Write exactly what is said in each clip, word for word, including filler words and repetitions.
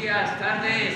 días, tardes.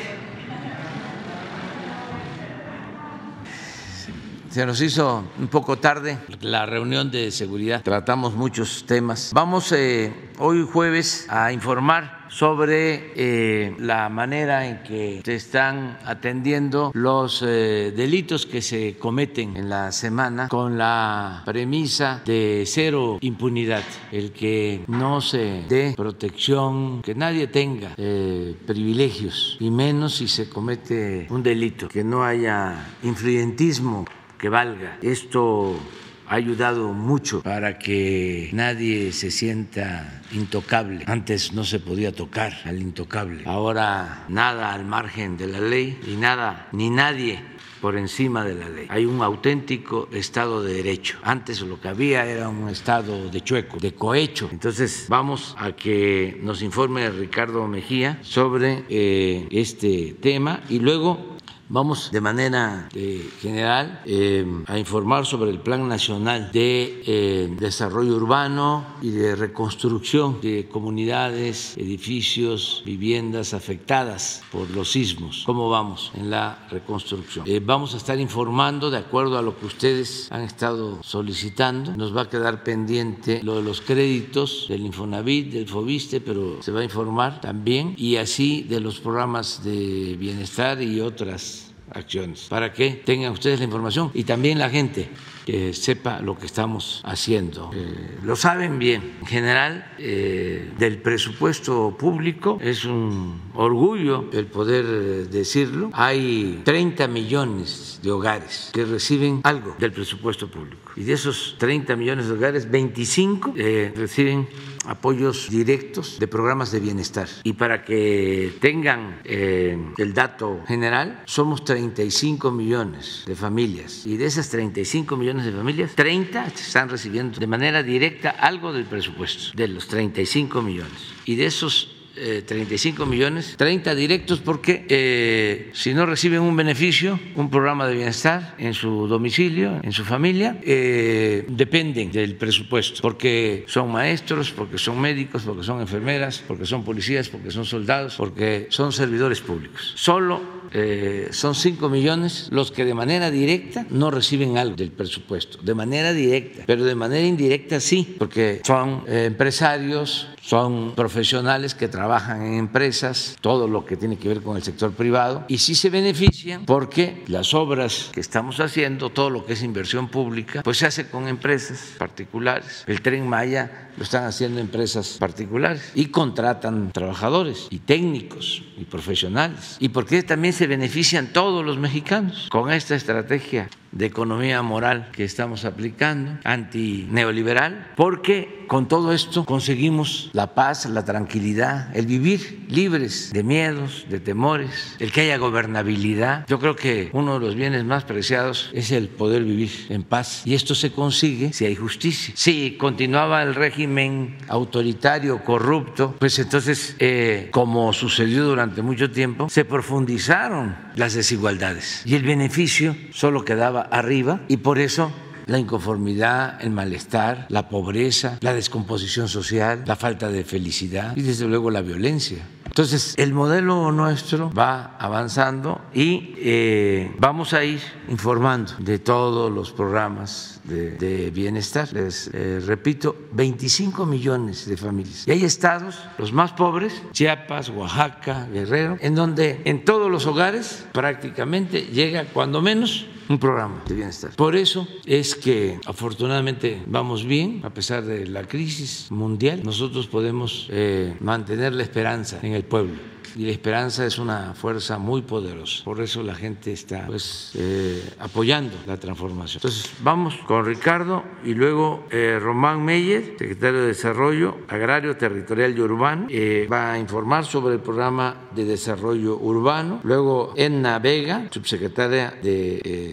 Se nos hizo un poco tarde la reunión de seguridad, tratamos muchos temas. Vamos eh, hoy jueves a informar sobre eh, la manera en que se están atendiendo los eh, delitos que se cometen en la semana con la premisa de cero impunidad, el que no se dé protección, que nadie tenga eh, privilegios, y menos si se comete un delito, que no haya influyentismo que valga. Esto ha ayudado mucho para que nadie se sienta intocable. Antes no se podía tocar al intocable. Ahora nada al margen de la ley y nada ni nadie por encima de la ley. Hay un auténtico Estado de Derecho. Antes lo que había era un Estado de chueco, de cohecho. Entonces vamos a que nos informe Ricardo Mejía sobre eh, este tema y luego vamos de manera eh, general eh, a informar sobre el Plan Nacional de eh, Desarrollo Urbano y de reconstrucción de comunidades, edificios, viviendas afectadas por los sismos. ¿Cómo vamos en la reconstrucción? Eh, vamos a estar informando de acuerdo a lo que ustedes han estado solicitando. Nos va a quedar pendiente lo de los créditos del Infonavit, del Fobiste, pero se va a informar también, y así de los programas de bienestar y otras acciones, para que tengan ustedes la información y también la gente que sepa lo que estamos haciendo. Eh, lo saben bien. En general, eh, del presupuesto público, es un orgullo el poder decirlo, hay treinta millones de hogares que reciben algo del presupuesto público, y de esos treinta millones de hogares, veinticinco eh, reciben apoyos directos de programas de bienestar. Y para que tengan eh, el dato general, somos treinta y cinco millones de familias, y de esas treinta y cinco millones de familias, treinta están recibiendo de manera directa algo del presupuesto, de los treinta y cinco millones. Y de esos Eh, treinta y cinco millones, treinta directos, porque eh, si no reciben un beneficio, un programa de bienestar en su domicilio, en su familia, eh, dependen del presupuesto, porque son maestros, porque son médicos, porque son enfermeras, porque son policías, porque son soldados, porque son servidores públicos. Solo eh, son cinco millones los que de manera directa no reciben algo del presupuesto, de manera directa, pero de manera indirecta sí, porque son eh, empresarios, son profesionales que trabajan en empresas, todo lo que tiene que ver con el sector privado, y sí se benefician porque las obras que estamos haciendo, todo lo que es inversión pública, pues se hace con empresas particulares. El Tren Maya lo están haciendo empresas particulares y contratan trabajadores y técnicos y profesionales. Y porque también se benefician todos los mexicanos con esta estrategia de economía moral que estamos aplicando, antineoliberal, porque con todo esto conseguimos la paz, la tranquilidad, el vivir libres de miedos, de temores, el que haya gobernabilidad. Yo creo que uno de los bienes más preciados es el poder vivir en paz, y esto se consigue si hay justicia. Si continuaba el régimen autoritario, corrupto, pues entonces, eh, como sucedió durante mucho tiempo, se profundizaron las desigualdades y el beneficio solo quedaba arriba, y por eso la inconformidad, el malestar, la pobreza, la descomposición social, la falta de felicidad y desde luego la violencia. Entonces, el modelo nuestro va avanzando y eh, vamos a ir informando de todos los programas de, de bienestar. Les eh, repito, veinticinco millones de familias. Y hay estados, los más pobres, Chiapas, Oaxaca, Guerrero, en donde en todos los hogares prácticamente llega cuando menos un programa de bienestar. Por eso es que afortunadamente vamos bien, a pesar de la crisis mundial. Nosotros podemos eh, mantener la esperanza en el pueblo, y la esperanza es una fuerza muy poderosa. Por eso la gente está pues eh, apoyando la transformación. Entonces vamos con Ricardo y luego eh, Román Meyer, secretario de Desarrollo Agrario, Territorial y Urbano, eh, va a informar sobre el programa de desarrollo urbano. Luego Edna Vega, subsecretaria de eh,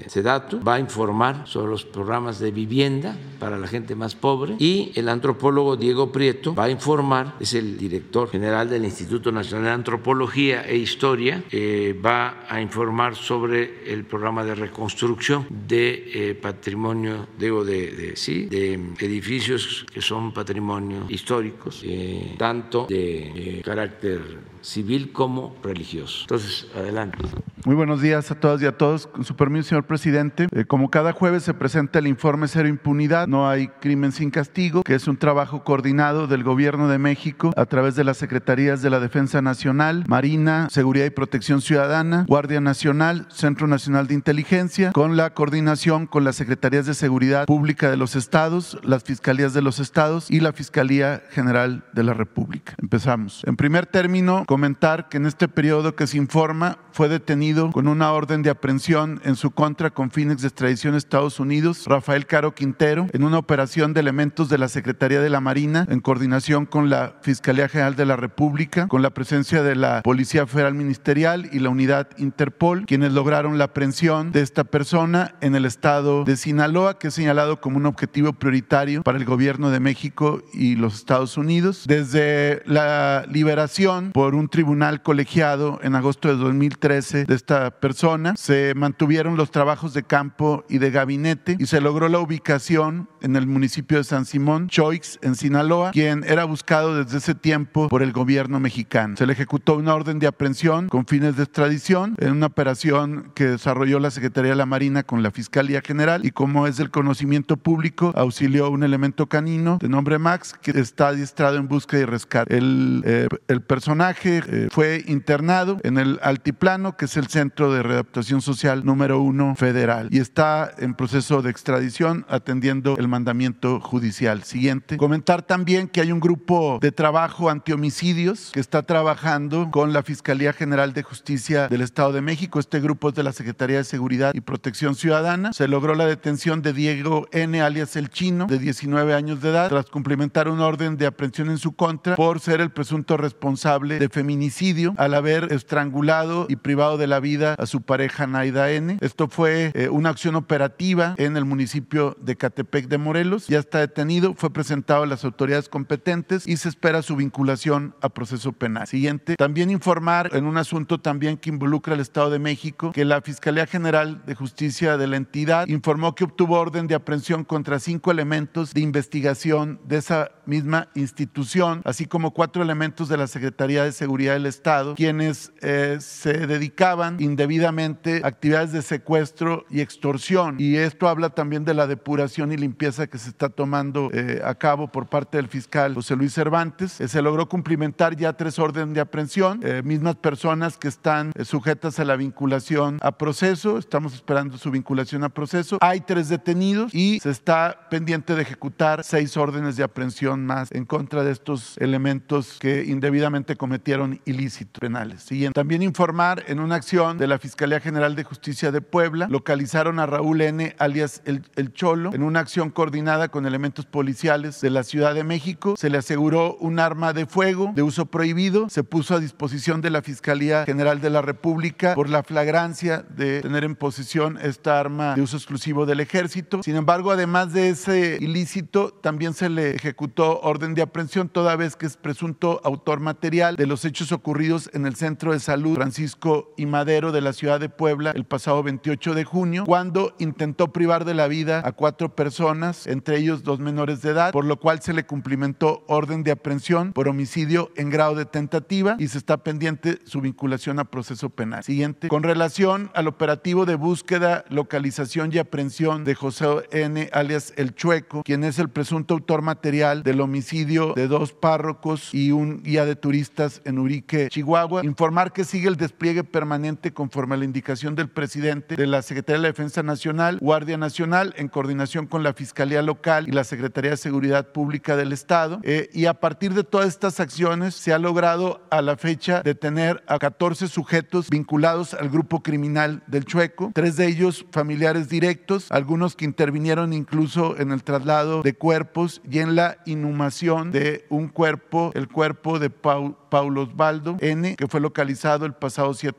de SEDATU, va a informar sobre los programas de vivienda para la gente más pobre, y el antropólogo Diego Prieto va a informar, es el director general del Instituto Nacional de Antropología e Historia, eh, va a informar sobre el programa de reconstrucción de eh, patrimonio, digo, de, de, sí, de edificios que son patrimonio históricos, eh, tanto de eh, carácter civil como religioso. Entonces, adelante. Muy buenos días a todas y a todos. Con su permiso, señor presidente, eh, como cada jueves se presenta el informe Cero Impunidad, no hay crimen sin castigo, que es un trabajo coordinado del Gobierno de México a través de las Secretarías de la Defensa Nacional, Marina, Seguridad y Protección Ciudadana, Guardia Nacional, Centro Nacional de Inteligencia, con la coordinación con las Secretarías de Seguridad Pública de los estados, las Fiscalías de los estados y la Fiscalía General de la República. Empezamos. En primer término, comentar que en este periodo que se informa fue detenido con una orden de aprehensión en su contra con fines de extradición a Estados Unidos Rafael Caro Quintero en una operación de elementos de la Secretaría de la Marina en coordinación con la Fiscalía General de la República, con la presencia de la Policía Federal Ministerial y la Unidad Interpol, quienes lograron la aprehensión de esta persona en el estado de Sinaloa, que es señalado como un objetivo prioritario para el Gobierno de México y los Estados Unidos. Desde la liberación por un tribunal colegiado en agosto de dos mil trece de esta persona, se mantuvieron los trabajos de campo y de gabinete y se logró la ubicación en el municipio de San Simón, Choix, en Sinaloa, quien era buscado desde ese tiempo por el gobierno mexicano. Se le ejecutó una orden de aprehensión con fines de extradición en una operación que desarrolló la Secretaría de la Marina con la Fiscalía General, y como es del conocimiento público, auxilió un elemento canino de nombre Max, que está adiestrado en búsqueda y rescate. El, eh, el personaje eh, fue internado en el Altiplano, que es el Centro de Readaptación Social número uno federal, y está en proceso de extradición atendiendo el mandamiento judicial. Siguiente. Comentar también que hay un grupo de trabajo antihomicidios que está trabajando con la Fiscalía General de Justicia del Estado de México. Este grupo es de la Secretaría de Seguridad y Protección Ciudadana. Se logró la detención de Diego N., alias El Chino, de diecinueve años de edad, tras cumplimentar una orden de aprehensión en su contra por ser el presunto responsable de feminicidio al haber estrangulado y privado de la vida a su pareja Naida N. Esto fue eh, una acción operativa en el municipio de Catepec de Morelos. Ya está detenido, fue presentado a las autoridades competentes y se espera su vinculación a proceso penal. Siguiente. También informar en un asunto también que involucra al Estado de México, que la Fiscalía General de Justicia de la entidad informó que obtuvo orden de aprehensión contra cinco elementos de investigación de esa misma institución, así como cuatro elementos de la Secretaría de Seguridad del Estado, quienes eh, se dedicaban indebidamente a actividades de secuestro y extorsión. Y esto habla también de la depuración y limpieza que se está tomando eh, a cabo por parte del fiscal José Luis Cervantes. Eh, se logró cumplimentar ya tres órdenes de aprehensión, eh, mismas personas que están eh, sujetas a la vinculación a proceso. Estamos esperando su vinculación a proceso. Hay tres detenidos y se está pendiente de ejecutar seis órdenes de aprehensión más en contra de estos elementos que indebidamente cometieron ilícitos penales. Siguiente. También informar en una acción de la Fiscalía General de Justicia de Puebla, localizaron a Raúl N., alias El, El Cholo, en una acción coordinada con elementos policiales de la Ciudad de México. Se le aseguró un arma de fuego de uso prohibido, se puso a disposición de la Fiscalía General de la República por la flagrancia de tener en posesión esta arma de uso exclusivo del Ejército. Sin embargo, además de ese ilícito, también se le ejecutó orden de aprehensión toda vez que es presunto autor material de los hechos ocurridos en el Centro de Salud Francisco I. Madero de la ciudad de Puebla el pasado veintiocho de junio, cuando intentó privar de la vida a cuatro personas, entre ellos dos menores de edad, por lo cual se le cumplimentó orden de aprehensión por homicidio en grado de tentativa y se está pendiente su vinculación a proceso penal. Siguiente. Con relación al operativo de búsqueda, localización y aprehensión de José N., alias El Chueco, quien es el presunto autor material del homicidio de dos párrocos y un guía de turistas en Urique, Chihuahua, informar que sigue el despliegue permanente conforme a la indicación del presidente de la Secretaría de la Defensa Nacional, Guardia Nacional, en coordinación con la Fiscalía Local y la Secretaría de Seguridad Pública del Estado. Eh, y a partir de todas estas acciones se ha logrado a la fecha detener a catorce sujetos vinculados al grupo criminal del Chueco, tres de ellos familiares directos, algunos que intervinieron incluso en el traslado de cuerpos y en la inhumación de un cuerpo, el cuerpo de Pau, Paulo Osvaldo N., que fue localizado el pasado siete de julio.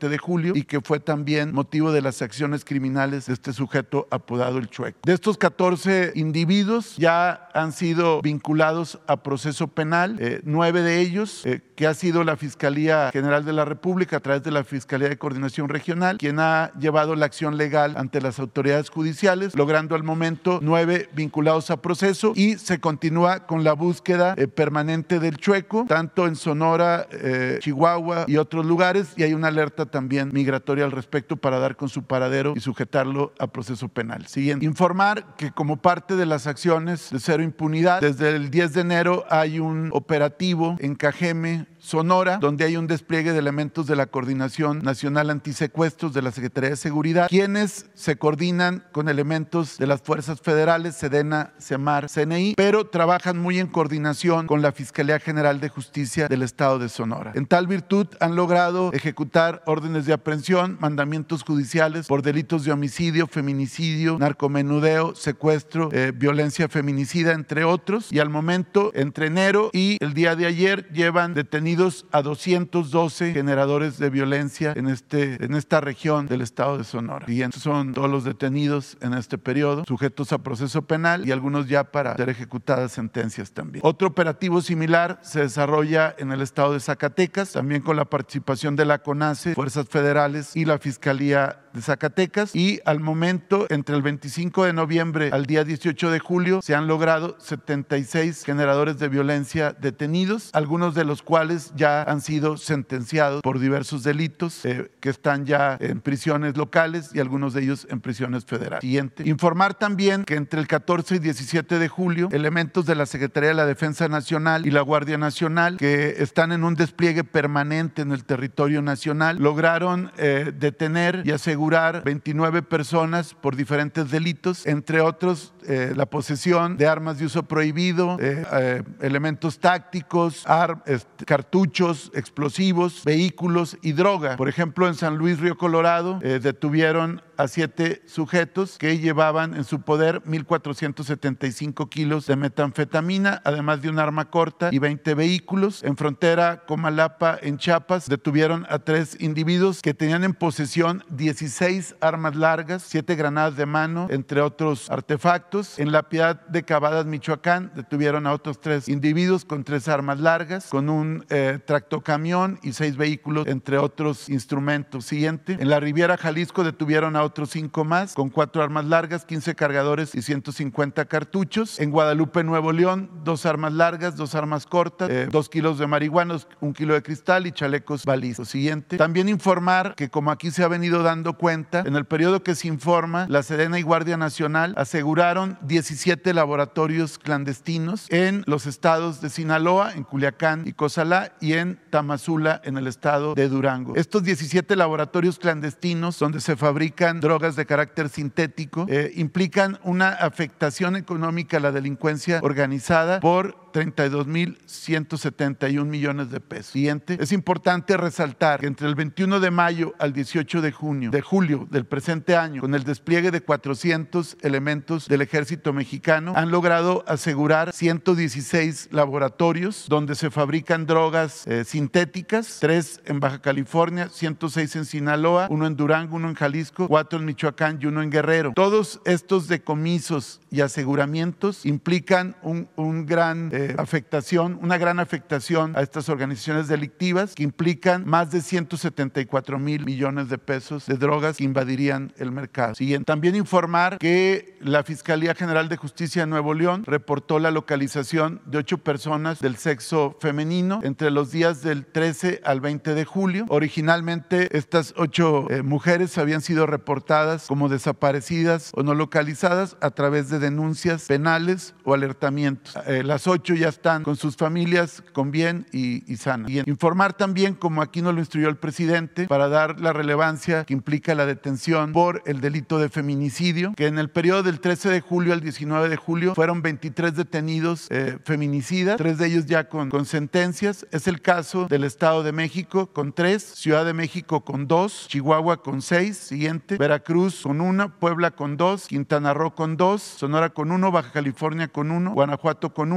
julio y que fue también motivo de las acciones criminales de este sujeto apodado El Chueco. De estos catorce individuos ya han sido vinculados a proceso penal, eh, nueve de ellos eh, que ha sido la Fiscalía General de la República a través de la Fiscalía de Coordinación Regional, quien ha llevado la acción legal ante las autoridades judiciales, logrando al momento nueve vinculados a proceso, y se continúa con la búsqueda eh, permanente del Chueco, tanto en Sonora, eh, Chihuahua y otros lugares, y hay una alerta también migratoria al respecto para dar con su paradero y sujetarlo a proceso penal. Siguiente, informar que como parte de las acciones de cero impunidad, desde el diez de enero hay un operativo en Cajeme, Sonora, donde hay un despliegue de elementos de la Coordinación Nacional Antisecuestros de la Secretaría de Seguridad, quienes se coordinan con elementos de las fuerzas federales, Sedena, Semar, C N I, pero trabajan muy en coordinación con la Fiscalía General de Justicia del Estado de Sonora. En tal virtud han logrado ejecutar órdenes de aprehensión, mandamientos judiciales por delitos de homicidio, feminicidio, narcomenudeo, secuestro, eh, violencia feminicida, entre otros, y al momento, entre enero y el día de ayer, llevan detenidos a doscientos doce generadores de violencia en, este, en esta región del estado de Sonora. Y son todos los detenidos en este periodo, sujetos a proceso penal y algunos ya para ser ejecutadas sentencias también. Otro operativo similar se desarrolla en el estado de Zacatecas, también con la participación de la CONACE, fuerzas federales y la Fiscalía de Zacatecas, y al momento, entre el veinticinco de noviembre al día dieciocho de julio, se han logrado setenta y seis generadores de violencia detenidos, algunos de los cuales ya han sido sentenciados por diversos delitos eh, que están ya en prisiones locales y algunos de ellos en prisiones federales. Siguiente. Informar también que entre el catorce y diecisiete de julio, elementos de la Secretaría de la Defensa Nacional y la Guardia Nacional, que están en un despliegue permanente en el territorio nacional, lograron eh, detener y asegurar veintinueve personas por diferentes delitos, entre otros eh, la posesión de armas de uso prohibido, eh, eh, elementos tácticos, ar, este, cartuchos, explosivos, vehículos y droga. Por ejemplo, en San Luis Río Colorado eh, detuvieron a siete sujetos que llevaban en su poder mil cuatrocientos setenta y cinco kilos de metanfetamina, además de un arma corta y veinte vehículos. En frontera Comalapa, en Chiapas, detuvieron a tres individuos que tenían en posesión dieciséis armas largas, siete granadas de mano, entre otros artefactos. En La Piedad de Cavadas, Michoacán, detuvieron a otros tres individuos con tres armas largas, con un eh, tractocamión y seis vehículos, entre otros instrumentos. Siguiente. En la Riviera Jalisco detuvieron a otros cinco más, con cuatro armas largas, quince cargadores y ciento cincuenta cartuchos. En Guadalupe, Nuevo León, dos armas largas, dos armas cortas, eh, dos kilos de marihuana, un kilo de cristal y chalecos balísticos. Siguiente. También informar que, como aquí se ha venido dando cuenta, en el periodo que se informa, la Sedena y Guardia Nacional aseguraron diecisiete laboratorios clandestinos en los estados de Sinaloa, en Culiacán y Cozalá, y en Tamazula, en el estado de Durango. Estos diecisiete laboratorios clandestinos, donde se fabrican drogas de carácter sintético, eh, implican una afectación económica a la delincuencia organizada por treinta y dos mil ciento setenta y un millones de pesos. Siguiente. Es importante resaltar que entre el veintiuno de mayo al dieciocho de junio, de julio del presente año, con el despliegue de cuatrocientos elementos del Ejército Mexicano, han logrado asegurar ciento dieciséis laboratorios donde se fabrican drogas eh, sintéticas, tres en Baja California, ciento seis en Sinaloa, uno en Durango, uno en Jalisco, cuatro en Michoacán y uno en Guerrero. Todos estos decomisos y aseguramientos implican un, un gran eh, afectación, una gran afectación a estas organizaciones delictivas, que implican más de ciento setenta y cuatro mil millones de pesos de drogas que invadirían el mercado. Siguiente. También informar que la Fiscalía General de Justicia de Nuevo León reportó la localización de ocho personas del sexo femenino entre los días del trece al veinte de julio. Originalmente estas ocho eh, mujeres habían sido reportadas como desaparecidas o no localizadas a través de denuncias penales o alertamientos. Eh, las ocho ya están con sus familias con bien y, y sanas. Y informar también, como aquí nos lo instruyó el presidente, para dar la relevancia que implica la detención por el delito de feminicidio, que en el periodo del trece de julio al diecinueve de julio fueron veintitrés detenidos eh, feminicidas, tres de ellos ya con, con sentencias. Es el caso del Estado de México con tres, Ciudad de México con dos, Chihuahua con seis, siguiente, Veracruz con una, Puebla con dos, Quintana Roo con dos, Sonora con uno, Baja California con uno, Guanajuato con uno y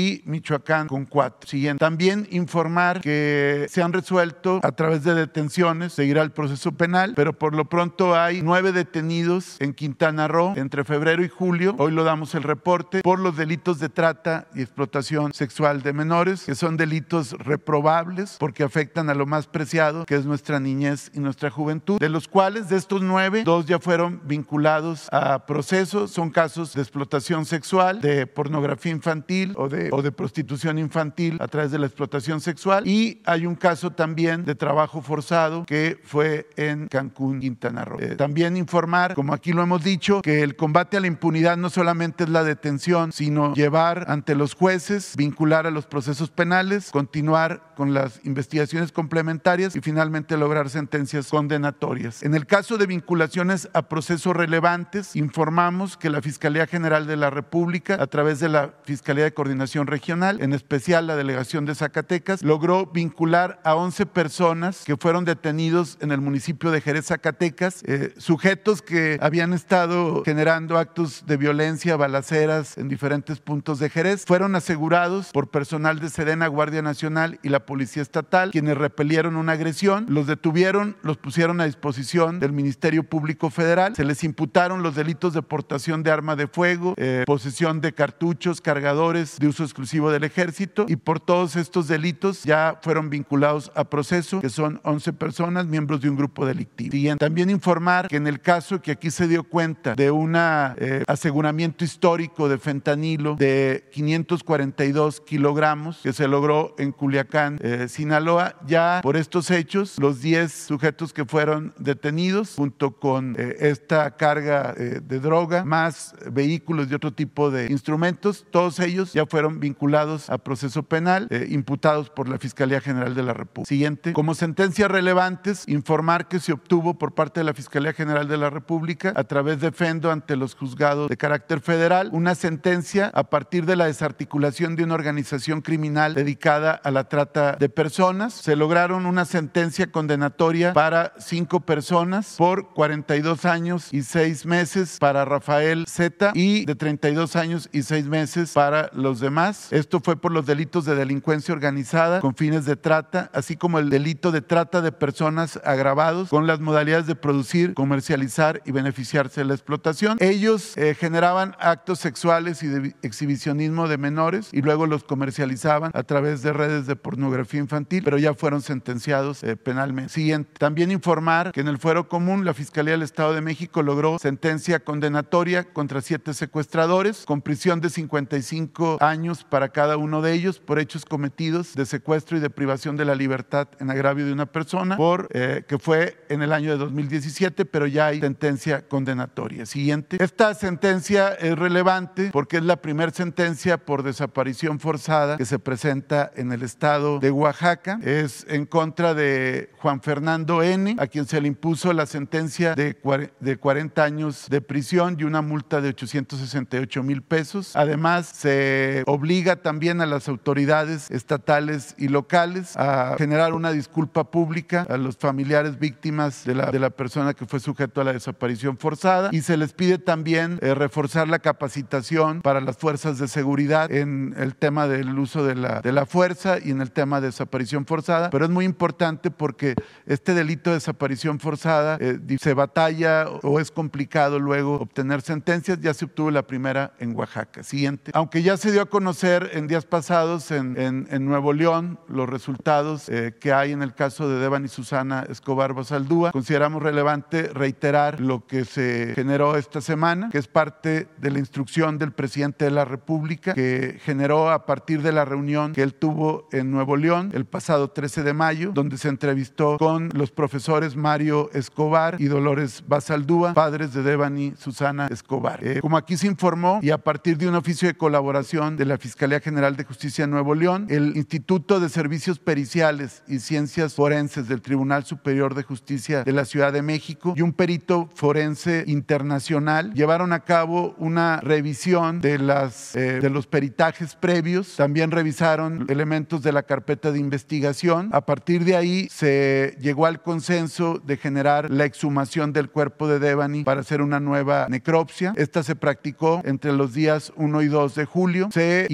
y Michoacán con cuatro. Siguiente. También informar que se han resuelto a través de detenciones, seguirá el proceso penal, pero por lo pronto hay nueve detenidos en Quintana Roo entre febrero y julio. Hoy lo damos el reporte por los delitos de trata y explotación sexual de menores, que son delitos reprobables porque afectan a lo más preciado, que es nuestra niñez y nuestra juventud, de los cuales de estos nueve, dos ya fueron vinculados a procesos, son casos de explotación sexual, de pornografía infantil o de, o de prostitución infantil a través de la explotación sexual, y hay un caso también de trabajo forzado que fue en Cancún, Quintana Roo. Eh, también informar, como aquí lo hemos dicho, que el combate a la impunidad no solamente es la detención, sino llevar ante los jueces, vincular a los procesos penales, continuar con las investigaciones complementarias y finalmente lograr sentencias condenatorias. En el caso de vinculaciones a procesos relevantes, informamos que la Fiscalía General de la República, a través de la Fiscalía de Coordinación Regional, en especial la Delegación de Zacatecas, logró vincular a once personas que fueron detenidos en el municipio de Jerez, Zacatecas, eh, sujetos que habían estado generando actos de violencia, balaceras en diferentes puntos de Jerez. Fueron asegurados por personal de Sedena, Guardia Nacional y la Policía Estatal, quienes repelieron una agresión, los detuvieron, los pusieron a disposición del Ministerio Público Federal, se les imputaron los delitos de portación de arma de fuego, eh, posesión de cartuchos, cargadores de uso exclusivo del Ejército, y por todos estos delitos ya fueron vinculados a proceso, que son once personas, miembros de un grupo delictivo. Siguiente. También informar que en el caso que aquí se dio cuenta de un eh, aseguramiento histórico de fentanilo de quinientos cuarenta y dos kilogramos que se logró en Culiacán, eh, Sinaloa, ya por estos hechos, los diez sujetos que fueron detenidos, junto con eh, esta carga eh, de droga, más vehículos y otro tipo de instrumentos, todos ellos ya fueron vinculados a proceso penal, eh, imputados por la Fiscalía General de la República. Siguiente. Como sentencias relevantes, informar que se obtuvo por parte de la Fiscalía General de la República, a través de Fendo ante los juzgados de carácter federal, una sentencia a partir de la desarticulación de una organización criminal dedicada a la trata de personas. Se lograron una sentencia condenatoria para cinco personas por cuarenta y dos años y seis meses para Rafael Z y de treinta y dos años y seis meses para los demás. Esto fue por los delitos de delincuencia organizada con fines de trata, así como el delito de trata de personas agravados con las modalidades de producir, comercializar y beneficiarse de la explotación. Ellos eh, generaban actos sexuales y de exhibicionismo de menores y luego los comercializaban a través de redes de pornografía infantil, pero ya fueron sentenciados eh, penalmente. Siguiente. También informar que en el fuero común la Fiscalía del Estado de México logró sentencia condenatoria contra siete secuestradores con prisión de cincuenta y cinco años para cada uno de ellos por hechos cometidos de secuestro y de privación de la libertad en agravio de una persona, por eh, que fue en el año de dos mil diecisiete, pero ya hay sentencia condenatoria. Siguiente. Esta sentencia es relevante porque es la primera sentencia por desaparición forzada que se presenta en el estado de Oaxaca. Es en contra de Juan Fernando N., a quien se le impuso la sentencia de cuarenta años de prisión y una multa de ochocientos sesenta y ocho mil pesos. Además, se obliga también a las autoridades estatales y locales a generar una disculpa pública a los familiares víctimas de la, de la persona que fue sujeto a la desaparición forzada, y se les pide también eh, reforzar la capacitación para las fuerzas de seguridad en el tema del uso de la, de la fuerza y en el tema de desaparición forzada. Pero es muy importante porque este delito de desaparición forzada eh, se batalla o es complicado luego obtener sentencias. Ya se obtuvo la primera en Oaxaca. Siguiente. Aunque ya se dio a conocer en días pasados en, en, en Nuevo León los resultados eh, que hay en el caso de Devani Susana Escobar Basaldúa, consideramos relevante reiterar lo que se generó esta semana, que es parte de la instrucción del presidente de la República, que generó a partir de la reunión que él tuvo en Nuevo León el pasado trece de mayo, donde se entrevistó con los profesores Mario Escobar y Dolores Basaldúa, padres de Devani Susana Escobar. Eh, como aquí se informó, y a partir de un oficio de colaboración de la Fiscalía General de Justicia de Nuevo León, el Instituto de Servicios Periciales y Ciencias Forenses del Tribunal Superior de Justicia de la Ciudad de México y un perito forense internacional llevaron a cabo una revisión de, las, eh, de los peritajes previos. También revisaron elementos de la carpeta de investigación. A partir de ahí se llegó al consenso de generar la exhumación del cuerpo de Devani para hacer una nueva necropsia. Esta se practicó entre los días uno y dos de julio. Se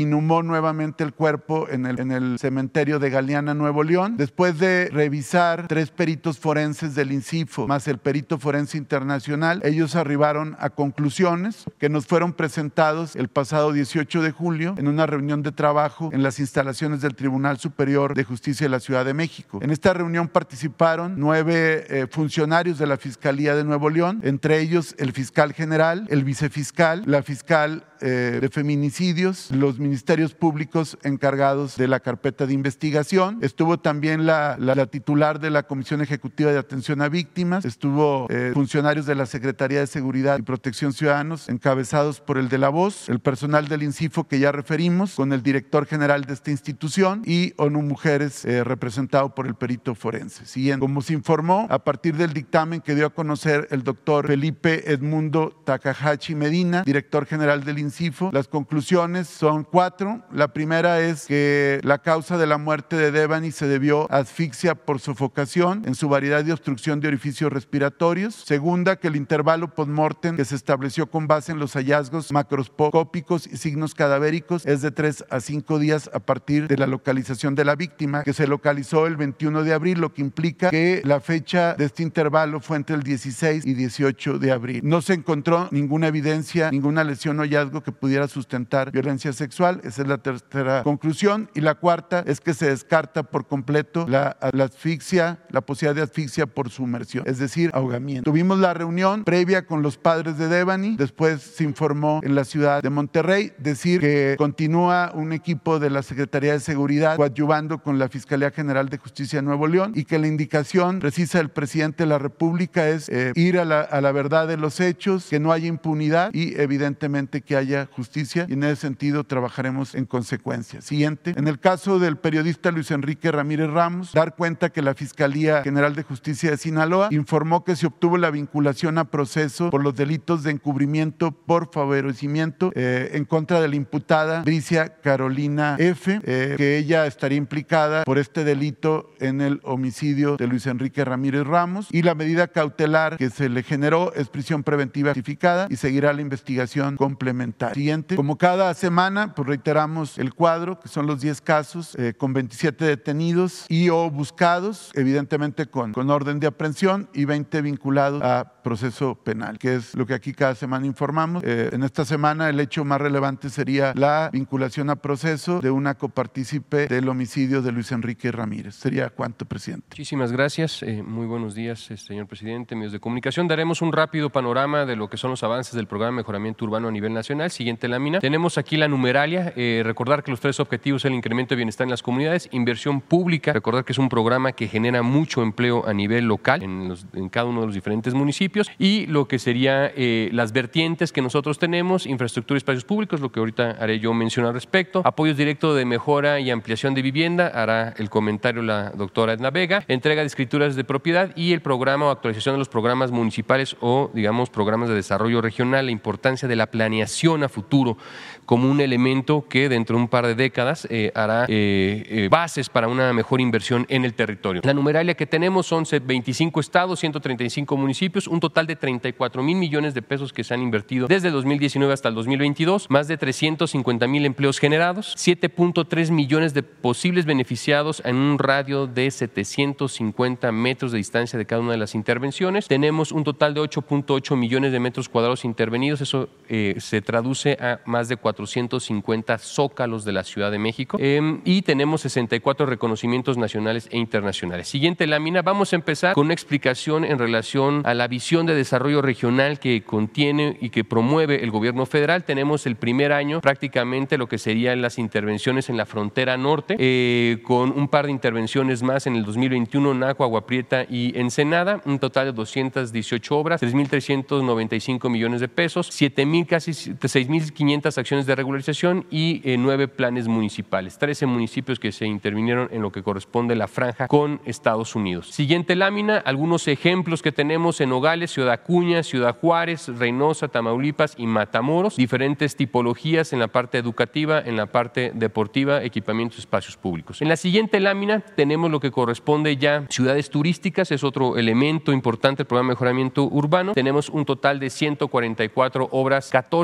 inhumó nuevamente el cuerpo en el, en el cementerio de Galeana, Nuevo León. Después de revisar tres peritos forenses del INCIFO, más el perito forense internacional, ellos arribaron a conclusiones que nos fueron presentados el pasado dieciocho de julio en una reunión de trabajo en las instalaciones del Tribunal Superior de Justicia de la Ciudad de México. En esta reunión participaron nueve eh, funcionarios de la Fiscalía de Nuevo León, entre ellos el fiscal general, el vicefiscal, la fiscal eh, de feminicidios, los ministerios públicos encargados de la carpeta de investigación. Estuvo también la, la, la titular de la Comisión Ejecutiva de Atención a Víctimas, estuvo eh, funcionarios de la Secretaría de Seguridad y Protección Ciudadanos, encabezados por el de la Voz, el personal del INCIFO que ya referimos, con el director general de esta institución y ONU Mujeres, eh, representado por el perito forense. Siguiente, como se informó, a partir del dictamen que dio a conocer el doctor Felipe Edmundo Takahashi Medina, director general del INCIFO, las conclusiones son cuatro. La primera es que la causa de la muerte de Devani se debió a asfixia por sofocación en su variedad de obstrucción de orificios respiratorios. Segunda, que el intervalo postmortem que se estableció con base en los hallazgos macroscópicos y signos cadavéricos es de tres a cinco días a partir de la localización de la víctima, que se localizó el veintiuno de abril, lo que implica que la fecha de este intervalo fue entre el dieciséis y dieciocho de abril. No se encontró ninguna evidencia, ninguna lesión o hallazgo que pudiera sustentar violencia sexual. Esa es la tercera conclusión. Y la cuarta es que se descarta por completo la, la asfixia, la posibilidad de asfixia por sumersión, es decir, ahogamiento. Tuvimos la reunión previa con los padres de Devani, después se informó en la ciudad de Monterrey, decir que continúa un equipo de la Secretaría de Seguridad coadyuvando con la Fiscalía General de Justicia de Nuevo León y que la indicación precisa del presidente de la República es eh, ir a la, a la verdad de los hechos, que no haya impunidad y evidentemente que haya justicia, y en ese sentido trabajaremos en consecuencia. Siguiente. En el caso del periodista Luis Enrique Ramírez Ramos, dar cuenta que la Fiscalía General de Justicia de Sinaloa informó que se obtuvo la vinculación a proceso por los delitos de encubrimiento por favorecimiento eh, en contra de la imputada Bricia Carolina F., eh, que ella estaría implicada por este delito en el homicidio de Luis Enrique Ramírez Ramos, y la medida cautelar que se le generó es prisión preventiva justificada y seguirá la investigación complementaria. Siguiente. Como cada semana, pues reiteramos el cuadro, que son los diez casos eh, con veintisiete detenidos y o buscados, evidentemente con, con orden de aprehensión, y veinte vinculados a proceso penal, que es lo que aquí cada semana informamos. Eh, en esta semana el hecho más relevante sería la vinculación a proceso de una copartícipe del homicidio de Luis Enrique Ramírez. ¿Sería cuánto, presidente? Muchísimas gracias. Eh, muy buenos días, señor presidente, medios de comunicación. Daremos un rápido panorama de lo que son los avances del programa de mejoramiento urbano a nivel nacional. Siguiente lámina. Tenemos aquí la numeralia. Eh, recordar que los tres objetivos son el incremento de bienestar en las comunidades, inversión pública. Recordar que es un programa que genera mucho empleo a nivel local en, los, en cada uno de los diferentes municipios, y lo que sería eh, las vertientes que nosotros tenemos, infraestructura y espacios públicos, lo que ahorita haré yo mención al respecto, apoyos directos de mejora y ampliación de vivienda, hará el comentario la doctora Edna Vega, entrega de escrituras de propiedad y el programa o actualización de los programas municipales o, digamos, programas de desarrollo regional, la importancia de la planeación a futuro como un elemento que dentro de un par de décadas eh, hará eh, eh, bases para una mejor inversión en el territorio. La numeralia que tenemos son veinticinco estados, ciento treinta y cinco municipios, un total de treinta y cuatro mil millones de pesos que se han invertido desde el dos mil diecinueve hasta el dos mil veintidós, más de trescientos cincuenta mil empleos generados, siete punto tres millones de posibles beneficiados en un radio de setecientos cincuenta metros de distancia de cada una de las intervenciones. Tenemos un total de ocho punto ocho millones de metros cuadrados intervenidos, eso eh, se traduce a más de cuatrocientos cincuenta zócalos de la Ciudad de México, eh, y tenemos sesenta y cuatro reconocimientos nacionales e internacionales. Siguiente lámina, vamos a empezar con una explicación en relación a la visión de desarrollo regional que contiene y que promueve el gobierno federal. Tenemos el primer año prácticamente lo que serían las intervenciones en la frontera norte, eh, con un par de intervenciones más en el dos mil veintiuno, Naco, Agua Prieta y Ensenada, un total de doscientas dieciocho obras, tres mil trescientos noventa y cinco millones de pesos, siete mil, casi seis mil quinientas acciones de regularización y eh, nueve planes municipales, trece municipios que se intervinieron en lo que corresponde a la franja con Estados Unidos. Siguiente lámina, algunos ejemplos que tenemos en Nogales, Ciudad Acuña, Ciudad Juárez, Reynosa, Tamaulipas y Matamoros, diferentes tipologías en la parte educativa, en la parte deportiva, equipamientos, espacios públicos. En la siguiente lámina tenemos lo que corresponde ya ciudades turísticas, es otro elemento importante del programa de mejoramiento urbano. Tenemos un total de ciento cuarenta y cuatro obras, catorce municipios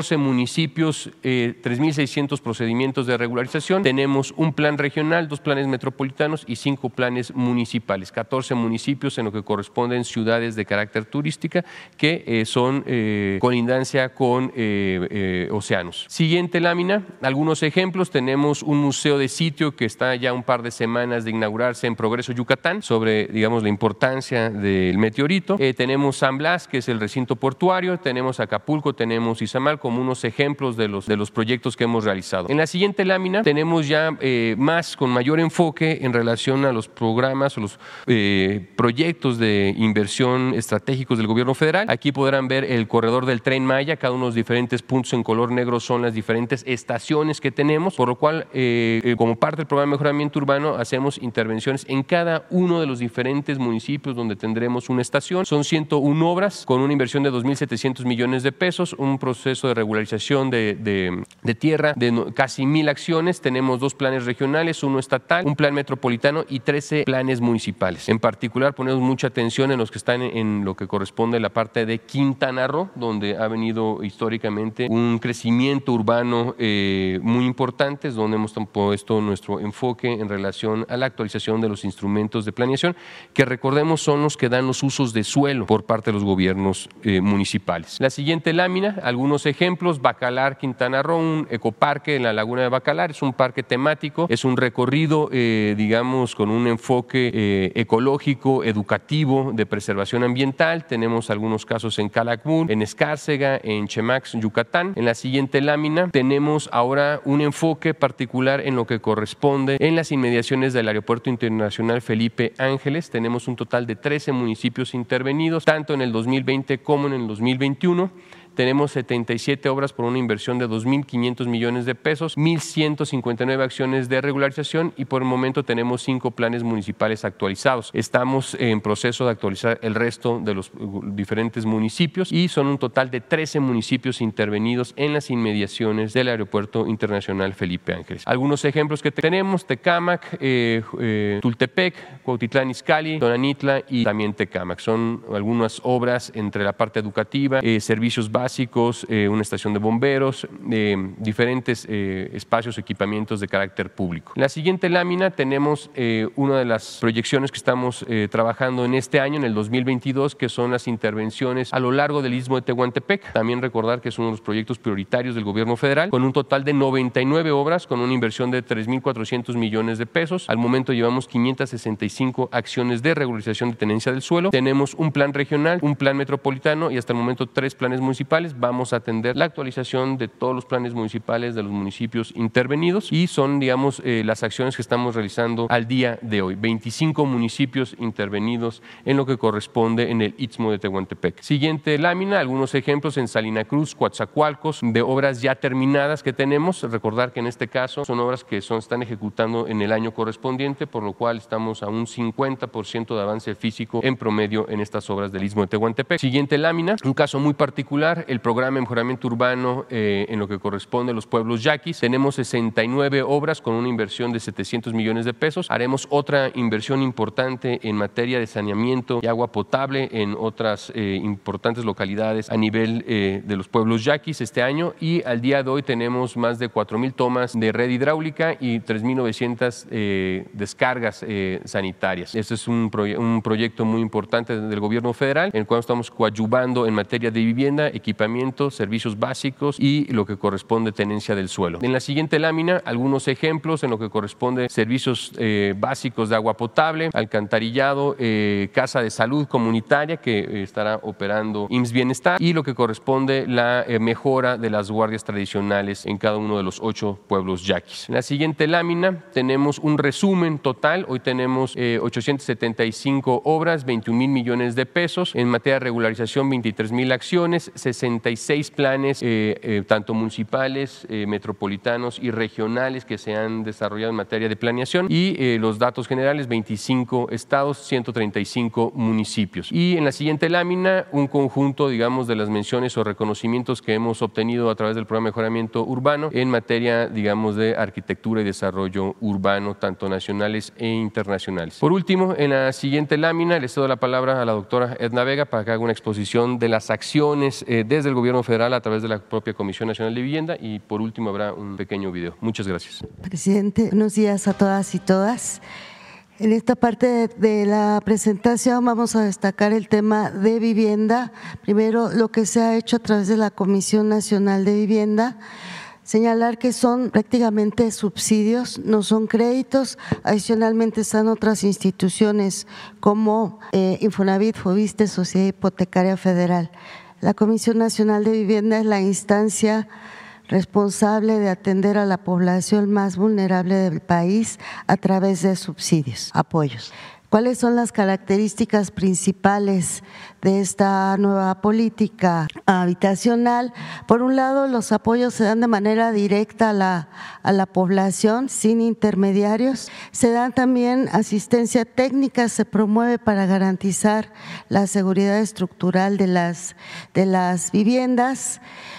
municipios, eh, tres mil seiscientos procedimientos de regularización. Tenemos un plan regional, dos planes metropolitanos y cinco planes municipales. catorce municipios en lo que corresponden ciudades de carácter turística que eh, son eh, colindancia con eh, eh, océanos. Siguiente lámina, algunos ejemplos. Tenemos un museo de sitio que está ya un par de semanas de inaugurarse en Progreso, Yucatán, sobre, digamos, la importancia del meteorito. Eh, tenemos San Blas, que es el recinto portuario, tenemos Acapulco, tenemos Izamal como unos ejemplos de los, de los proyectos que hemos realizado. En la siguiente lámina tenemos ya eh, más, con mayor enfoque en relación a los programas o los eh, proyectos de inversión estratégicos del gobierno federal. Aquí podrán ver el corredor del Tren Maya, cada uno de los diferentes puntos en color negro son las diferentes estaciones que tenemos, por lo cual eh, eh, como parte del programa de mejoramiento urbano hacemos intervenciones en cada uno de los diferentes municipios donde tendremos una estación. Son ciento una obras con una inversión de dos mil setecientos millones de pesos, un proceso de regularización de, de, de tierra de no, casi mil acciones. Tenemos dos planes regionales, uno estatal, un plan metropolitano y trece planes municipales. En particular ponemos mucha atención en los que están en, en lo que corresponde a la parte de Quintana Roo, donde ha venido históricamente un crecimiento urbano eh, muy importante, es donde hemos puesto nuestro enfoque en relación a la actualización de los instrumentos de planeación, que recordemos son los que dan los usos de suelo por parte de los gobiernos eh, municipales. La siguiente lámina, algunos ejemplos: Bacalar, Quintana Roo, un ecoparque en la laguna de Bacalar, es un parque temático, es un recorrido, eh, digamos, con un enfoque eh, ecológico, educativo, de preservación ambiental. Tenemos algunos casos en Calakmul, en Escárcega, en Chemax, Yucatán. En la siguiente lámina tenemos ahora un enfoque particular en lo que corresponde en las inmediaciones del Aeropuerto Internacional Felipe Ángeles. Tenemos un total de trece municipios intervenidos, tanto en el dos mil veinte como en el dos mil veintiuno. Tenemos setenta y siete obras por una inversión de dos mil quinientos millones de pesos, mil ciento cincuenta y nueve acciones de regularización y por el momento tenemos cinco planes municipales actualizados. Estamos en proceso de actualizar el resto de los diferentes municipios y son un total de trece municipios intervenidos en las inmediaciones del Aeropuerto Internacional Felipe Ángeles. Algunos ejemplos que tenemos: Tecámac, eh, eh, Tultepec, Cuautitlán Izcalli, Tonanitla y también Tecámac. Son algunas obras entre la parte educativa, eh, servicios básicos, básicos, eh, una estación de bomberos, eh, diferentes eh, espacios, equipamientos de carácter público. En la siguiente lámina tenemos eh, una de las proyecciones que estamos eh, trabajando en este año, en el dos mil veintidós, que son las intervenciones a lo largo del Istmo de Tehuantepec. También recordar que es uno de los proyectos prioritarios del gobierno federal, con un total de noventa y nueve obras, con una inversión de tres mil cuatrocientos millones de pesos. Al momento llevamos quinientas sesenta y cinco acciones de regularización de tenencia del suelo. Tenemos un plan regional, un plan metropolitano y hasta el momento tres planes municipales. Vamos a atender la actualización de todos los planes municipales de los municipios intervenidos y son, digamos, eh, las acciones que estamos realizando al día de hoy. veinticinco municipios intervenidos en lo que corresponde en el Istmo de Tehuantepec. Siguiente lámina, algunos ejemplos en Salina Cruz, Coatzacoalcos, de obras ya terminadas que tenemos. Recordar que en este caso son obras que son, están ejecutando en el año correspondiente, por lo cual estamos a un cincuenta por ciento de avance físico en promedio en estas obras del Istmo de Tehuantepec. Siguiente lámina, un caso muy particular, el programa de mejoramiento urbano eh, en lo que corresponde a los pueblos yaquis. Tenemos sesenta y nueve obras con una inversión de setecientos millones de pesos. Haremos otra inversión importante en materia de saneamiento y agua potable en otras eh, importantes localidades a nivel eh, de los pueblos yaquis este año y al día de hoy tenemos más de cuatro mil tomas de red hidráulica y tres mil novecientas eh, descargas eh, sanitarias. Este es un, proye un proyecto muy importante del gobierno federal en el cual estamos coadyuvando en materia de vivienda, equipamiento, servicios básicos y lo que corresponde tenencia del suelo. En la siguiente lámina, algunos ejemplos en lo que corresponde servicios eh, básicos de agua potable, alcantarillado, eh, casa de salud comunitaria que eh, estará operando I M S S Bienestar y lo que corresponde la eh, mejora de las guardias tradicionales en cada uno de los ocho pueblos yaquis. En la siguiente lámina tenemos un resumen total. Hoy tenemos eh, ochocientas setenta y cinco obras, veintiún mil millones de pesos. En materia de regularización, veintitrés mil acciones, sesenta y seis planes, eh, eh, tanto municipales, eh, metropolitanos y regionales que se han desarrollado en materia de planeación y eh, los datos generales, veinticinco estados, ciento treinta y cinco municipios. Y en la siguiente lámina, un conjunto, digamos, de las menciones o reconocimientos que hemos obtenido a través del programa de mejoramiento urbano en materia, digamos, de arquitectura y desarrollo urbano, tanto nacionales e internacionales. Por último, en la siguiente lámina, le cedo la palabra a la doctora Edna Vega para que haga una exposición de las acciones eh, de desde el Gobierno federal a través de la propia Comisión Nacional de Vivienda, y por último habrá un pequeño video. Muchas gracias. Presidente, buenos días a todas y todas. En esta parte de la presentación vamos a destacar el tema de vivienda. Primero, lo que se ha hecho a través de la Comisión Nacional de Vivienda. Señalar que son prácticamente subsidios, no son créditos. Adicionalmente están otras instituciones como eh, Infonavit, Foviste, Sociedad Hipotecaria Federal. La Comisión Nacional de Vivienda es la instancia responsable de atender a la población más vulnerable del país a través de subsidios, apoyos. ¿Cuáles son las características principales de esta nueva política habitacional? Por un lado, los apoyos se dan de manera directa a la, a la población, sin intermediarios. Se dan también asistencia técnica, se promueve para garantizar la seguridad estructural de las, de las viviendas.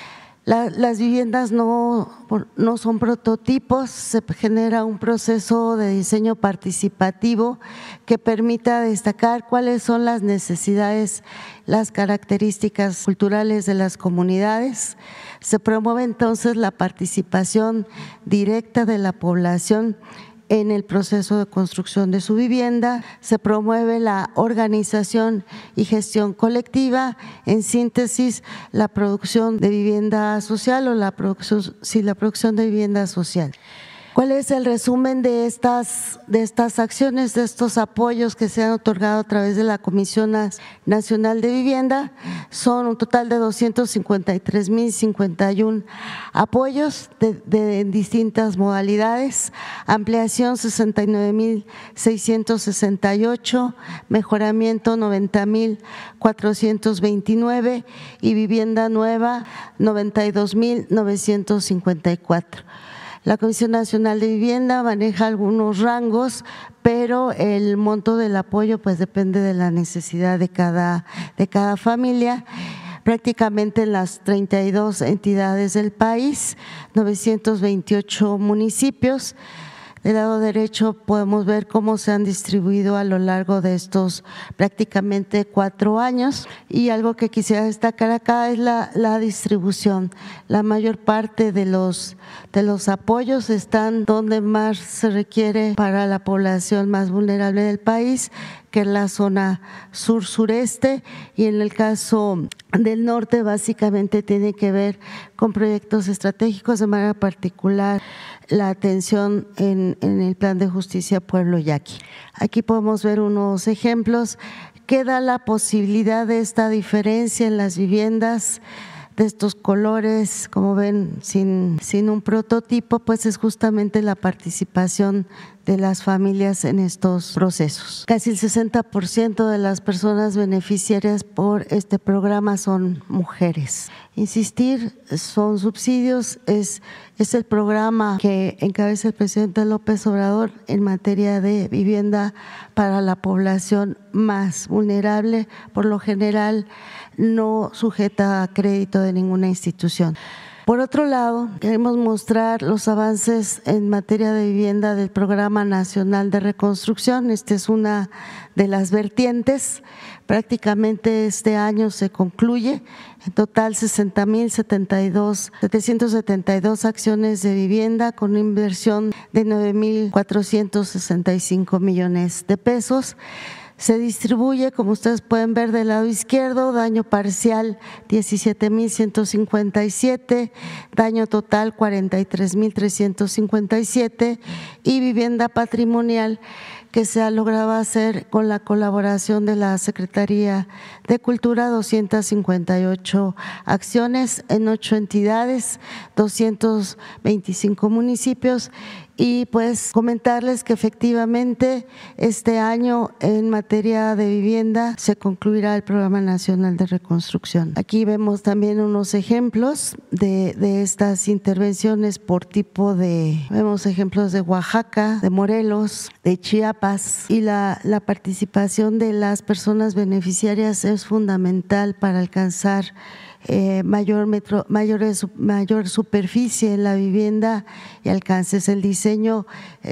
La, las viviendas no, no son prototipos, se genera un proceso de diseño participativo que permita destacar cuáles son las necesidades, las características culturales de las comunidades. Se promueve entonces la participación directa de la población en el proceso de construcción de su vivienda, se promueve la organización y gestión colectiva, en síntesis, la producción de vivienda social o la producción, sí, la producción de vivienda social. ¿Cuál es el resumen de estas, de estas acciones, de estos apoyos que se han otorgado a través de la Comisión Nacional de Vivienda? Son un total de doscientos cincuenta y tres mil cincuenta y uno apoyos de, de en distintas modalidades, ampliación sesenta y nueve mil seiscientos sesenta y ocho, mejoramiento noventa mil cuatrocientos veintinueve y vivienda nueva noventa y dos mil novecientos cincuenta y cuatro. La Comisión Nacional de Vivienda maneja algunos rangos, pero el monto del apoyo pues depende de la necesidad de cada, de cada familia. Prácticamente en las treinta y dos entidades del país, novecientos veintiocho municipios. Del lado derecho podemos ver cómo se han distribuido a lo largo de estos prácticamente cuatro años, y algo que quisiera destacar acá es la, la distribución. La mayor parte de los, de los apoyos están donde más se requiere para la población más vulnerable del país, que es la zona sur-sureste, y en el caso del norte básicamente tiene que ver con proyectos estratégicos, de manera particular la atención en, en el Plan de Justicia Pueblo Yaqui. Aquí podemos ver unos ejemplos que da la posibilidad de esta diferencia en las viviendas, de estos colores, como ven, sin, sin un prototipo, pues es justamente la participación de las familias en estos procesos. Casi el sesenta por ciento de las personas beneficiarias por este programa son mujeres. Insistir, son subsidios, es, es el programa que encabeza el presidente López Obrador en materia de vivienda para la población más vulnerable, por lo general no sujeta a crédito de ninguna institución. Por otro lado, queremos mostrar los avances en materia de vivienda del Programa Nacional de Reconstrucción. Esta es una de las vertientes. Prácticamente este año se concluye. En total, sesenta mil setecientos setenta y dos acciones de vivienda con una inversión de nueve mil cuatrocientos sesenta y cinco millones de pesos. Se distribuye, como ustedes pueden ver del lado izquierdo, daño parcial diecisiete mil ciento cincuenta y siete, daño total cuarenta y tres mil trescientos cincuenta y siete y vivienda patrimonial que se ha logrado hacer con la colaboración de la Secretaría de Cultura, doscientas cincuenta y ocho acciones en ocho entidades, doscientos veinticinco municipios. Y pues comentarles que efectivamente este año en materia de vivienda se concluirá el Programa Nacional de Reconstrucción. Aquí vemos también unos ejemplos de, de estas intervenciones por tipo de, vemos ejemplos de Oaxaca, de Morelos, de Chiapas, y la, la participación de las personas beneficiarias es fundamental para alcanzar Eh, mayor, metro, mayores, mayor superficie en la vivienda y alcances. El diseño es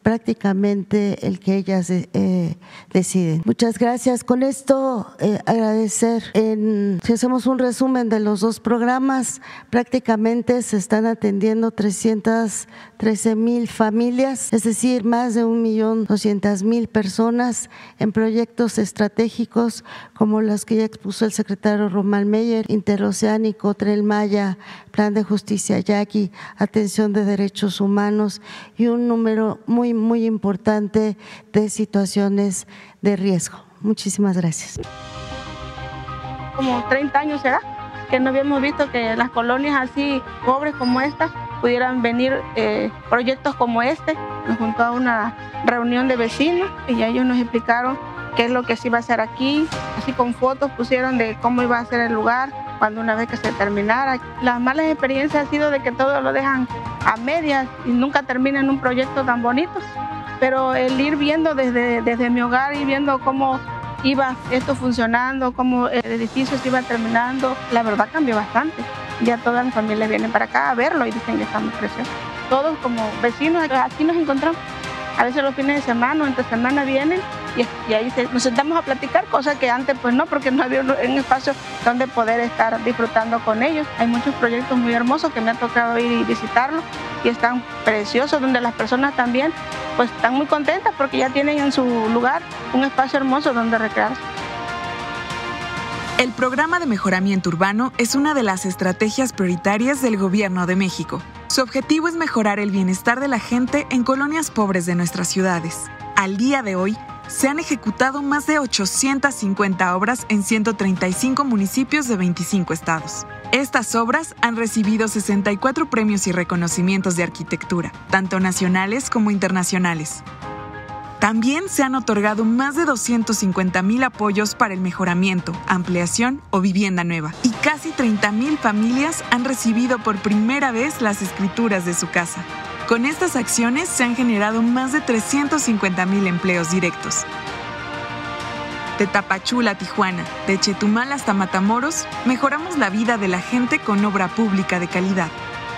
prácticamente el que ellas eh, deciden. Muchas gracias. Con esto eh, agradecer, en, si hacemos un resumen de los dos programas, prácticamente se están atendiendo trescientas trece mil familias, es decir, más de un millón doscientas mil personas en proyectos estratégicos como los que ya expuso el secretario Román Meyer, Interoceánico, Tren Maya, Plan de Justicia Yaqui, Atención de Derechos Humanos y un número muy, muy importante de situaciones de riesgo. Muchísimas gracias. Como treinta años será que no habíamos visto que las colonias así pobres como esta pudieran venir eh, proyectos como este. Nos juntó a una reunión de vecinos y ya ellos nos explicaron qué es lo que se iba a hacer aquí, así con fotos pusieron de cómo iba a ser el lugar cuando una vez que se terminara. Las malas experiencias han sido de que todo lo dejan a medias y nunca terminan un proyecto tan bonito, pero el ir viendo desde, desde mi hogar y viendo cómo iba esto funcionando, cómo el edificio se iba terminando, la verdad cambió bastante. Ya todas las familias vienen para acá a verlo y dicen que está muy precioso. Todos como vecinos, aquí nos encontramos. A veces los fines de semana o entre semana vienen y, y ahí se, nos sentamos a platicar, cosas que antes pues no, porque no había un, un espacio donde poder estar disfrutando con ellos. Hay muchos proyectos muy hermosos que me ha tocado ir y visitarlos y están preciosos, donde las personas también pues están muy contentas porque ya tienen en su lugar un espacio hermoso donde recrearse. El Programa de Mejoramiento Urbano es una de las estrategias prioritarias del Gobierno de México. Su objetivo es mejorar el bienestar de la gente en colonias pobres de nuestras ciudades. Al día de hoy, se han ejecutado más de ochocientas cincuenta obras en ciento treinta y cinco municipios de veinticinco estados. Estas obras han recibido sesenta y cuatro premios y reconocimientos de arquitectura, tanto nacionales como internacionales. También se han otorgado más de doscientos cincuenta mil apoyos para el mejoramiento, ampliación o vivienda nueva. Y casi treinta mil familias han recibido por primera vez las escrituras de su casa. Con estas acciones se han generado más de trescientos cincuenta mil empleos directos. De Tapachula a Tijuana, de Chetumal hasta Matamoros, mejoramos la vida de la gente con obra pública de calidad.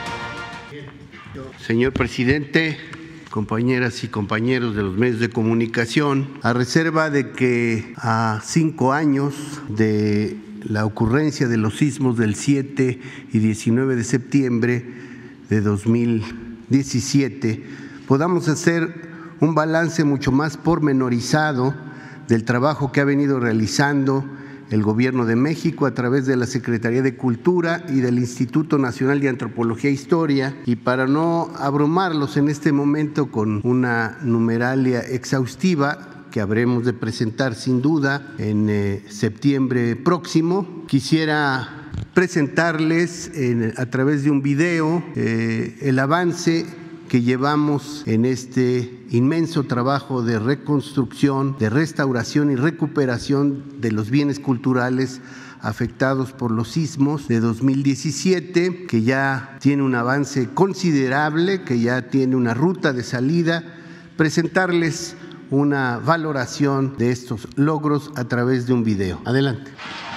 Señor presidente, compañeras y compañeros de los medios de comunicación, a reserva de que a cinco años de la ocurrencia de los sismos del siete y diecinueve de septiembre de dos mil diecisiete, podamos hacer un balance mucho más pormenorizado del trabajo que ha venido realizando el Gobierno de México a través de la Secretaría de Cultura y del Instituto Nacional de Antropología e Historia, y para no abrumarlos en este momento con una numeralia exhaustiva que habremos de presentar sin duda en eh, septiembre próximo, quisiera presentarles en, a través de un video eh, el avance que llevamos en este inmenso trabajo de reconstrucción, de restauración y recuperación de los bienes culturales afectados por los sismos de dos mil diecisiete, que ya tiene un avance considerable, que ya tiene una ruta de salida, presentarles una valoración de estos logros a través de un video. Adelante.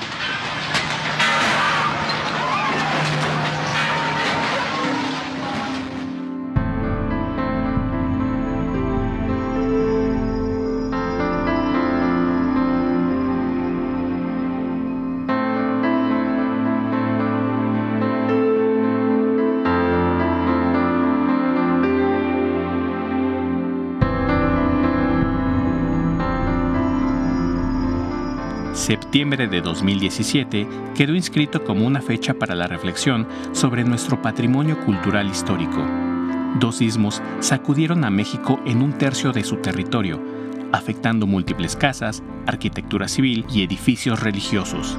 Septiembre de dos mil diecisiete quedó inscrito como una fecha para la reflexión sobre nuestro patrimonio cultural histórico. Dos sismos sacudieron a México en un tercio de su territorio, afectando múltiples casas, arquitectura civil y edificios religiosos.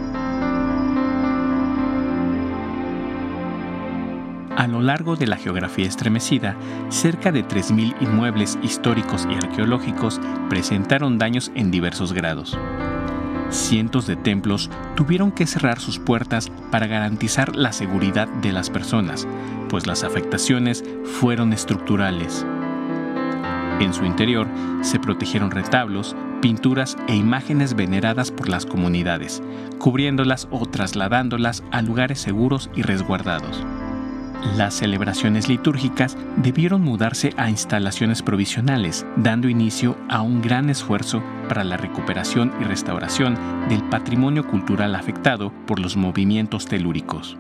A lo largo de la geografía estremecida, cerca de tres mil inmuebles históricos y arqueológicos presentaron daños en diversos grados. Cientos de templos tuvieron que cerrar sus puertas para garantizar la seguridad de las personas, pues las afectaciones fueron estructurales. En su interior se protegieron retablos, pinturas e imágenes veneradas por las comunidades, cubriéndolas o trasladándolas a lugares seguros y resguardados. Las celebraciones litúrgicas debieron mudarse a instalaciones provisionales, dando inicio a un gran esfuerzo para la recuperación y restauración del patrimonio cultural afectado por los movimientos telúricos.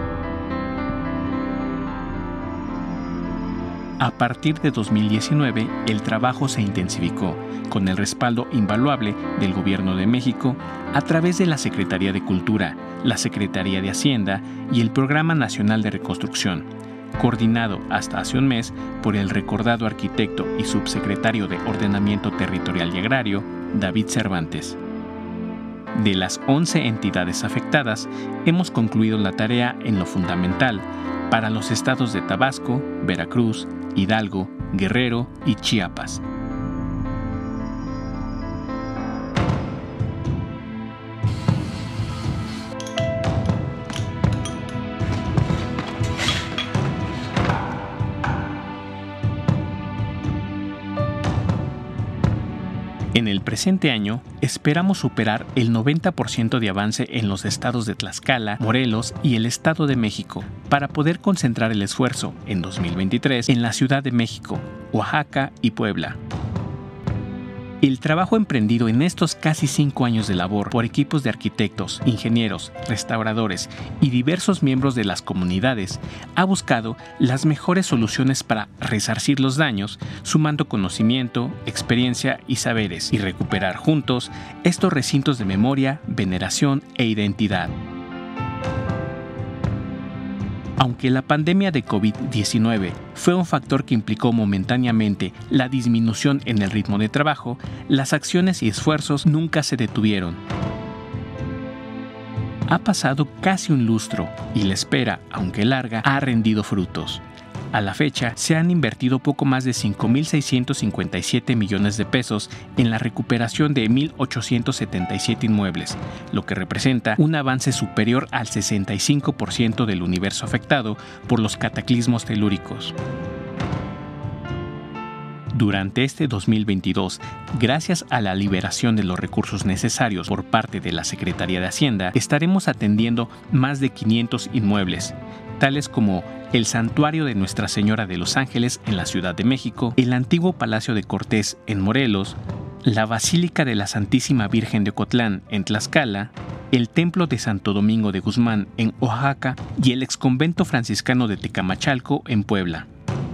A partir de dos mil diecinueve, el trabajo se intensificó, con el respaldo invaluable del Gobierno de México a través de la Secretaría de Cultura, la Secretaría de Hacienda y el Programa Nacional de Reconstrucción, coordinado hasta hace un mes por el recordado arquitecto y subsecretario de Ordenamiento Territorial y Agrario, David Cervantes. De las once entidades afectadas, hemos concluido la tarea en lo fundamental para los estados de Tabasco, Veracruz, Hidalgo, Guerrero y Chiapas. En el presente año, esperamos superar el noventa por ciento de avance en los estados de Tlaxcala, Morelos y el Estado de México, para poder concentrar el esfuerzo en dos mil veintitrés en la Ciudad de México, Oaxaca y Puebla. El trabajo emprendido en estos casi cinco años de labor por equipos de arquitectos, ingenieros, restauradores y diversos miembros de las comunidades ha buscado las mejores soluciones para resarcir los daños, sumando conocimiento, experiencia y saberes, y recuperar juntos estos recintos de memoria, veneración e identidad. Aunque la pandemia de COVID diecinueve fue un factor que implicó momentáneamente la disminución en el ritmo de trabajo, las acciones y esfuerzos nunca se detuvieron. Ha pasado casi un lustro y la espera, aunque larga, ha rendido frutos. A la fecha, se han invertido poco más de cinco mil seiscientos cincuenta y siete millones de pesos en la recuperación de mil ochocientos setenta y siete inmuebles, lo que representa un avance superior al sesenta y cinco por ciento del universo afectado por los cataclismos telúricos. Durante este dos mil veintidós, gracias a la liberación de los recursos necesarios por parte de la Secretaría de Hacienda, estaremos atendiendo más de quinientos inmuebles, tales como el Santuario de Nuestra Señora de los Ángeles en la Ciudad de México, el antiguo Palacio de Cortés en Morelos, la Basílica de la Santísima Virgen de Ocotlán en Tlaxcala, el Templo de Santo Domingo de Guzmán en Oaxaca y el exconvento franciscano de Tecamachalco en Puebla,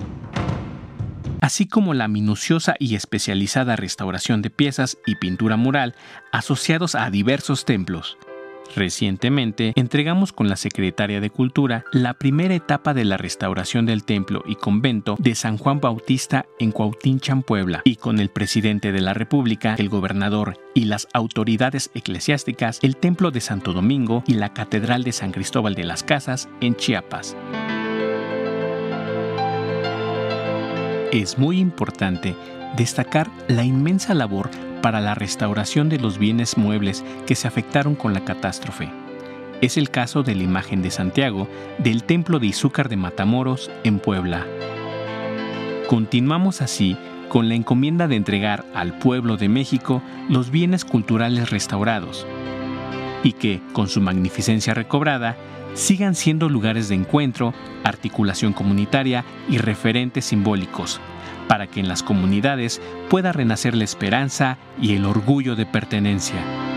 así como la minuciosa y especializada restauración de piezas y pintura mural asociados a diversos templos. Recientemente, entregamos con la Secretaría de Cultura la primera etapa de la restauración del templo y convento de San Juan Bautista en Cuautinchan, Puebla, y con el presidente de la República, el gobernador y las autoridades eclesiásticas, el templo de Santo Domingo y la Catedral de San Cristóbal de las Casas en Chiapas. Es muy importante destacar la inmensa labor para la restauración de los bienes muebles que se afectaron con la catástrofe. Es el caso de la imagen de Santiago del Templo de Izúcar de Matamoros en Puebla. Continuamos así con la encomienda de entregar al pueblo de México los bienes culturales restaurados y que, con su magnificencia recobrada, sigan siendo lugares de encuentro, articulación comunitaria y referentes simbólicos, para que en las comunidades pueda renacer la esperanza y el orgullo de pertenencia.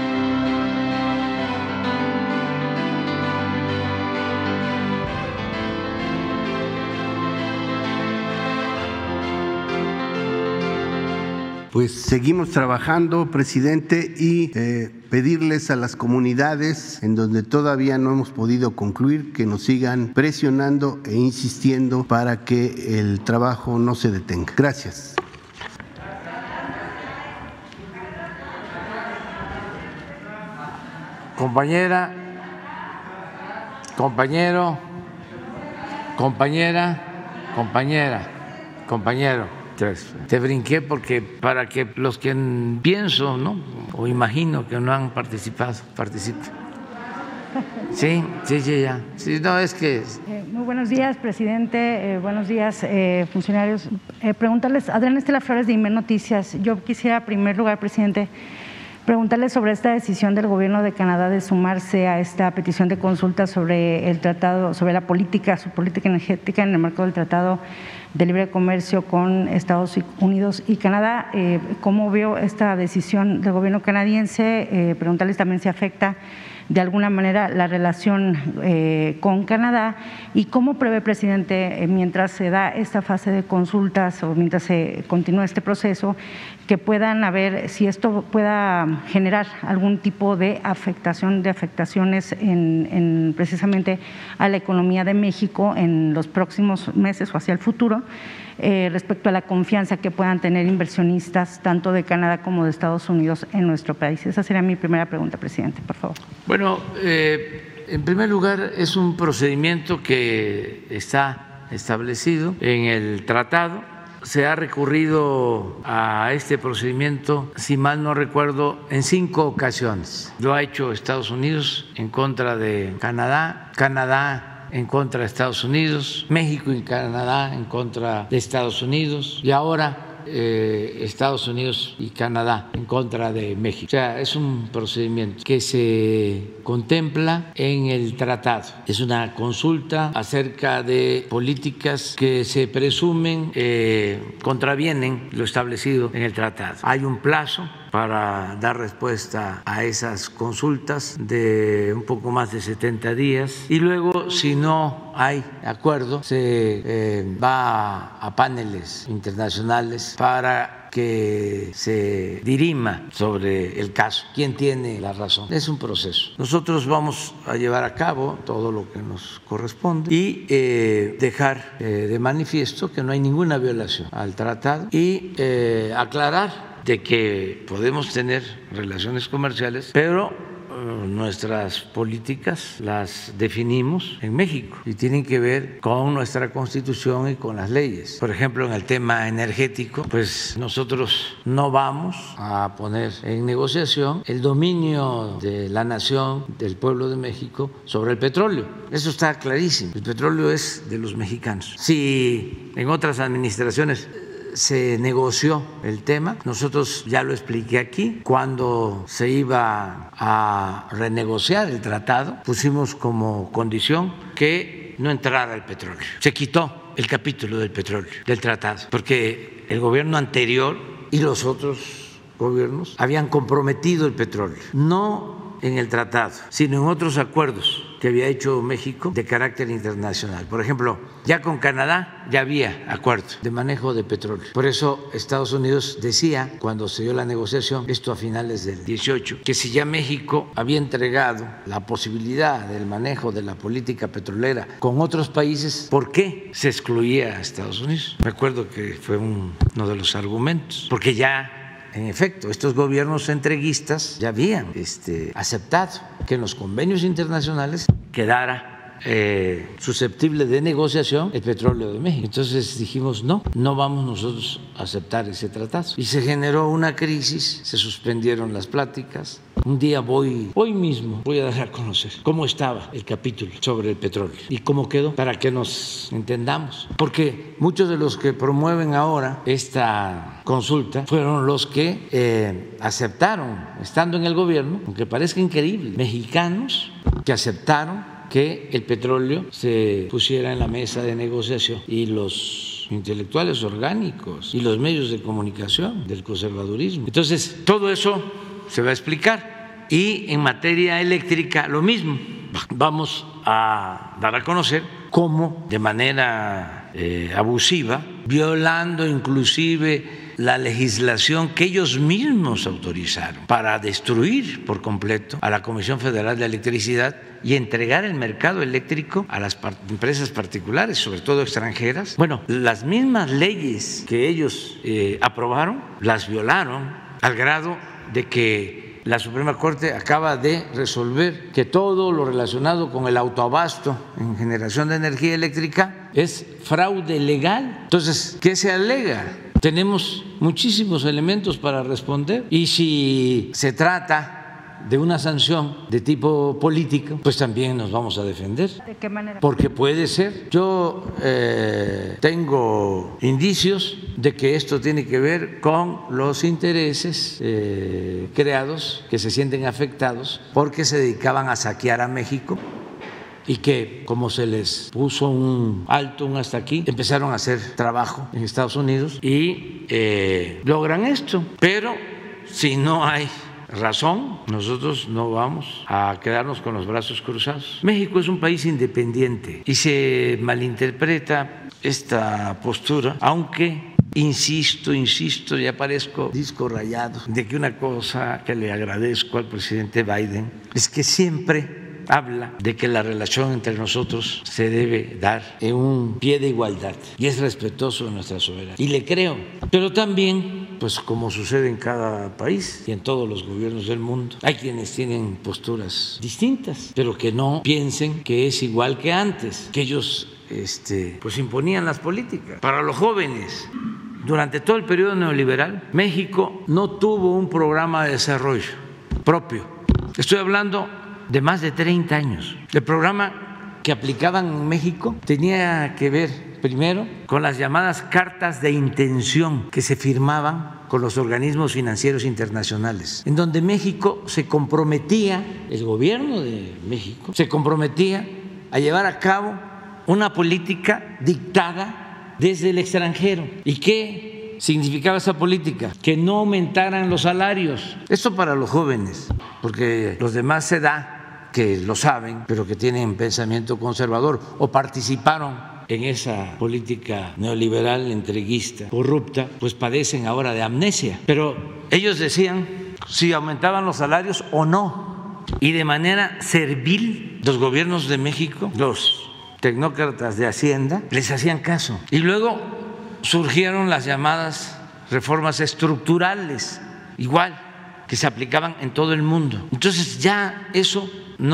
Pues seguimos trabajando, presidente, y eh, pedirles a las comunidades en donde todavía no hemos podido concluir que nos sigan presionando e insistiendo para que el trabajo no se detenga. Gracias. Compañera, compañero, compañera, compañera, compañero. Te brinqué porque para que los que pienso, ¿no? O imagino que no han participado, participen. Sí, sí, sí, ya. Sí, no, es que... Eh, muy buenos días, presidente. Eh, buenos días, eh, funcionarios. Eh, preguntarles, Adrián Estela Flores de Imer Noticias. Yo quisiera, en primer lugar, presidente, Preguntarle sobre esta decisión del gobierno de Canadá de sumarse a esta petición de consulta sobre el tratado, sobre la política, su política energética en el marco del Tratado de Libre Comercio con Estados Unidos y Canadá. Eh, ¿Cómo vio esta decisión del gobierno canadiense? Eh, preguntarles también si afecta de alguna manera la relación eh, con Canadá y cómo prevé, presidente, eh, mientras se da esta fase de consultas o mientras se continúa este proceso, que puedan haber, si esto pueda generar algún tipo de afectación, de afectaciones en, en precisamente a la economía de México en los próximos meses o hacia el futuro, eh, respecto a la confianza que puedan tener inversionistas tanto de Canadá como de Estados Unidos en nuestro país. Esa sería mi primera pregunta, presidente, por favor. Bueno, eh, en primer lugar, es un procedimiento que está establecido en el tratado. Se ha recurrido a este procedimiento, si mal no recuerdo, en cinco ocasiones. Lo ha hecho Estados Unidos en contra de Canadá, Canadá en contra de Estados Unidos, México y Canadá en contra de Estados Unidos y ahora Eh, Estados Unidos y Canadá en contra de México. O sea, es un procedimiento que se contempla en el tratado. Es una consulta acerca de políticas que se presumen eh, contravienen lo establecido en el tratado. Hay un plazo para dar respuesta a esas consultas de un poco más de setenta días y luego, si no hay acuerdo, se eh, va a, a paneles internacionales para que se dirima sobre el caso, quién tiene la razón. Es un proceso. Nosotros vamos a llevar a cabo todo lo que nos corresponde y eh, dejar eh, de manifiesto que no hay ninguna violación al tratado y eh, aclarar de que podemos tener relaciones comerciales, pero nuestras políticas las definimos en México y tienen que ver con nuestra Constitución y con las leyes. Por ejemplo, en el tema energético, pues nosotros no vamos a poner en negociación el dominio de la nación, del pueblo de México, sobre el petróleo. Eso está clarísimo. El petróleo es de los mexicanos. Si en otras administraciones se negoció el tema, nosotros ya lo expliqué aquí, cuando se iba a renegociar el tratado, pusimos como condición que no entrara el petróleo. Se quitó el capítulo del petróleo del tratado, porque el gobierno anterior y los otros gobiernos habían comprometido el petróleo, no en el tratado, sino en otros acuerdos que había hecho México de carácter internacional. Por ejemplo, ya con Canadá ya había acuerdo de manejo de petróleo. Por eso Estados Unidos decía, cuando se dio la negociación, esto a finales del dieciocho, que si ya México había entregado la posibilidad del manejo de la política petrolera con otros países, ¿por qué se excluía a Estados Unidos? Recuerdo que fue un, uno de los argumentos, porque ya en efecto, estos gobiernos entreguistas ya habían este, aceptado que en los convenios internacionales quedara eh, susceptible de negociación el petróleo de México. Entonces dijimos, no, no vamos nosotros a aceptar ese tratado. Y se generó una crisis, se suspendieron las pláticas. Un día voy, hoy mismo voy a dar a conocer cómo estaba el capítulo sobre el petróleo y cómo quedó, para que nos entendamos. Porque muchos de los que promueven ahora esta consulta fueron los que eh, aceptaron, estando en el gobierno, aunque parezca increíble, mexicanos que aceptaron que el petróleo se pusiera en la mesa de negociación, y los intelectuales orgánicos y los medios de comunicación del conservadurismo. Entonces, todo eso se va a explicar. Y en materia eléctrica lo mismo. Vamos a dar a conocer cómo de manera eh, abusiva, violando inclusive la legislación que ellos mismos autorizaron para destruir por completo a la Comisión Federal de Electricidad y entregar el mercado eléctrico a las par- empresas particulares, sobre todo extranjeras. Bueno, las mismas leyes que ellos eh, aprobaron las violaron al grado de que la Suprema Corte acaba de resolver que todo lo relacionado con el autoabasto en generación de energía eléctrica es fraude legal. Entonces, ¿qué se alega? Tenemos muchísimos elementos para responder, y si se trata de una sanción de tipo político, pues también nos vamos a defender. ¿De qué manera? Porque puede ser. Yo eh, tengo indicios de que esto tiene que ver con los intereses eh, creados que se sienten afectados porque se dedicaban a saquear a México y que como se les puso un alto, un hasta aquí, empezaron a hacer trabajo en Estados Unidos y eh, logran esto. Pero si no hay razón, nosotros no vamos a quedarnos con los brazos cruzados. México es un país independiente y se malinterpreta esta postura, aunque insisto, insisto, ya parezco disco rayado, de que una cosa que le agradezco al presidente Biden es que siempre habla de que la relación entre nosotros se debe dar en un pie de igualdad y es respetuoso de nuestra soberanía. Y le creo, pero también, pues como sucede en cada país y en todos los gobiernos del mundo, hay quienes tienen posturas distintas, pero que no piensen que es igual que antes, que ellos este, pues imponían las políticas. Para los jóvenes, durante todo el periodo neoliberal, México no tuvo un programa de desarrollo propio. Estoy hablando de más de treinta años. El programa que aplicaban en México tenía que ver primero con las llamadas cartas de intención que se firmaban con los organismos financieros internacionales, en donde México se comprometía, el gobierno de México se comprometía a llevar a cabo una política dictada desde el extranjero. ¿Y qué significaba esa política? Que no aumentaran los salarios. Esto para los jóvenes, porque los demás se da que lo saben, pero que tienen pensamiento conservador o participaron en esa política neoliberal, entreguista, corrupta, pues padecen ahora de amnesia. Pero ellos decían si aumentaban los salarios o no. Y de manera servil, los gobiernos de México, los tecnócratas de Hacienda, les hacían caso. Y luego surgieron las llamadas reformas estructurales, igual, que se aplicaban en todo el mundo. Entonces ya eso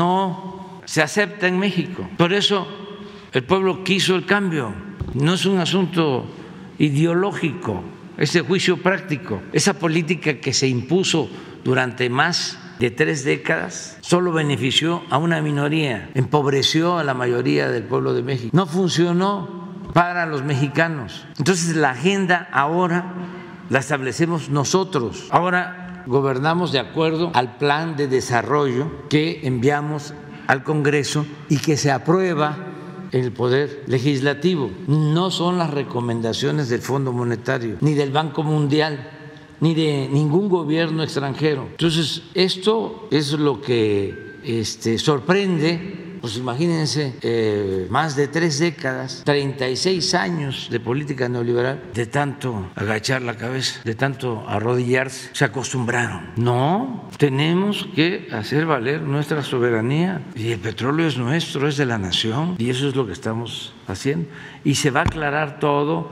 no se acepta en México. Por eso el pueblo quiso el cambio. No es un asunto ideológico, es de juicio práctico. Esa política que se impuso durante más de tres décadas solo benefició a una minoría, empobreció a la mayoría del pueblo de México. No funcionó para los mexicanos. Entonces la agenda ahora la establecemos nosotros. Ahora gobernamos de acuerdo al plan de desarrollo que enviamos al Congreso y que se aprueba en el Poder Legislativo. No son las recomendaciones del Fondo Monetario, ni del Banco Mundial, ni de ningún gobierno extranjero. Entonces, esto es lo que este, sorprende. Pues imagínense, eh, más de tres décadas, treinta y seis años de política neoliberal, de tanto agachar la cabeza, de tanto arrodillarse, se acostumbraron. No, tenemos que hacer valer nuestra soberanía y el petróleo es nuestro, es de la nación y eso es lo que estamos haciendo. Y se va a aclarar todo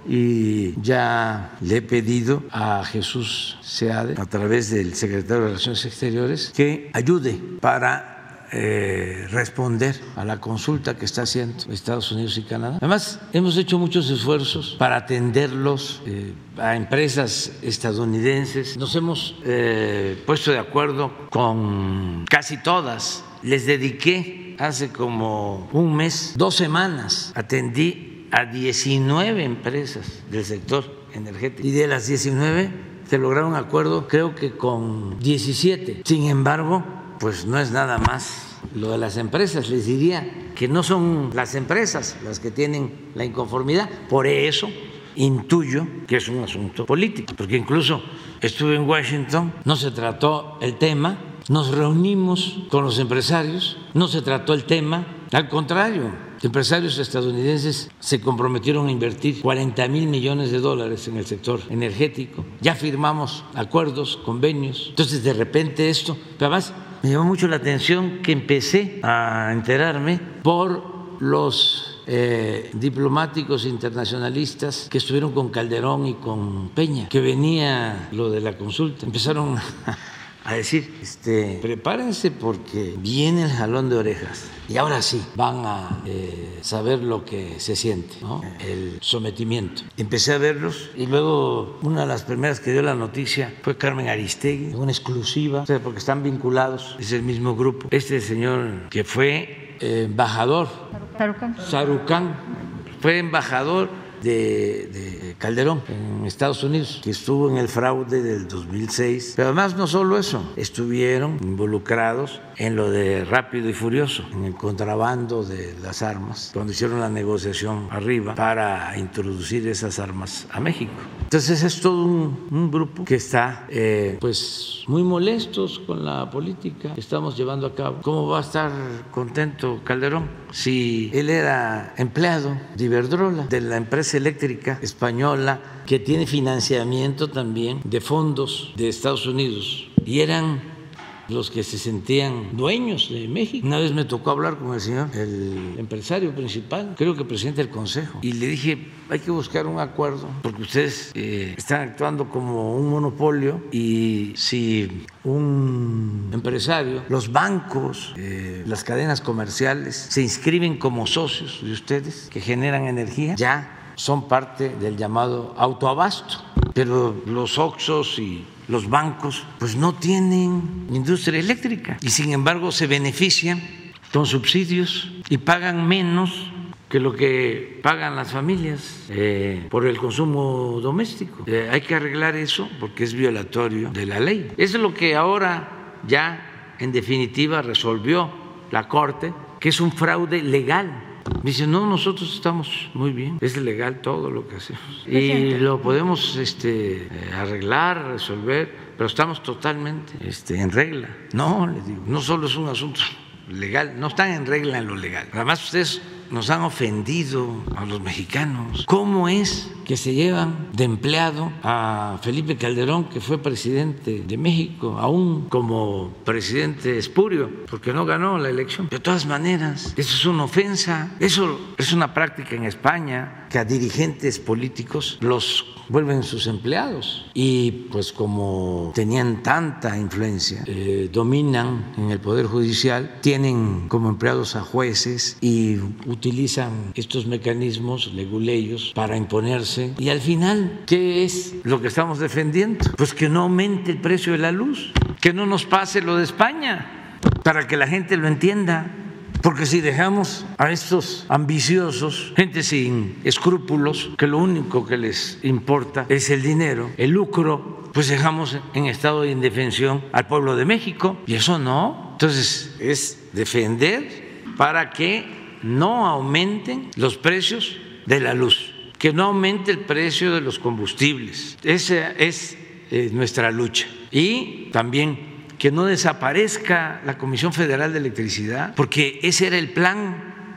y ya le he pedido a Jesús Seade, a través del secretario de Relaciones Exteriores, que ayude para Eh, responder a la consulta que está haciendo Estados Unidos y Canadá. Además, hemos hecho muchos esfuerzos para atenderlos eh, a empresas estadounidenses. Nos hemos eh, puesto de acuerdo con casi todas. Les dediqué hace como un mes, dos semanas, atendí a diecinueve empresas del sector energético y de las diecinueve se lograron acuerdo creo que con diecisiete. Sin embargo, pues no es nada más lo de las empresas. Les diría que no son las empresas las que tienen la inconformidad. Por eso intuyo que es un asunto político, porque incluso estuve en Washington, no se trató el tema, nos reunimos con los empresarios, no se trató el tema, al contrario. Empresarios estadounidenses se comprometieron a invertir cuarenta mil millones de dólares en el sector energético. Ya firmamos acuerdos, convenios. Entonces, de repente esto, pero además me llamó mucho la atención que empecé a enterarme por los eh, diplomáticos internacionalistas que estuvieron con Calderón y con Peña, que venía lo de la consulta. Empezaron a a decir, este, prepárense porque viene el jalón de orejas y ahora sí van a eh, saber lo que se siente, ¿no? El sometimiento. Empecé a verlos y luego una de las primeras que dio la noticia fue Carmen Aristegui, una exclusiva, o sea, porque están vinculados, es el mismo grupo. Este señor que fue eh, embajador, Sarucán, Sarucán fue embajador De, de Calderón en Estados Unidos, que estuvo en el fraude del dos mil seis, pero además no solo eso, estuvieron involucrados en lo de Rápido y Furioso, en el contrabando de las armas, cuando hicieron la negociación arriba para introducir esas armas a México. Entonces es todo un, un grupo que está eh, pues muy molestos con la política que estamos llevando a cabo. ¿Cómo va a estar contento Calderón si él era empleado de Iberdrola, de la empresa eléctrica española que tiene financiamiento también de fondos de Estados Unidos y eran los que se sentían dueños de México? Una vez me tocó hablar con el señor, el empresario principal, creo que presidente del consejo, y le dije, hay que buscar un acuerdo porque ustedes eh, están actuando como un monopolio y si un empresario, los bancos, eh, las cadenas comerciales se inscriben como socios de ustedes que generan energía, ya son parte del llamado autoabasto, pero los Oxxos y los bancos pues no tienen industria eléctrica y sin embargo se benefician con subsidios y pagan menos que lo que pagan las familias eh, por el consumo doméstico. Eh, hay que arreglar eso porque es violatorio de la ley. Eso es lo que ahora ya en definitiva resolvió la Corte, que es un fraude legal. Dice, no, nosotros estamos muy bien, es legal todo lo que hacemos y lo podemos este, arreglar, resolver, pero estamos totalmente este, en regla. No, le digo, no solo es un asunto legal, no están en regla en lo legal. Además, ustedes nos han ofendido a los mexicanos. ¿Cómo es que se llevan de empleado a Felipe Calderón, que fue presidente de México, aún como presidente espurio, porque no ganó la elección? De todas maneras, eso es una ofensa. Eso es una práctica en España, que a dirigentes políticos los vuelven sus empleados y pues como tenían tanta influencia, eh, dominan en el Poder Judicial, tienen como empleados a jueces y utilizan estos mecanismos leguleyos para imponerse. Y al final, ¿qué es lo que estamos defendiendo? Pues que no aumente el precio de la luz, que no nos pase lo de España, para que la gente lo entienda. Porque si dejamos a estos ambiciosos, gente sin escrúpulos, que lo único que les importa es el dinero, el lucro, pues dejamos en estado de indefensión al pueblo de México. Y eso no. Entonces es defender para que no aumenten los precios de la luz, que no aumente el precio de los combustibles. Esa es eh, nuestra lucha. Y también que no desaparezca la Comisión Federal de Electricidad, porque ese era el plan.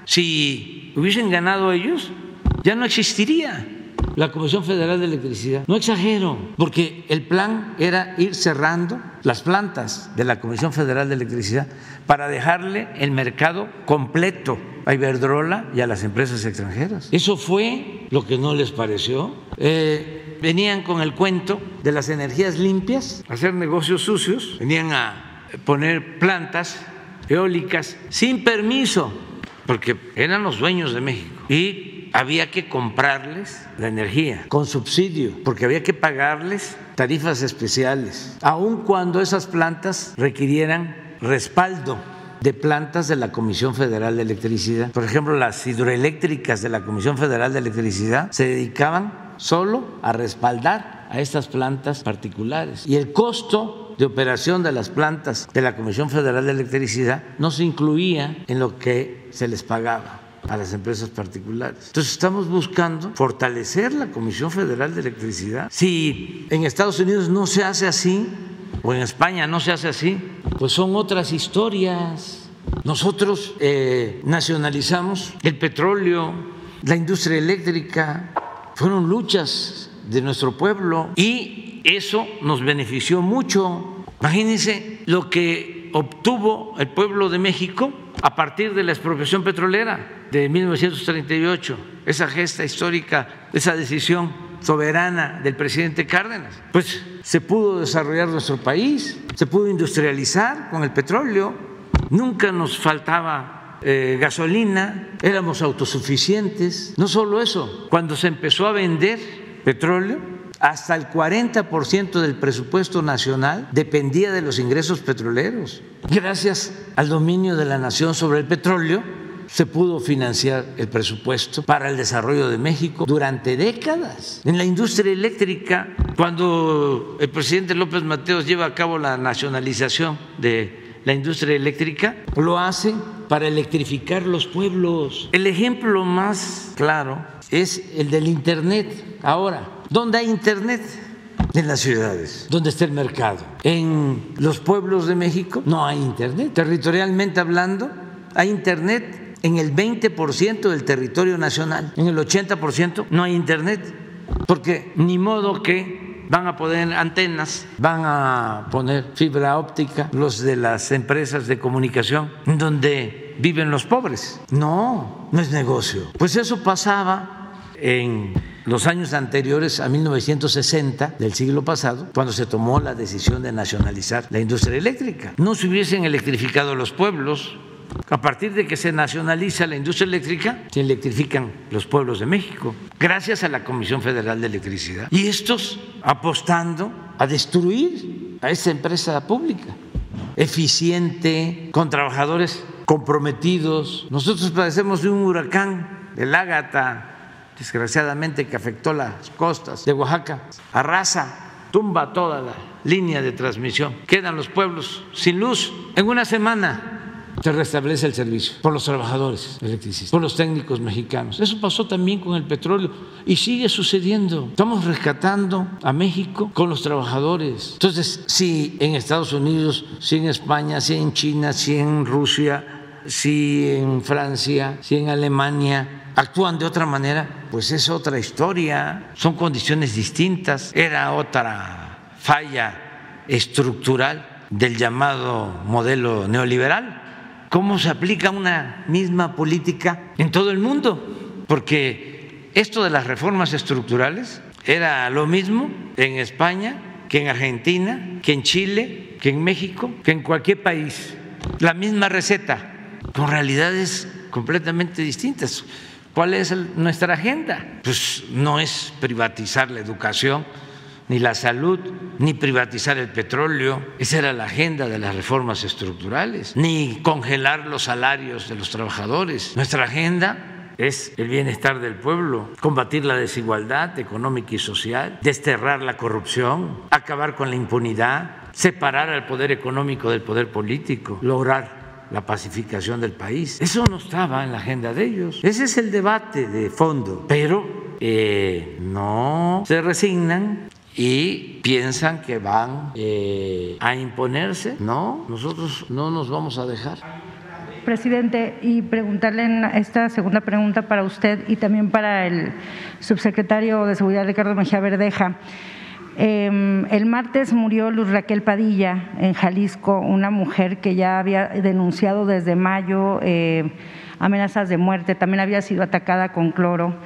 Si hubiesen ganado ellos, ya no existiría la Comisión Federal de Electricidad. No exagero, porque el plan era ir cerrando las plantas de la Comisión Federal de Electricidad para dejarle el mercado completo a Iberdrola y a las empresas extranjeras. Eso fue lo que no les pareció. Eh, Venían con el cuento de las energías limpias, hacer negocios sucios, venían a poner plantas eólicas sin permiso, porque eran los dueños de México y había que comprarles la energía con subsidio, porque había que pagarles tarifas especiales, aun cuando esas plantas requirieran respaldo de plantas de la Comisión Federal de Electricidad. Por ejemplo, las hidroeléctricas de la Comisión Federal de Electricidad se dedicaban solo a respaldar a estas plantas particulares y el costo de operación de las plantas de la Comisión Federal de Electricidad no se incluía en lo que se les pagaba a las empresas particulares. Entonces estamos buscando fortalecer la Comisión Federal de Electricidad. Si en Estados Unidos no se hace así o en España no se hace así, pues son otras historias. Nosotros eh, nacionalizamos el petróleo, la industria eléctrica. Fueron luchas de nuestro pueblo y eso nos benefició mucho. Imagínense lo que obtuvo el pueblo de México a partir de la expropiación petrolera de mil novecientos treinta y ocho, esa gesta histórica, esa decisión soberana del presidente Cárdenas. Pues se pudo desarrollar nuestro país se pudo industrializar con el petróleo, nunca nos faltaba eh, gasolina, éramos autosuficientes. No solo eso, cuando se empezó a vender petróleo, hasta el cuarenta por ciento del presupuesto nacional dependía de los ingresos petroleros. Gracias al dominio de la nación sobre el petróleo, se pudo financiar el presupuesto para el desarrollo de México durante décadas. En la industria eléctrica, cuando el presidente López Mateos lleva a cabo la nacionalización de la industria eléctrica, lo hace para electrificar los pueblos. El ejemplo más claro es el del Internet. Ahora, ¿dónde hay Internet? En las ciudades. ¿Dónde está el mercado? En los pueblos de México no hay Internet. Territorialmente hablando, hay Internet en el veinte por ciento del territorio nacional. En el ochenta por ciento no hay Internet, porque ni modo que van a poner antenas, van a poner fibra óptica los de las empresas de comunicación donde viven los pobres. No, no es negocio. Pues eso pasaba en los años anteriores a mil novecientos sesenta del siglo pasado, cuando se tomó la decisión de nacionalizar la industria eléctrica. No se hubiesen electrificado los pueblos. A partir de que se nacionaliza la industria eléctrica, se electrifican los pueblos de México, gracias a la Comisión Federal de Electricidad. Y estos apostando a destruir a esa empresa pública, eficiente, con trabajadores comprometidos. Nosotros padecemos de un huracán, el Ágata, desgraciadamente, que afectó las costas de Oaxaca, arrasa, tumba toda la línea de transmisión, quedan los pueblos sin luz. En una semana se restablece el servicio por los trabajadores electricistas, por los técnicos mexicanos. Eso pasó también con el petróleo y sigue sucediendo. Estamos rescatando a México con los trabajadores. Entonces, si en Estados Unidos, si en España, si en China, si en Rusia, si en Francia, si en Alemania actúan de otra manera, pues es otra historia, son condiciones distintas. Era otra falla estructural del llamado modelo neoliberal. ¿Cómo se aplica una misma política en todo el mundo? Porque esto de las reformas estructurales era lo mismo en España que en Argentina, que en Chile, que en México, que en cualquier país. La misma receta, con realidades completamente distintas. ¿Cuál es el, nuestra agenda? Pues no es privatizar la educación, ni la salud, ni privatizar el petróleo. Esa era la agenda de las reformas estructurales, ni congelar los salarios de los trabajadores. Nuestra agenda es el bienestar del pueblo, combatir la desigualdad económica y social, desterrar la corrupción, acabar con la impunidad, separar al poder económico del poder político, lograr la pacificación del país. Eso no estaba en la agenda de ellos. Ese es el debate de fondo, pero eh, no se resignan y piensan que van eh, a imponerse. No, nosotros no nos vamos a dejar. Presidente, y preguntarle en esta segunda pregunta para usted y también para el subsecretario de Seguridad, Ricardo Mejía Verdeja. Eh, el martes murió Luz Raquel Padilla en Jalisco, una mujer que ya había denunciado desde mayo eh, amenazas de muerte, también había sido atacada con cloro.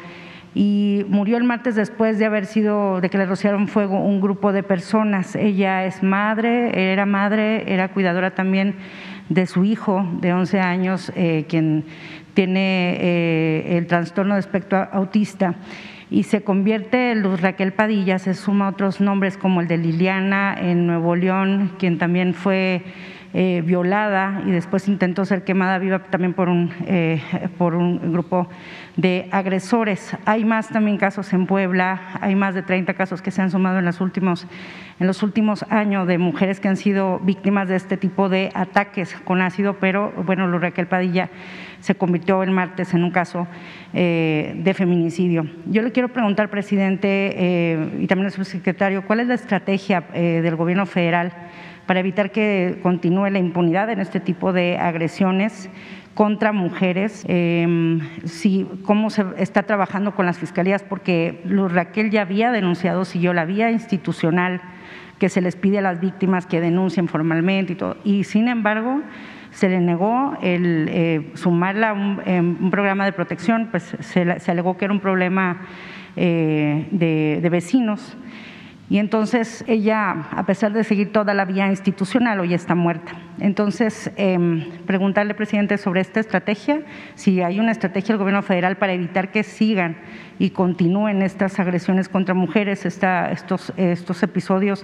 Y murió el martes después de haber sido, de que le rociaron fuego un grupo de personas. Ella es madre, era madre, era cuidadora también de su hijo de once años, eh, quien tiene eh, el trastorno de espectro autista. Y se convierte en Luz Raquel Padilla, se suma a otros nombres como el de Liliana en Nuevo León, quien también fue eh, violada y después intentó ser quemada viva también por un, eh, por un grupo de agresores. Hay más también casos en Puebla, hay más de treinta casos que se han sumado en los últimos, en los últimos años de mujeres que han sido víctimas de este tipo de ataques con ácido, pero bueno, Luz Raquel Padilla se convirtió el martes en un caso eh, de feminicidio. Yo le quiero preguntar, presidente, eh, y también al subsecretario, ¿cuál es la estrategia eh, del gobierno federal para evitar que continúe la impunidad en este tipo de agresiones contra mujeres? Eh, si, ¿Cómo se está trabajando con las fiscalías? Porque Luz Raquel ya había denunciado, siguió la vía institucional que se les pide a las víctimas que denuncien formalmente y todo, y sin embargo se le negó el eh, sumarla a un, eh, un programa de protección, pues se, se alegó que era un problema eh, de, de vecinos. Y entonces ella, a pesar de seguir toda la vía institucional, hoy está muerta. Entonces, eh, preguntarle, presidente, sobre esta estrategia, si hay una estrategia del gobierno federal para evitar que sigan y continúen estas agresiones contra mujeres, esta, estos, estos episodios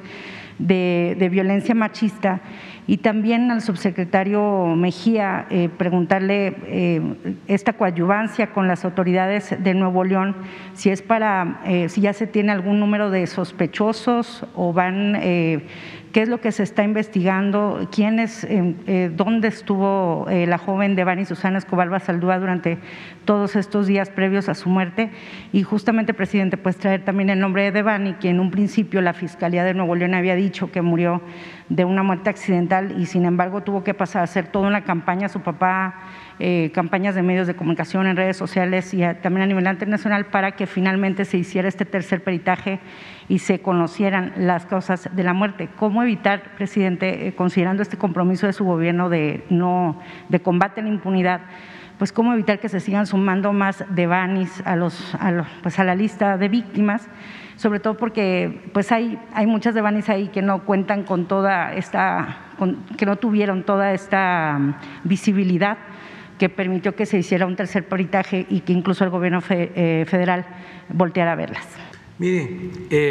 de, de violencia machista. Y también al subsecretario Mejía, eh, preguntarle eh, esta coadyuvancia con las autoridades de Nuevo León, si es para, eh, si ya se tiene algún número de sospechosos o van, eh, qué es lo que se está investigando, quién es, eh, eh, dónde estuvo eh, la joven Devani Susana Escobar Basaldúa durante todos estos días previos a su muerte. Y justamente, presidente, pues traer también el nombre de Devani, que en un principio la Fiscalía de Nuevo León había dicho que murió de una muerte accidental y sin embargo tuvo que pasar a hacer toda una campaña, su papá, eh, campañas de medios de comunicación en redes sociales y a, también a nivel internacional para que finalmente se hiciera este tercer peritaje y se conocieran las causas de la muerte. ¿Cómo evitar, presidente, eh, considerando este compromiso de su gobierno de, no, de combate a la impunidad, pues cómo evitar que se sigan sumando más Devanis a, los, a, los, pues a la lista de víctimas? Sobre todo porque pues hay, hay muchas Devanis ahí que no cuentan con toda esta, con, que no tuvieron toda esta um, visibilidad que permitió que se hiciera un tercer peritaje y que incluso el gobierno fe, eh, federal volteara a verlas. Mire,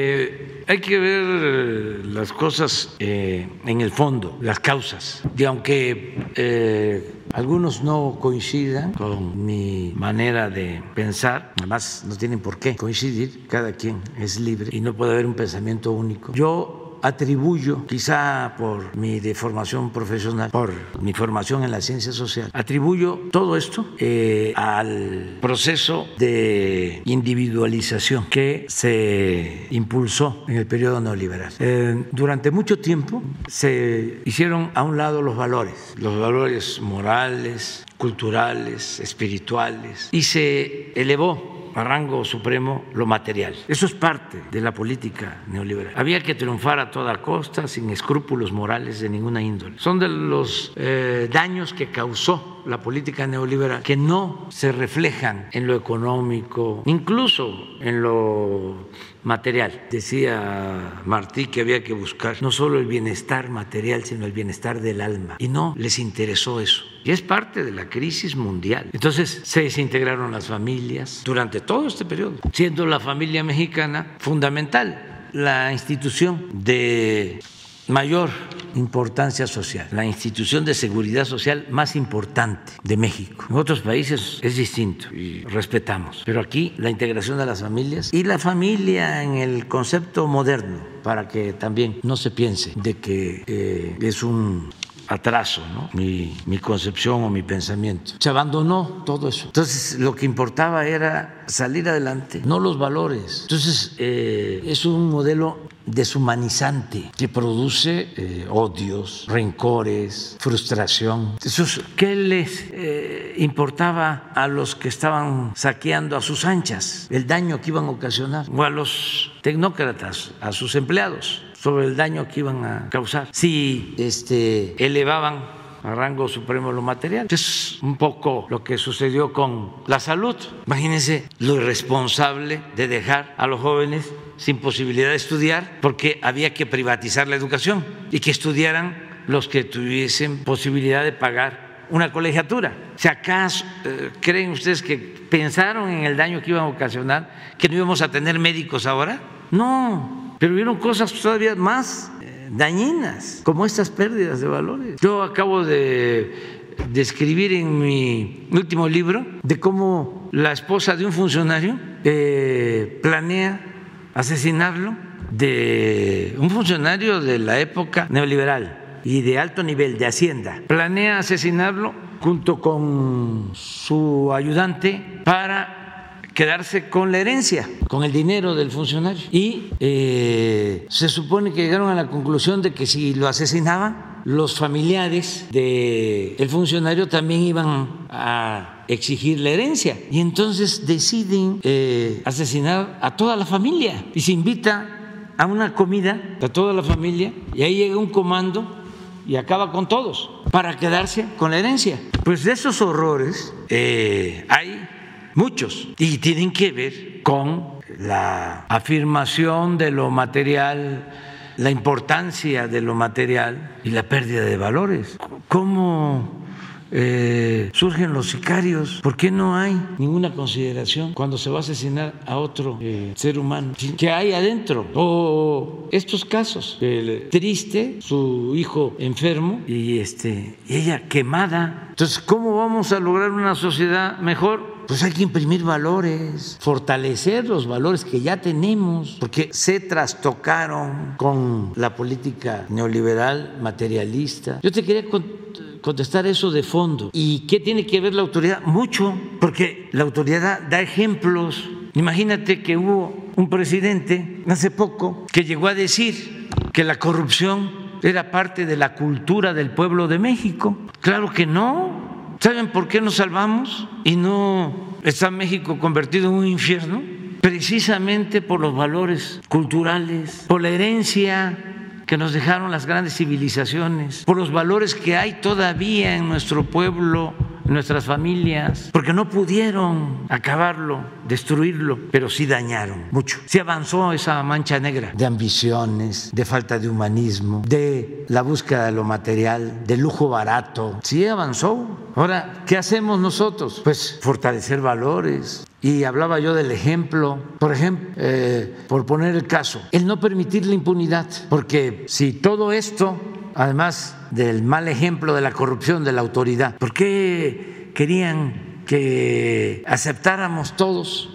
eh, hay que ver las cosas eh, en el fondo, las causas. Y aunque eh, algunos no coincidan con mi manera de pensar, además no tienen por qué coincidir, cada quien es libre y no puede haber un pensamiento único. Yo atribuyo, quizá por mi deformación profesional, por mi formación en la ciencia social, atribuyo todo esto eh, al proceso de individualización que se impulsó en el periodo neoliberal. Eh, durante mucho tiempo se hicieron a un lado los valores, los valores morales, culturales, espirituales, y se elevó a rango supremo lo material. Eso es parte de la política neoliberal. Había que triunfar a toda costa, sin escrúpulos morales de ninguna índole. Son de los eh, daños que causó la política neoliberal que no se reflejan en lo económico, incluso en lo material. Decía Martí que había que buscar no solo el bienestar material, sino el bienestar del alma. Y no les interesó eso. Y es parte de la crisis mundial. Entonces se desintegraron las familias durante todo este periodo, siendo la familia mexicana fundamental, la institución de mayor importancia social, la institución de seguridad social más importante de México. En otros países es distinto y respetamos, pero aquí la integración de las familias y la familia en el concepto moderno, para que también no se piense de que eh, es un atraso, ¿no? Mi, mi concepción o mi pensamiento. Se abandonó todo eso. Entonces, lo que importaba era salir adelante, no los valores. Entonces, eh, es un modelo deshumanizante que produce eh, odios, rencores, frustración. Entonces, ¿qué les eh, importaba a los que estaban saqueando a sus anchas? El daño que iban a ocasionar, o a los tecnócratas, a sus empleados, sobre el daño que iban a causar si este, elevaban a rango supremo lo material. Es un poco lo que sucedió con la salud. Imagínense lo irresponsable de dejar a los jóvenes sin posibilidad de estudiar porque había que privatizar la educación y que estudiaran los que tuviesen posibilidad de pagar una colegiatura. Si acaso eh, creen ustedes que pensaron en el daño que iban a ocasionar, que no íbamos a tener médicos ahora, no. Pero hubieron cosas todavía más eh, dañinas, como estas pérdidas de valores. Yo acabo de, de escribir en mi último libro de cómo la esposa de un funcionario eh, planea asesinarlo, de un funcionario de la época neoliberal y de alto nivel de Hacienda. Planea asesinarlo junto con su ayudante para quedarse con la herencia, con el dinero del funcionario. Y eh, se supone que llegaron a la conclusión de que si lo asesinaban, los familiares del funcionario también iban a exigir la herencia. Y entonces deciden eh, asesinar a toda la familia y se invita a una comida a toda la familia y ahí llega un comando y acaba con todos para quedarse con la herencia. Pues de esos horrores eh, hay muchos y tienen que ver con la afirmación de lo material, la importancia de lo material y la pérdida de valores. ¿Cómo eh, surgen los sicarios? ¿Por qué no hay ninguna consideración cuando se va a asesinar a otro eh, ser humano? ¿Qué hay adentro? O estos casos, el triste, su hijo enfermo y, este, y ella quemada. Entonces, ¿cómo vamos a lograr una sociedad mejor? Pues hay que imprimir valores, fortalecer los valores que ya tenemos, porque se trastocaron con la política neoliberal materialista. Yo te quería contestar eso de fondo. ¿Y qué tiene que ver la autoridad? Mucho, porque la autoridad da ejemplos. Imagínate que hubo un presidente hace poco que llegó a decir que la corrupción era parte de la cultura del pueblo de México. Claro que no. ¿Saben por qué nos salvamos y no está México convertido en un infierno? Precisamente por los valores culturales, por la herencia que nos dejaron las grandes civilizaciones, por los valores que hay todavía en nuestro pueblo, en nuestras familias, porque no pudieron acabarlo, destruirlo, pero sí dañaron mucho. Sí avanzó esa mancha negra de ambiciones, de falta de humanismo, de la búsqueda de lo material, de lujo barato. Sí avanzó. Ahora, ¿qué hacemos nosotros? Pues fortalecer valores. Y hablaba yo del ejemplo, por ejemplo, eh, por poner el caso, el no permitir la impunidad, porque si todo esto, además del mal ejemplo de la corrupción de la autoridad, ¿por qué querían que aceptáramos todos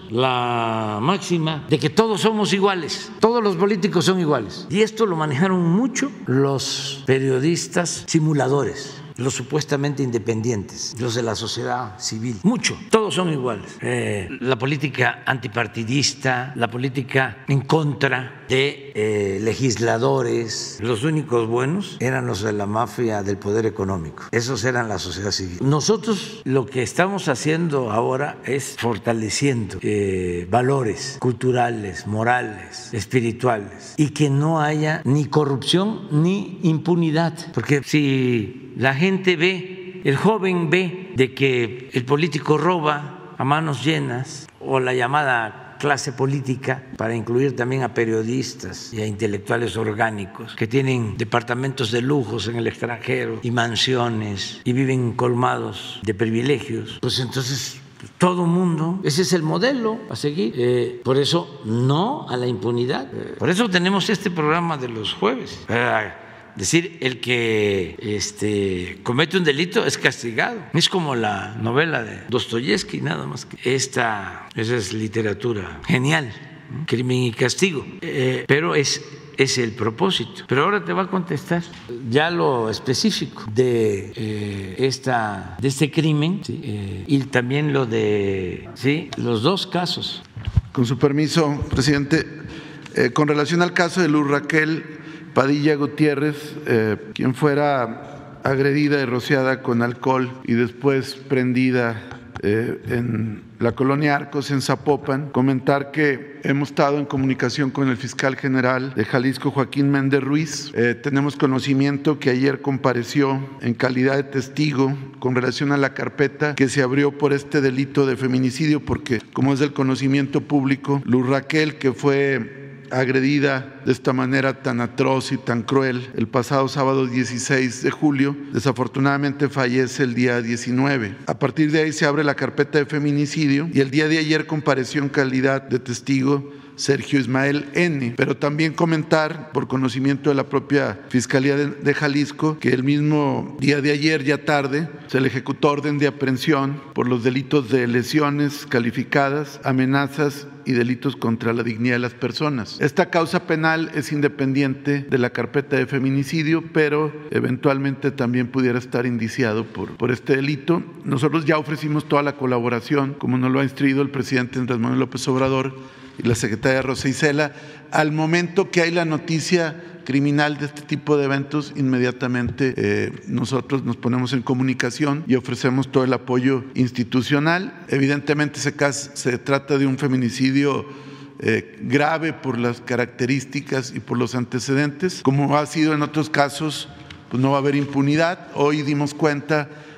la máxima de que todos somos iguales, todos los políticos son iguales? Y esto lo manejaron mucho los periodistas simuladores, los supuestamente independientes, los de la sociedad civil, mucho, todos son iguales. Eh, la política antipartidista, la política en contra de eh, legisladores, los únicos buenos eran los de la mafia del poder económico, esos eran la sociedad civil. Nosotros lo que estamos haciendo ahora es fortaleciendo eh, valores culturales, morales, espirituales, y que no haya ni corrupción ni impunidad, porque si la gente ve, el joven ve de que el político roba a manos llenas, o la llamada clase política, para incluir también a periodistas y a intelectuales orgánicos que tienen departamentos de lujos en el extranjero y mansiones y viven colmados de privilegios, pues entonces todo mundo, ese es el modelo a seguir. Eh, por eso no a la impunidad. Eh, por eso tenemos este programa de los jueves. Eh, Decir, el que este, comete un delito es castigado. Es como la novela de Dostoyevsky, nada más que esta, esa es literatura genial, ¿no? Crimen y castigo. Eh, pero es, es el propósito. Pero ahora te va a contestar ya lo específico de, eh, esta, de este crimen, ¿sí? eh, y también lo de ¿sí? los dos casos. Con su permiso, presidente, eh, con relación al caso de Luz Raquel Padilla Gutiérrez, eh, quien fuera agredida y rociada con alcohol y después prendida eh, en la colonia Arcos, en Zapopan, comentar que hemos estado en comunicación con el fiscal general de Jalisco, Joaquín Méndez Ruiz. Eh, tenemos conocimiento que ayer compareció en calidad de testigo con relación a la carpeta que se abrió por este delito de feminicidio, porque, como es del conocimiento público, Luz Raquel, que fue agredida de esta manera tan atroz y tan cruel el pasado sábado dieciséis de julio, desafortunadamente fallece el día diecinueve. A partir de ahí se abre la carpeta de feminicidio y el día de ayer compareció en calidad de testigo Sergio Ismael N. Pero también comentar, por conocimiento de la propia Fiscalía de, de Jalisco, que el mismo día de ayer, ya tarde, se le ejecutó orden de aprehensión por los delitos de lesiones calificadas, amenazas y delitos contra la dignidad de las personas. Esta causa penal es independiente de la carpeta de feminicidio, pero eventualmente también pudiera estar indiciado por, por este delito. Nosotros ya ofrecimos toda la colaboración, como nos lo ha instruido el presidente Andrés Manuel López Obrador y la secretaria Rosa Isela. Al momento que hay la noticia criminal de este tipo de eventos, inmediatamente eh, nosotros nos ponemos en comunicación y ofrecemos todo el apoyo institucional. Evidentemente se, se trata de un feminicidio eh, grave por las características y por los antecedentes. Como ha sido en otros casos, pues no va a haber impunidad. Hoy dimos cuenta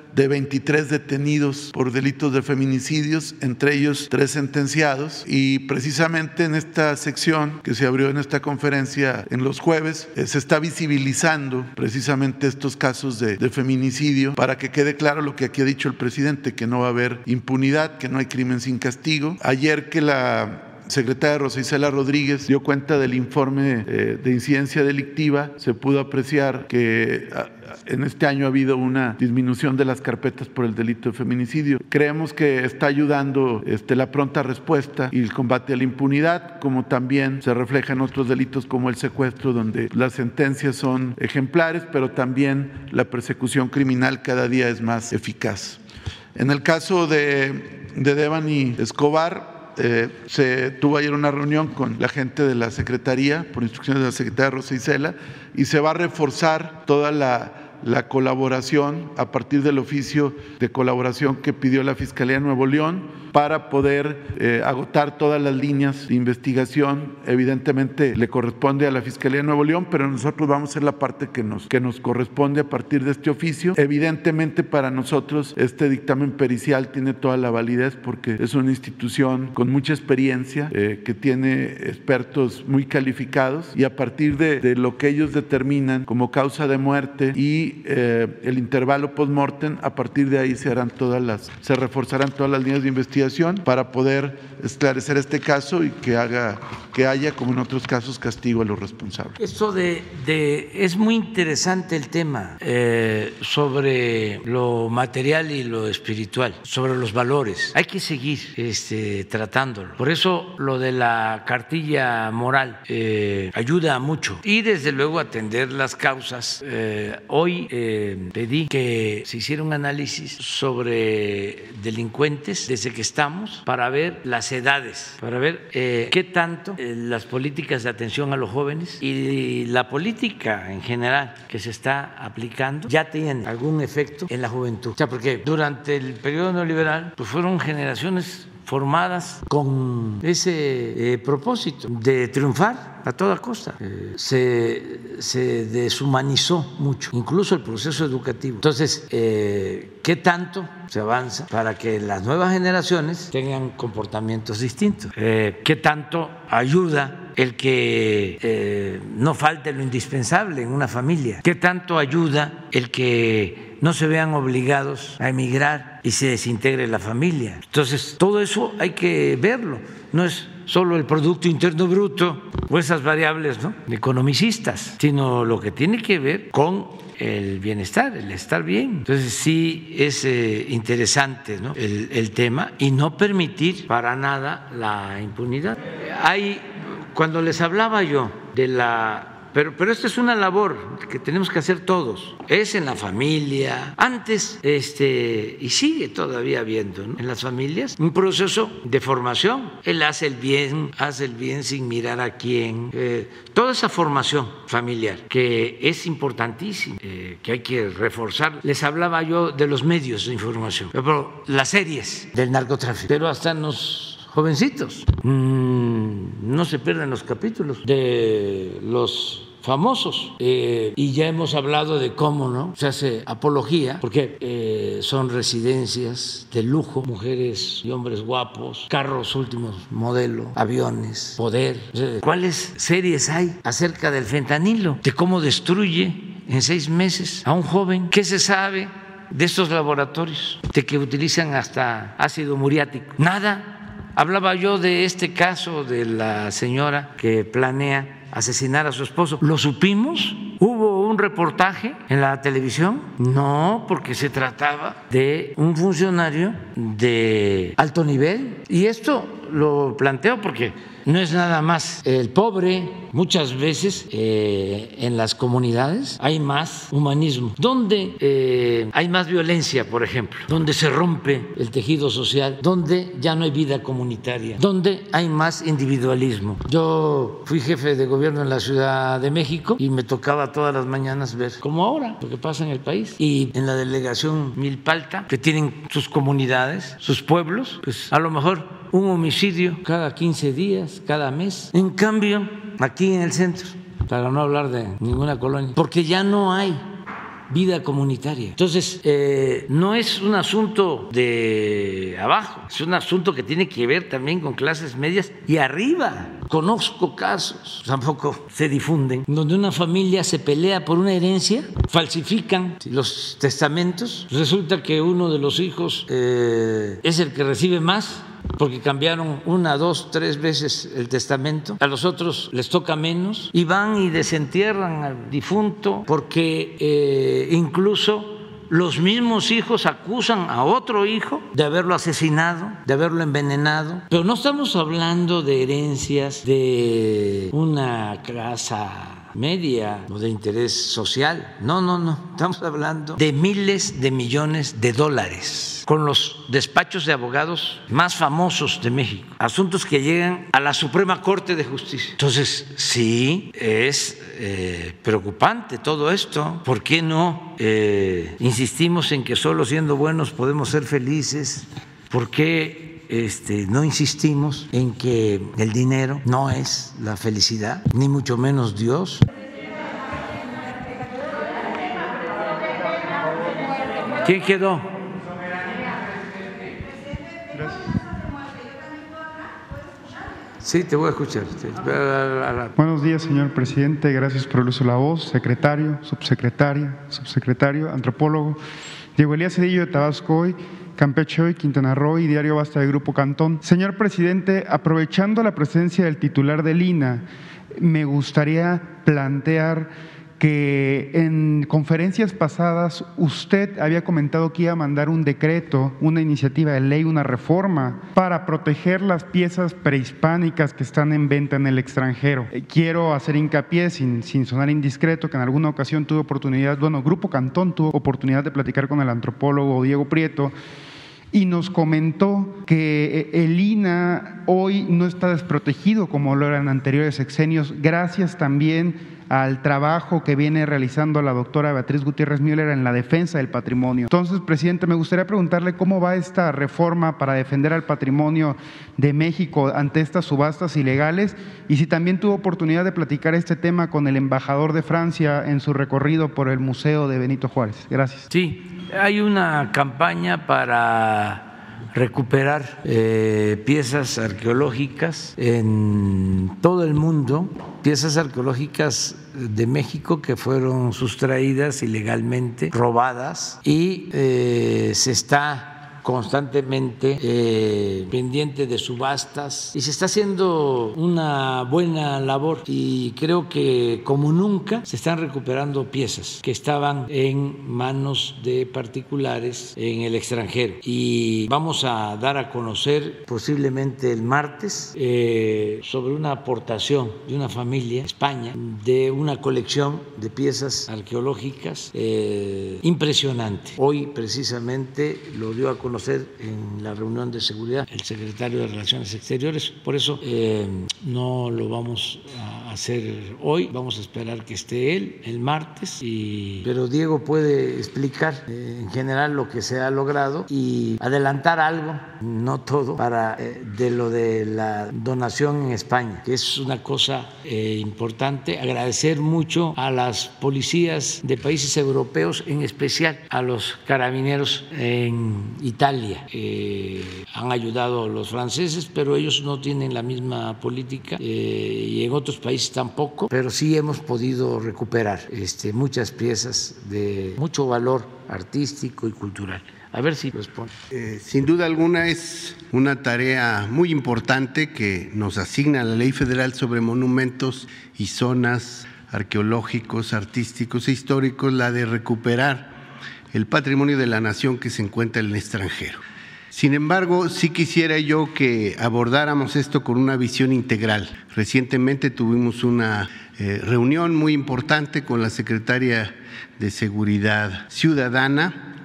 de veintitrés detenidos por delitos de feminicidios, entre ellos tres sentenciados, y precisamente en esta sección que se abrió en esta conferencia en los jueves, eh, se está visibilizando precisamente estos casos de, de feminicidio para que quede claro lo que aquí ha dicho el presidente, que no va a haber impunidad, que no hay crimen sin castigo. Ayer que la secretaria Rosa Isela Rodríguez dio cuenta del informe eh, de incidencia delictiva, se pudo apreciar que a, en este año ha habido una disminución de las carpetas por el delito de feminicidio. Creemos que está ayudando este, la pronta respuesta y el combate a la impunidad, como también se refleja en otros delitos como el secuestro, donde las sentencias son ejemplares, pero también la persecución criminal cada día es más eficaz. En el caso de, de Devani Escobar, Eh, se tuvo ayer una reunión con la gente de la Secretaría, por instrucciones de la secretaria Rosa Isela, y se va a reforzar toda la, la colaboración a partir del oficio de colaboración que pidió la Fiscalía de Nuevo León para poder eh, agotar todas las líneas de investigación. Evidentemente le corresponde a la Fiscalía de Nuevo León, pero nosotros vamos a hacer la parte que nos, que nos corresponde a partir de este oficio. Evidentemente para nosotros este dictamen pericial tiene toda la validez porque es una institución con mucha experiencia, eh, que tiene expertos muy calificados, y a partir de, de lo que ellos determinan como causa de muerte y eh, el intervalo post-mortem, a partir de ahí se harán todas las, se reforzarán todas las líneas de investigación para poder esclarecer este caso y que haga, que haya, como en otros casos, castigo a los responsables. Esto de, de es muy interesante el tema eh, sobre lo material y lo espiritual, sobre los valores. Hay que seguir este, tratándolo. Por eso lo de la cartilla moral eh, ayuda mucho, y desde luego atender las causas. Eh, hoy eh, pedí que se hiciera un análisis sobre delincuentes desde que estamos, para ver las edades, para ver eh, qué tanto eh, las políticas de atención a los jóvenes y la política en general que se está aplicando ya tienen algún efecto en la juventud. O sea, porque durante el periodo neoliberal pues fueron generaciones formadas con ese eh, propósito de triunfar a toda costa. Eh, se, se deshumanizó mucho, incluso el proceso educativo. Entonces, eh, ¿qué tanto se avanza para que las nuevas generaciones tengan comportamientos distintos? Eh, ¿Qué tanto ayuda el que eh, no falte lo indispensable en una familia? ¿Qué tanto ayuda el que no se vean obligados a emigrar y se desintegre la familia? Entonces, todo eso hay que verlo. No es solo el Producto Interno Bruto o esas variables, ¿no?, economicistas, sino lo que tiene que ver con el bienestar, el estar bien. Entonces sí es eh, interesante, ¿no?, el, el tema, y no permitir para nada la impunidad. Hay, cuando les hablaba yo de la... Pero, pero esta es una labor que tenemos que hacer todos. Es en la familia, antes, este, y sigue todavía habiendo, ¿no?, en las familias un proceso de formación. Él hace el bien, hace el bien sin mirar a quién. Eh, toda esa formación familiar que es importantísima, eh, que hay que reforzar. Les hablaba yo de los medios de información, pero las series del narcotráfico, pero hasta nos jovencitos, mmm, no se pierden los capítulos de los famosos, eh, y ya hemos hablado de cómo no se hace apología, porque eh, son residencias de lujo, mujeres y hombres guapos, carros últimos modelos, aviones, poder. ¿Cuáles series hay acerca del fentanilo? De cómo destruye en seis meses a un joven. ¿Qué se sabe de estos laboratorios? De que utilizan hasta ácido muriático. Nada. Hablaba yo de este caso de la señora que planea asesinar a su esposo. ¿Lo supimos? ¿Hubo un reportaje en la televisión? No, porque se trataba de un funcionario de alto nivel. Y esto lo planteo porque no es nada más el pobre. Muchas veces eh, en las comunidades hay más humanismo. Donde eh, hay más violencia, por ejemplo, donde se rompe el tejido social, donde ya no hay vida comunitaria, donde hay más individualismo. Yo fui jefe de gobierno en la Ciudad de México y me tocaba todas las mañanas ver, como ahora, lo que pasa en el país. Y en la delegación Milpalta, que tienen sus comunidades, sus pueblos, pues a lo mejor un homicidio cada quince días, cada mes. En cambio, aquí en el centro, para no hablar de ninguna colonia, porque ya no hay vida comunitaria. Entonces, eh, no es un asunto de abajo, es un asunto que tiene que ver también con clases medias y arriba. Conozco casos, tampoco se difunden, donde una familia se pelea por una herencia, falsifican los testamentos, resulta que uno de los hijos eh, es el que recibe más, porque cambiaron una, dos, tres veces el testamento, a los otros les toca menos y van y desentierran al difunto porque eh, incluso los mismos hijos acusan a otro hijo de haberlo asesinado, de haberlo envenenado. Pero no estamos hablando de herencias de una casa media o de interés social. No, no, no. Estamos hablando de miles de millones de dólares con los despachos de abogados más famosos de México. Asuntos que llegan a la Suprema Corte de Justicia. Entonces, sí, es eh, preocupante todo esto. ¿Por qué no eh, insistimos en que solo siendo buenos podemos ser felices? ¿Por qué Este, no insistimos en que el dinero no es la felicidad, ni mucho menos Dios? ¿Quién quedó? Sí, te voy a escuchar. Buenos días, señor presidente. Gracias por el uso de la voz. Secretario, subsecretaria, subsecretario, antropólogo. Diego Elías Cedillo de Tabasco Hoy, Campeche Hoy, Quintana Roo y Diario Basta de Grupo Cantón. Señor presidente, aprovechando la presencia del titular del I N A, me gustaría plantear que en conferencias pasadas usted había comentado que iba a mandar un decreto, una iniciativa de ley, una reforma para proteger las piezas prehispánicas que están en venta en el extranjero. Quiero hacer hincapié, sin, sin sonar indiscreto, que en alguna ocasión tuve oportunidad, bueno, Grupo Cantón tuvo oportunidad de platicar con el antropólogo Diego Prieto, y nos comentó que el I N A hoy no está desprotegido como lo eran anteriores sexenios, gracias también al trabajo que viene realizando la doctora Beatriz Gutiérrez Müller en la defensa del patrimonio. Entonces, presidente, me gustaría preguntarle cómo va esta reforma para defender al patrimonio de México ante estas subastas ilegales y si también tuvo oportunidad de platicar este tema con el embajador de Francia en su recorrido por el Museo de Benito Juárez. Gracias. Sí, hay una campaña para recuperar eh, piezas arqueológicas en todo el mundo, piezas arqueológicas de México que fueron sustraídas ilegalmente, robadas, y eh, se está constantemente eh, pendiente de subastas y se está haciendo una buena labor y creo que como nunca se están recuperando piezas que estaban en manos de particulares en el extranjero y vamos a dar a conocer posiblemente el martes eh, sobre una aportación de una familia, España, de una colección de piezas arqueológicas eh, impresionante. Hoy precisamente lo dio a conocer en la reunión de seguridad el secretario de Relaciones Exteriores, por eso eh, no lo vamos a hacer hoy, vamos a esperar que esté él el martes, y, pero Diego puede explicar eh, en general lo que se ha logrado y adelantar algo, no todo, para eh, de lo de la donación en España, que es una cosa eh, importante. Agradecer mucho a las policías de países europeos, en especial a los carabineros en Italia. Italia. Eh, han ayudado a los franceses, pero ellos no tienen la misma política eh, y en otros países tampoco, pero sí hemos podido recuperar este, muchas piezas de mucho valor artístico y cultural. A ver si responde. Eh, sin duda alguna es una tarea muy importante que nos asigna la Ley Federal sobre Monumentos y Zonas Arqueológicos, Artísticos e Históricos, la de recuperar el patrimonio de la nación que se encuentra en el extranjero. Sin embargo, sí quisiera yo que abordáramos esto con una visión integral. Recientemente tuvimos una eh, reunión muy importante con la secretaria de Seguridad Ciudadana,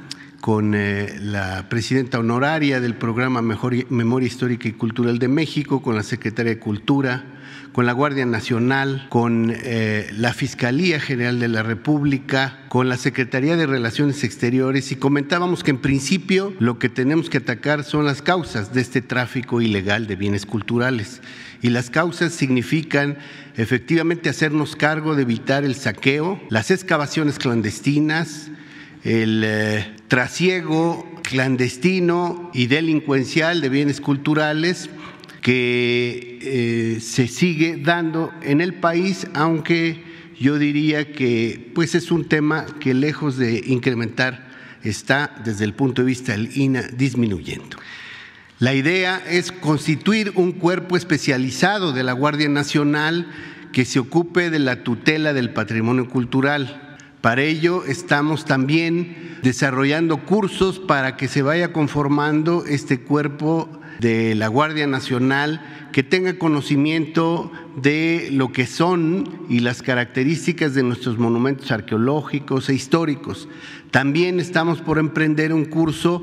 con eh, la presidenta honoraria del programa Mejor Memoria Histórica y Cultural de México, con la Secretaría de Cultura, con la Guardia Nacional, con eh, la Fiscalía General de la República, con la Secretaría de Relaciones Exteriores, y comentábamos que en principio lo que tenemos que atacar son las causas de este tráfico ilegal de bienes culturales. Y las causas significan efectivamente hacernos cargo de evitar el saqueo, las excavaciones clandestinas, el eh, trasiego clandestino y delincuencial de bienes culturales que eh, se sigue dando en el país, aunque yo diría que pues es un tema que lejos de incrementar está desde el punto de vista del I N A disminuyendo. La idea es constituir un cuerpo especializado de la Guardia Nacional que se ocupe de la tutela del patrimonio cultural. Para ello estamos también desarrollando cursos para que se vaya conformando este cuerpo de la Guardia Nacional que tenga conocimiento de lo que son y las características de nuestros monumentos arqueológicos e históricos. También estamos por emprender un curso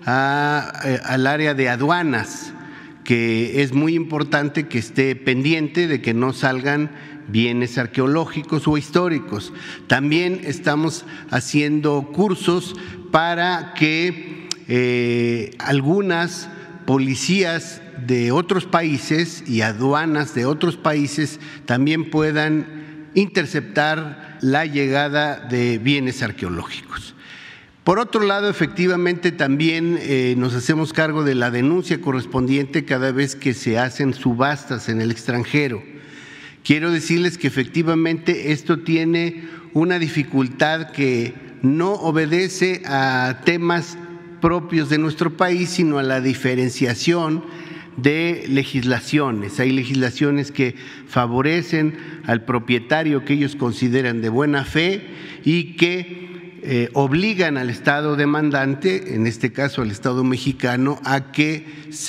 a, a, al área de aduanas, que es muy importante que esté pendiente de que no salgan bienes arqueológicos o históricos. También estamos haciendo cursos para que eh, algunas policías de otros países y aduanas de otros países también puedan interceptar la llegada de bienes arqueológicos. Por otro lado, efectivamente también eh, nos hacemos cargo de la denuncia correspondiente cada vez que se hacen subastas en el extranjero. Quiero decirles que efectivamente esto tiene una dificultad que no obedece a temas propios de nuestro país, sino a la diferenciación de legislaciones. Hay legislaciones que favorecen al propietario que ellos consideran de buena fe y que eh, obligan al Estado demandante, en este caso al Estado mexicano, a que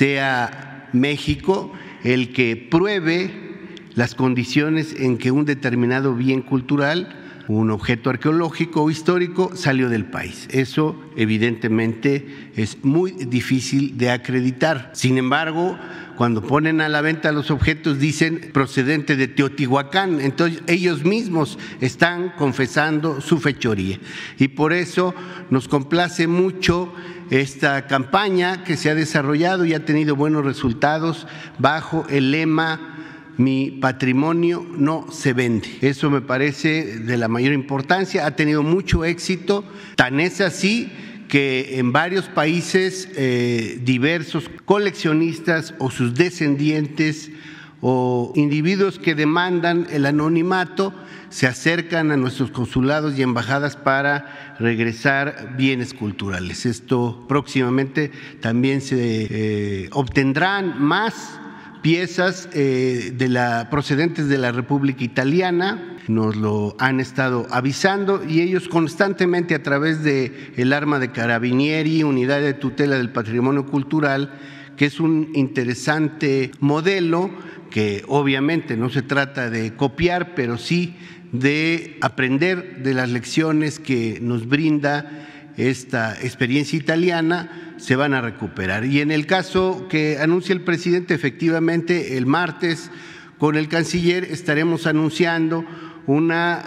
sea México el que pruebe las condiciones en que un determinado bien cultural, un objeto arqueológico o histórico salió del país. Eso evidentemente es muy difícil de acreditar. Sin embargo, cuando ponen a la venta los objetos dicen procedente de Teotihuacán, entonces ellos mismos están confesando su fechoría. Y por eso nos complace mucho esta campaña que se ha desarrollado y ha tenido buenos resultados bajo el lema "Mi patrimonio no se vende". Eso me parece de la mayor importancia, ha tenido mucho éxito, tan es así que en varios países eh, diversos coleccionistas o sus descendientes o individuos que demandan el anonimato se acercan a nuestros consulados y embajadas para regresar bienes culturales. Esto próximamente también se eh, obtendrán más piezas eh, de la, procedentes de la República Italiana, nos lo han estado avisando y ellos constantemente a través de el Arma de Carabinieri, Unidad de Tutela del Patrimonio Cultural, que es un interesante modelo que obviamente no se trata de copiar, pero sí de aprender de las lecciones que nos brinda esta experiencia italiana, se van a recuperar. Y en el caso que anuncia el presidente, efectivamente el martes con el canciller estaremos anunciando una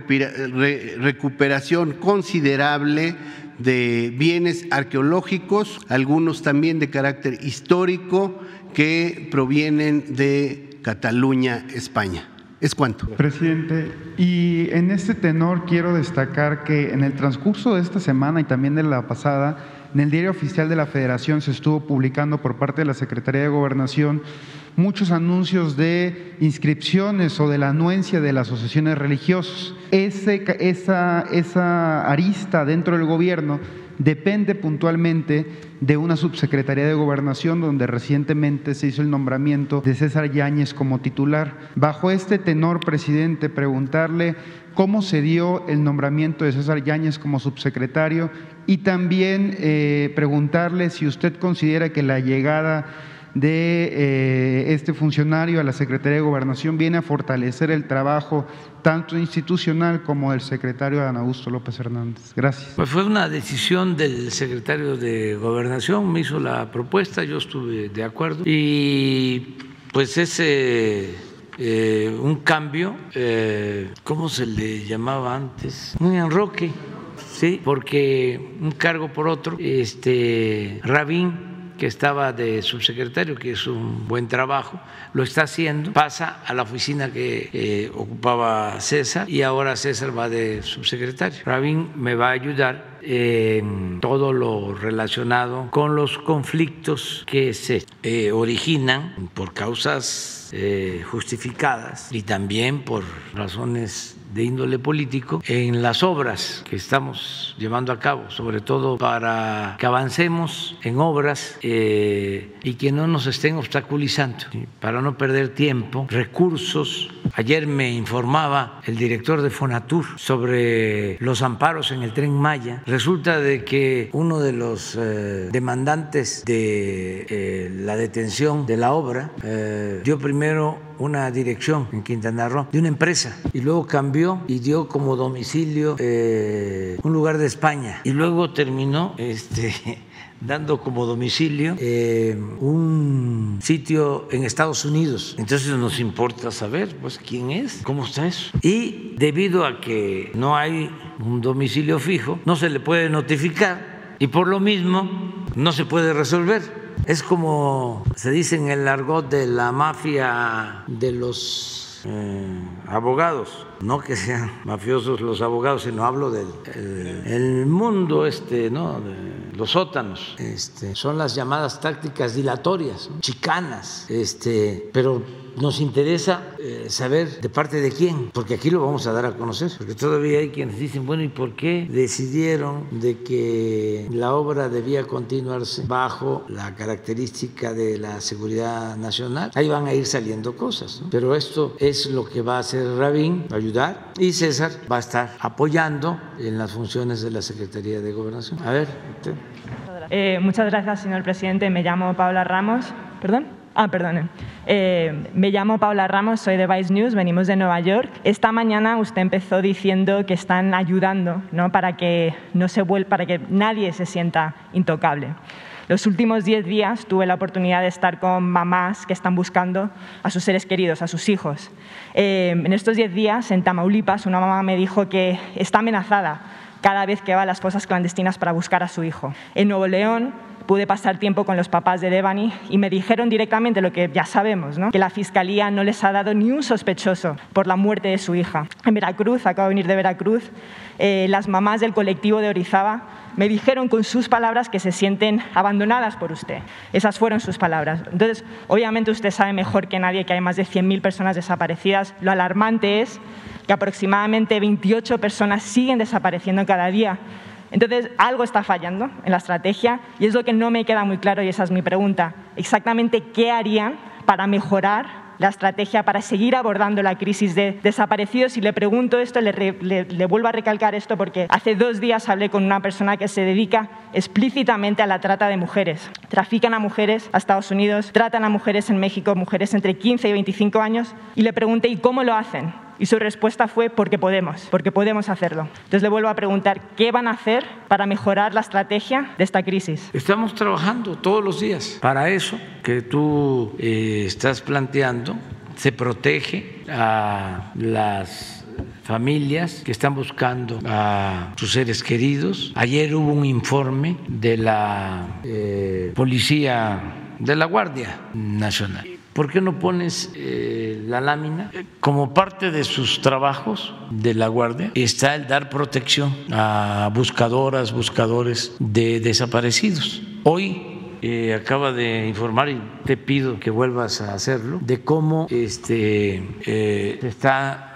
recuperación considerable de bienes arqueológicos, algunos también de carácter histórico que provienen de Cataluña, España. ¿Es cuánto? Presidente, y en este tenor quiero destacar que en el transcurso de esta semana y también de la pasada, en el Diario Oficial de la Federación se estuvo publicando por parte de la Secretaría de Gobernación muchos anuncios de inscripciones o de la anuencia de las asociaciones religiosas. Ese, esa, esa arista dentro del gobierno depende puntualmente de una subsecretaría de Gobernación donde recientemente se hizo el nombramiento de César Yáñez como titular. Bajo este tenor, presidente, preguntarle cómo se dio el nombramiento de César Yáñez como subsecretario y también eh, preguntarle si usted considera que la llegada de eh, este funcionario a la Secretaría de Gobernación viene a fortalecer el trabajo tanto institucional como del secretario Adán Augusto López Hernández. Gracias. Pues fue una decisión del secretario de Gobernación, me hizo la propuesta, yo estuve de acuerdo y pues ese… Eh, un cambio, eh, ¿cómo se le llamaba antes? Un enroque, sí, porque un cargo por otro, este Rabín, que estaba de subsecretario, que es un buen trabajo, lo está haciendo, pasa a la oficina que eh, ocupaba César y ahora César va de subsecretario. Rabín me va a ayudar en todo lo relacionado con los conflictos que se eh, originan por causas eh, justificadas y también por razones de índole político en las obras que estamos llevando a cabo, sobre todo para que avancemos en obras eh, y que no nos estén obstaculizando, ¿sí? Para no perder tiempo, recursos. Ayer me informaba el director de Fonatur sobre los amparos en el Tren Maya. Resulta de que uno de los eh, demandantes de eh, la detención de la obra eh, dio primero una dirección en Quintana Roo de una empresa y luego cambió y dio como domicilio eh, un lugar de España y luego terminó este dando como domicilio eh, un sitio en Estados Unidos. Entonces nos importa saber pues quién es, cómo está eso. Y debido a que no hay un domicilio fijo, no se le puede notificar y por lo mismo no se puede resolver. Es como se dice en el argot de la mafia de los eh, abogados, no que sean mafiosos los abogados, sino hablo del el, el mundo este, ¿no? De los sótanos. Este, son las llamadas tácticas dilatorias, ¿no? Chicanas, este, pero nos interesa eh, saber de parte de quién, porque aquí lo vamos a dar a conocer, porque todavía hay quienes dicen, bueno, ¿y por qué decidieron de que la obra debía continuarse bajo la característica de la seguridad nacional? Ahí van a ir saliendo cosas, ¿no? Pero esto es lo que va a hacer Rabín, va a ayudar, y César va a estar apoyando en las funciones de la Secretaría de Gobernación. A ver, usted. Eh, muchas gracias, señor presidente. Me llamo Paula Ramos. ¿Perdón? Ah, perdone. Eh, me llamo Paula Ramos, soy de Vice News, venimos de Nueva York. Esta mañana usted empezó diciendo que están ayudando, ¿no? para que no se vuelva, para que nadie se sienta intocable. Los últimos diez días tuve la oportunidad de estar con mamás que están buscando a sus seres queridos, a sus hijos. Eh, en estos diez días, en Tamaulipas, una mamá me dijo que está amenazada cada vez que va a las fosas clandestinas para buscar a su hijo. En Nuevo León pude pasar tiempo con los papás de Devani y me dijeron directamente lo que ya sabemos, ¿no? Que la Fiscalía no les ha dado ni un sospechoso por la muerte de su hija. En Veracruz, acabo de venir de Veracruz, eh, las mamás del colectivo de Orizaba me dijeron con sus palabras que se sienten abandonadas por usted. Esas fueron sus palabras. Entonces, obviamente usted sabe mejor que nadie que hay más de cien mil personas desaparecidas. Lo alarmante es que aproximadamente veintiocho personas siguen desapareciendo cada día. Entonces, algo está fallando en la estrategia y es lo que no me queda muy claro y esa es mi pregunta. Exactamente, ¿qué harían para mejorar la estrategia para seguir abordando la crisis de desaparecidos? Y le pregunto esto, le, le, le vuelvo a recalcar esto porque hace dos días hablé con una persona que se dedica explícitamente a la trata de mujeres. Trafican a mujeres a Estados Unidos, tratan a mujeres en México, mujeres entre quince y veinticinco años, y le pregunté, ¿y cómo lo hacen? Y su respuesta fue, porque podemos, porque podemos hacerlo. Entonces le vuelvo a preguntar, ¿qué van a hacer para mejorar la estrategia de esta crisis? Estamos trabajando todos los días para eso que tú eh, estás planteando. Se protege a las familias que están buscando a sus seres queridos. Ayer hubo un informe de la eh, Policía de la Guardia Nacional. ¿Por qué no pones eh, la lámina? Como parte de sus trabajos de la Guardia está el dar protección a buscadoras, buscadores de desaparecidos. Hoy eh, acaba de informar, y te pido que vuelvas a hacerlo, de cómo este, eh, está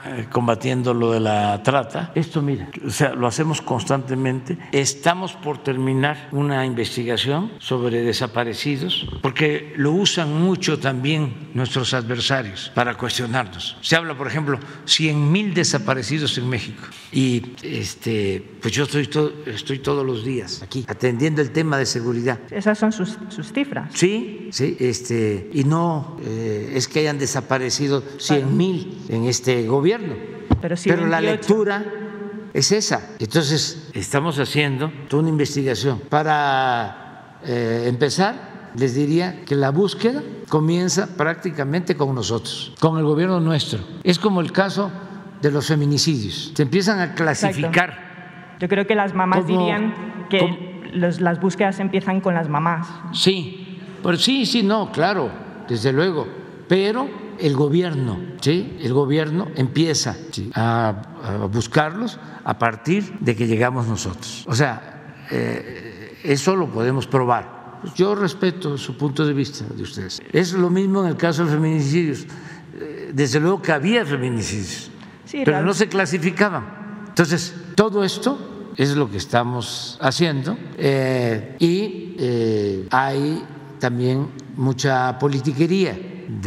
eh, combatiendo lo de la trata. Esto, mira, o sea, lo hacemos constantemente. Estamos por terminar una investigación sobre desaparecidos, porque lo usan mucho también nuestros adversarios para cuestionarnos. Se habla, por ejemplo, cien mil desaparecidos en México. Y este, pues yo estoy, todo, estoy todos los días aquí atendiendo el tema de seguridad. Esas son sus, sus cifras. Sí, sí, este, y no eh, es que hayan desaparecido cien mil en este gobierno, pero, sí pero la veintiocho. lectura es esa. Entonces, estamos haciendo toda una investigación. Para eh, empezar, les diría que la búsqueda comienza prácticamente con nosotros, con el gobierno nuestro. Es como el caso de los feminicidios. Se empiezan a clasificar. Exacto. Yo creo que las mamás como, dirían que como, los, las búsquedas empiezan con las mamás. Sí, pues sí, sí, no, claro, desde luego. Pero el gobierno, ¿sí? El gobierno empieza ¿sí? a, a buscarlos a partir de que llegamos nosotros. O sea, eh, eso lo podemos probar. Yo respeto su punto de vista de ustedes. Es lo mismo en el caso de feminicidios. Desde luego que había feminicidios, sí, pero no se clasificaban. Entonces, todo esto es lo que estamos haciendo eh, y eh, hay también mucha politiquería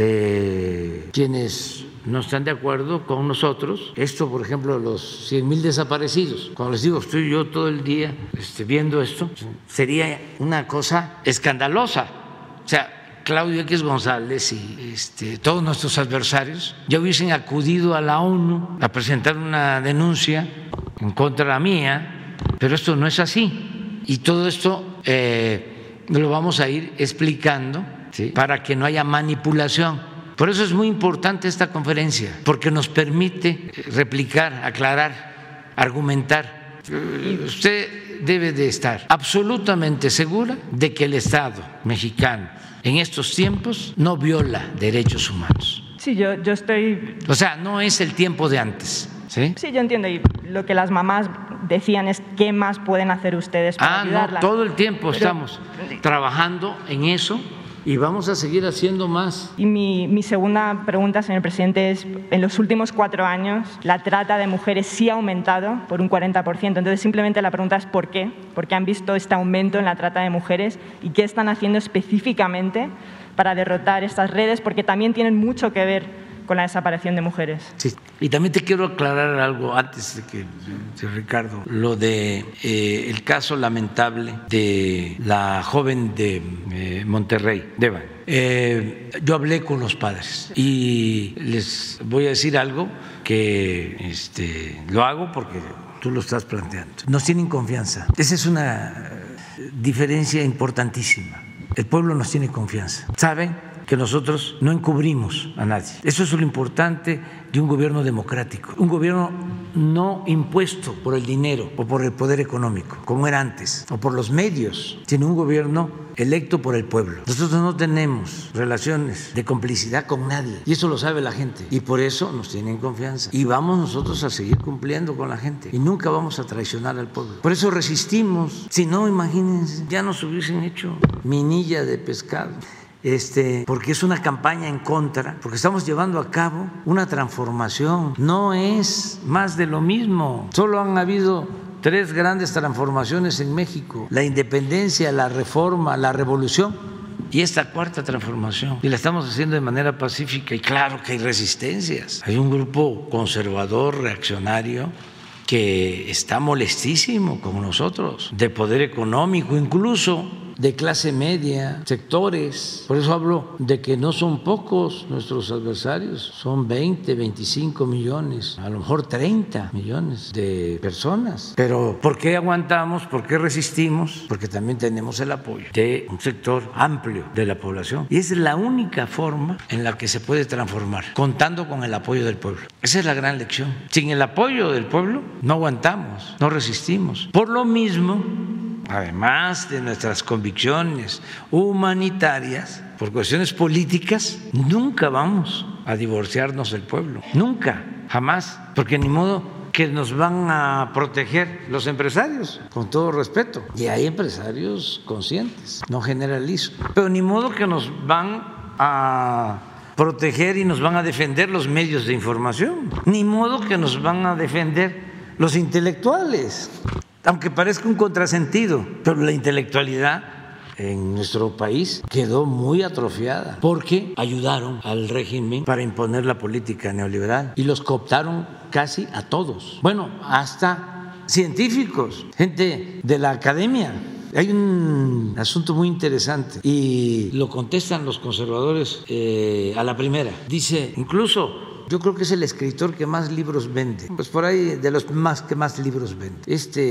de quienes no están de acuerdo con nosotros. Esto, por ejemplo, los cien mil desaparecidos. Cuando les digo, estoy yo todo el día este, viendo esto, sería una cosa escandalosa. O sea, Claudio X González y este, todos nuestros adversarios ya hubiesen acudido a la ONU a presentar una denuncia en contra mía, pero esto no es así. Y todo esto eh, lo vamos a ir explicando, ¿sí? Para que no haya manipulación. Por eso es muy importante esta conferencia, porque nos permite replicar, aclarar, argumentar. Usted debe de estar absolutamente segura de que el Estado mexicano en estos tiempos no viola derechos humanos. Sí, yo, yo estoy… O sea, no es el tiempo de antes, ¿sí? Sí, yo entiendo. Y lo que las mamás decían es qué más pueden hacer ustedes para ah, ayudarlas. Ah, no, todo el tiempo Pero, estamos trabajando en eso y vamos a seguir haciendo más. Y mi, mi segunda pregunta, señor presidente, es, en los últimos cuatro años la trata de mujeres sí ha aumentado por un cuarenta por ciento. Entonces, simplemente la pregunta es ¿por qué? ¿Por qué han visto este aumento en la trata de mujeres? ¿Y qué están haciendo específicamente para derrotar estas redes? Porque también tienen mucho que ver con la desaparición de mujeres. Sí, y también te quiero aclarar algo antes de que, de Ricardo, lo de eh, el caso lamentable de la joven de eh, Monterrey, Deva. Eh, yo hablé con los padres y les voy a decir algo que este, lo hago porque tú lo estás planteando. Nos tienen confianza. Esa es una diferencia importantísima. El pueblo nos tiene confianza. Saben que nosotros no encubrimos a nadie. Eso es lo importante de un gobierno democrático, un gobierno no impuesto por el dinero o por el poder económico, como era antes, o por los medios, sino un gobierno electo por el pueblo. Nosotros no tenemos relaciones de complicidad con nadie y eso lo sabe la gente y por eso nos tienen confianza y vamos nosotros a seguir cumpliendo con la gente y nunca vamos a traicionar al pueblo. Por eso resistimos. Si no, imagínense, ya nos hubiesen hecho minilla de pescado. Este, porque es una campaña en contra, porque estamos llevando a cabo una transformación, no es más de lo mismo. Solo han habido tres grandes transformaciones en México: la independencia, la reforma, la revolución y esta cuarta transformación. Y la estamos haciendo de manera pacífica y claro que hay resistencias. Hay un grupo conservador, reaccionario, que está molestísimo con nosotros, de poder económico, incluso de clase media, sectores. Por eso hablo de que no son pocos nuestros adversarios, son veinte, veinticinco millones, a lo mejor treinta millones de personas. Pero ¿por qué aguantamos? ¿Por qué resistimos? Porque también tenemos el apoyo de un sector amplio de la población. Y es la única forma en la que se puede transformar, contando con el apoyo del pueblo. Esa es la gran lección. Sin el apoyo del pueblo no aguantamos, no resistimos. Por lo mismo, además de nuestras convicciones humanitarias, por cuestiones políticas, nunca vamos a divorciarnos del pueblo, nunca, jamás, porque ni modo que nos van a proteger los empresarios, con todo respeto, y hay empresarios conscientes, no generalizo, pero ni modo que nos van a proteger y nos van a defender los medios de información, ni modo que nos van a defender los intelectuales, aunque parezca un contrasentido, pero la intelectualidad en nuestro país quedó muy atrofiada porque ayudaron al régimen para imponer la política neoliberal y los cooptaron casi a todos, bueno, hasta científicos, gente de la academia. Hay un asunto muy interesante y lo contestan los conservadores eh, a la primera. Dice, incluso yo creo que es el escritor que más libros vende, pues por ahí de los más que más libros vende, este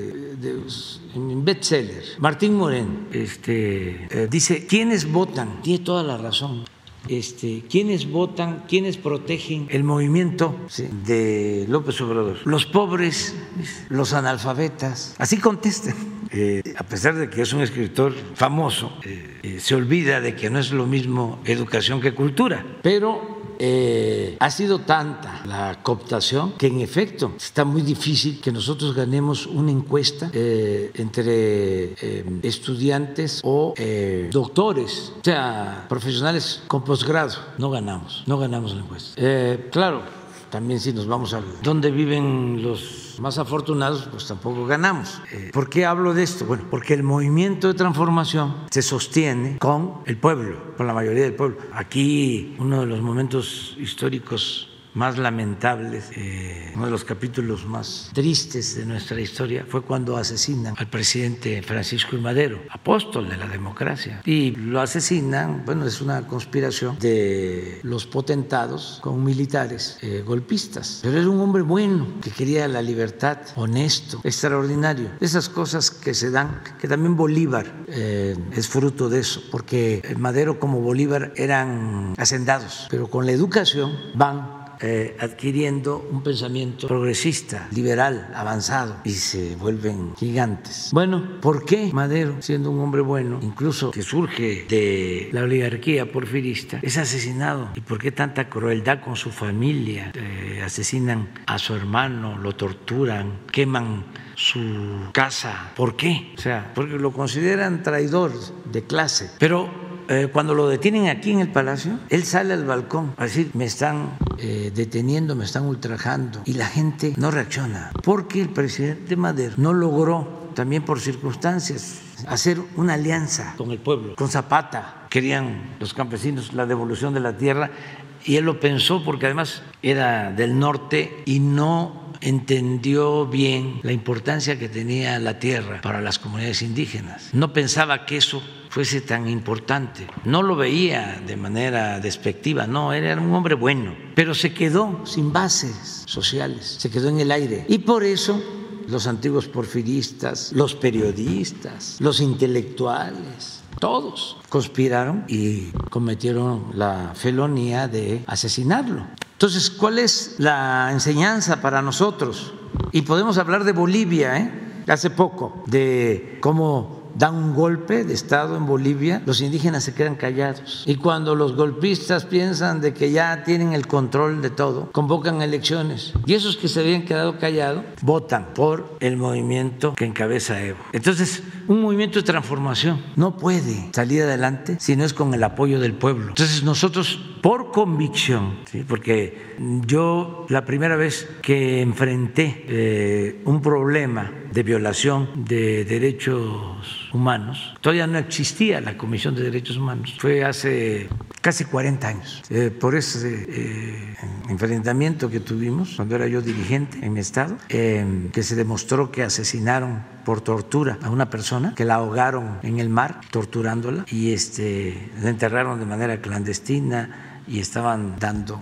de, en bestseller, Martín Morén, este eh, dice, ¿quiénes votan? Tiene toda la razón. Este, ¿quiénes votan? ¿Quiénes protegen el movimiento sí, de López Obrador? Los pobres, los analfabetas. Así contestan. Eh, a pesar de que es un escritor famoso, eh, eh, se olvida de que no es lo mismo educación que cultura, pero Eh, ha sido tanta la cooptación que en efecto está muy difícil que nosotros ganemos una encuesta eh, entre eh, estudiantes o eh, doctores, o sea, profesionales con posgrado. No ganamos, no ganamos la encuesta. Eh, claro, también si nos vamos a dónde viven los más afortunados, pues tampoco ganamos. Eh, ¿Por qué hablo de esto? Bueno, porque el movimiento de transformación se sostiene con el pueblo, con la mayoría del pueblo. Aquí uno de los momentos históricos más lamentables, eh, uno de los capítulos más tristes de nuestra historia fue cuando asesinan al presidente Francisco I. Madero, apóstol de la democracia, y lo asesinan, bueno, es una conspiración de los potentados con militares eh, golpistas, pero era un hombre bueno que quería la libertad, honesto, extraordinario, esas cosas que se dan, que también Bolívar eh, es fruto de eso, porque Madero como Bolívar eran hacendados, pero con la educación van Eh, adquiriendo un pensamiento progresista, liberal, avanzado y se vuelven gigantes. Bueno, ¿por qué Madero, siendo un hombre bueno, incluso que surge de la oligarquía porfirista, es asesinado? ¿Y por qué tanta crueldad con su familia? Eh, asesinan a su hermano, lo torturan, queman su casa. ¿Por qué? O sea, porque lo consideran traidor de clase. Pero Eh, cuando lo detienen aquí en el Palacio, él sale al balcón a decir, me están eh, deteniendo, me están ultrajando, y la gente no reacciona, porque el presidente Madero no logró, también por circunstancias, hacer una alianza con el pueblo, con Zapata. Querían los campesinos la devolución de la tierra y él lo pensó porque además era del norte y no entendió bien la importancia que tenía la tierra para las comunidades indígenas. No pensaba que eso fuese tan importante, no lo veía de manera despectiva, no, era un hombre bueno, pero se quedó sin bases sociales, se quedó en el aire, y por eso los antiguos porfiristas, los periodistas, los intelectuales, todos conspiraron y cometieron la felonía de asesinarlo. Entonces, ¿cuál es la enseñanza para nosotros? Y podemos hablar de Bolivia, ¿eh? Hace poco, de cómo dan un golpe de Estado en Bolivia, los indígenas se quedan callados. Y cuando los golpistas piensan de que ya tienen el control de todo, convocan elecciones. Y esos que se habían quedado callados votan por el movimiento que encabeza Evo. Entonces, un movimiento de transformación no puede salir adelante si no es con el apoyo del pueblo. Entonces, nosotros, por convicción, ¿sí? Porque yo la primera vez que enfrenté eh, un problema de violación de derechos humanos, todavía no existía la Comisión de Derechos Humanos, fue hace casi cuarenta años, eh, por ese eh, enfrentamiento que tuvimos cuando era yo dirigente en mi estado, eh, que se demostró que asesinaron por tortura a una persona, que la ahogaron en el mar torturándola y este, la enterraron de manera clandestina, y estaban dando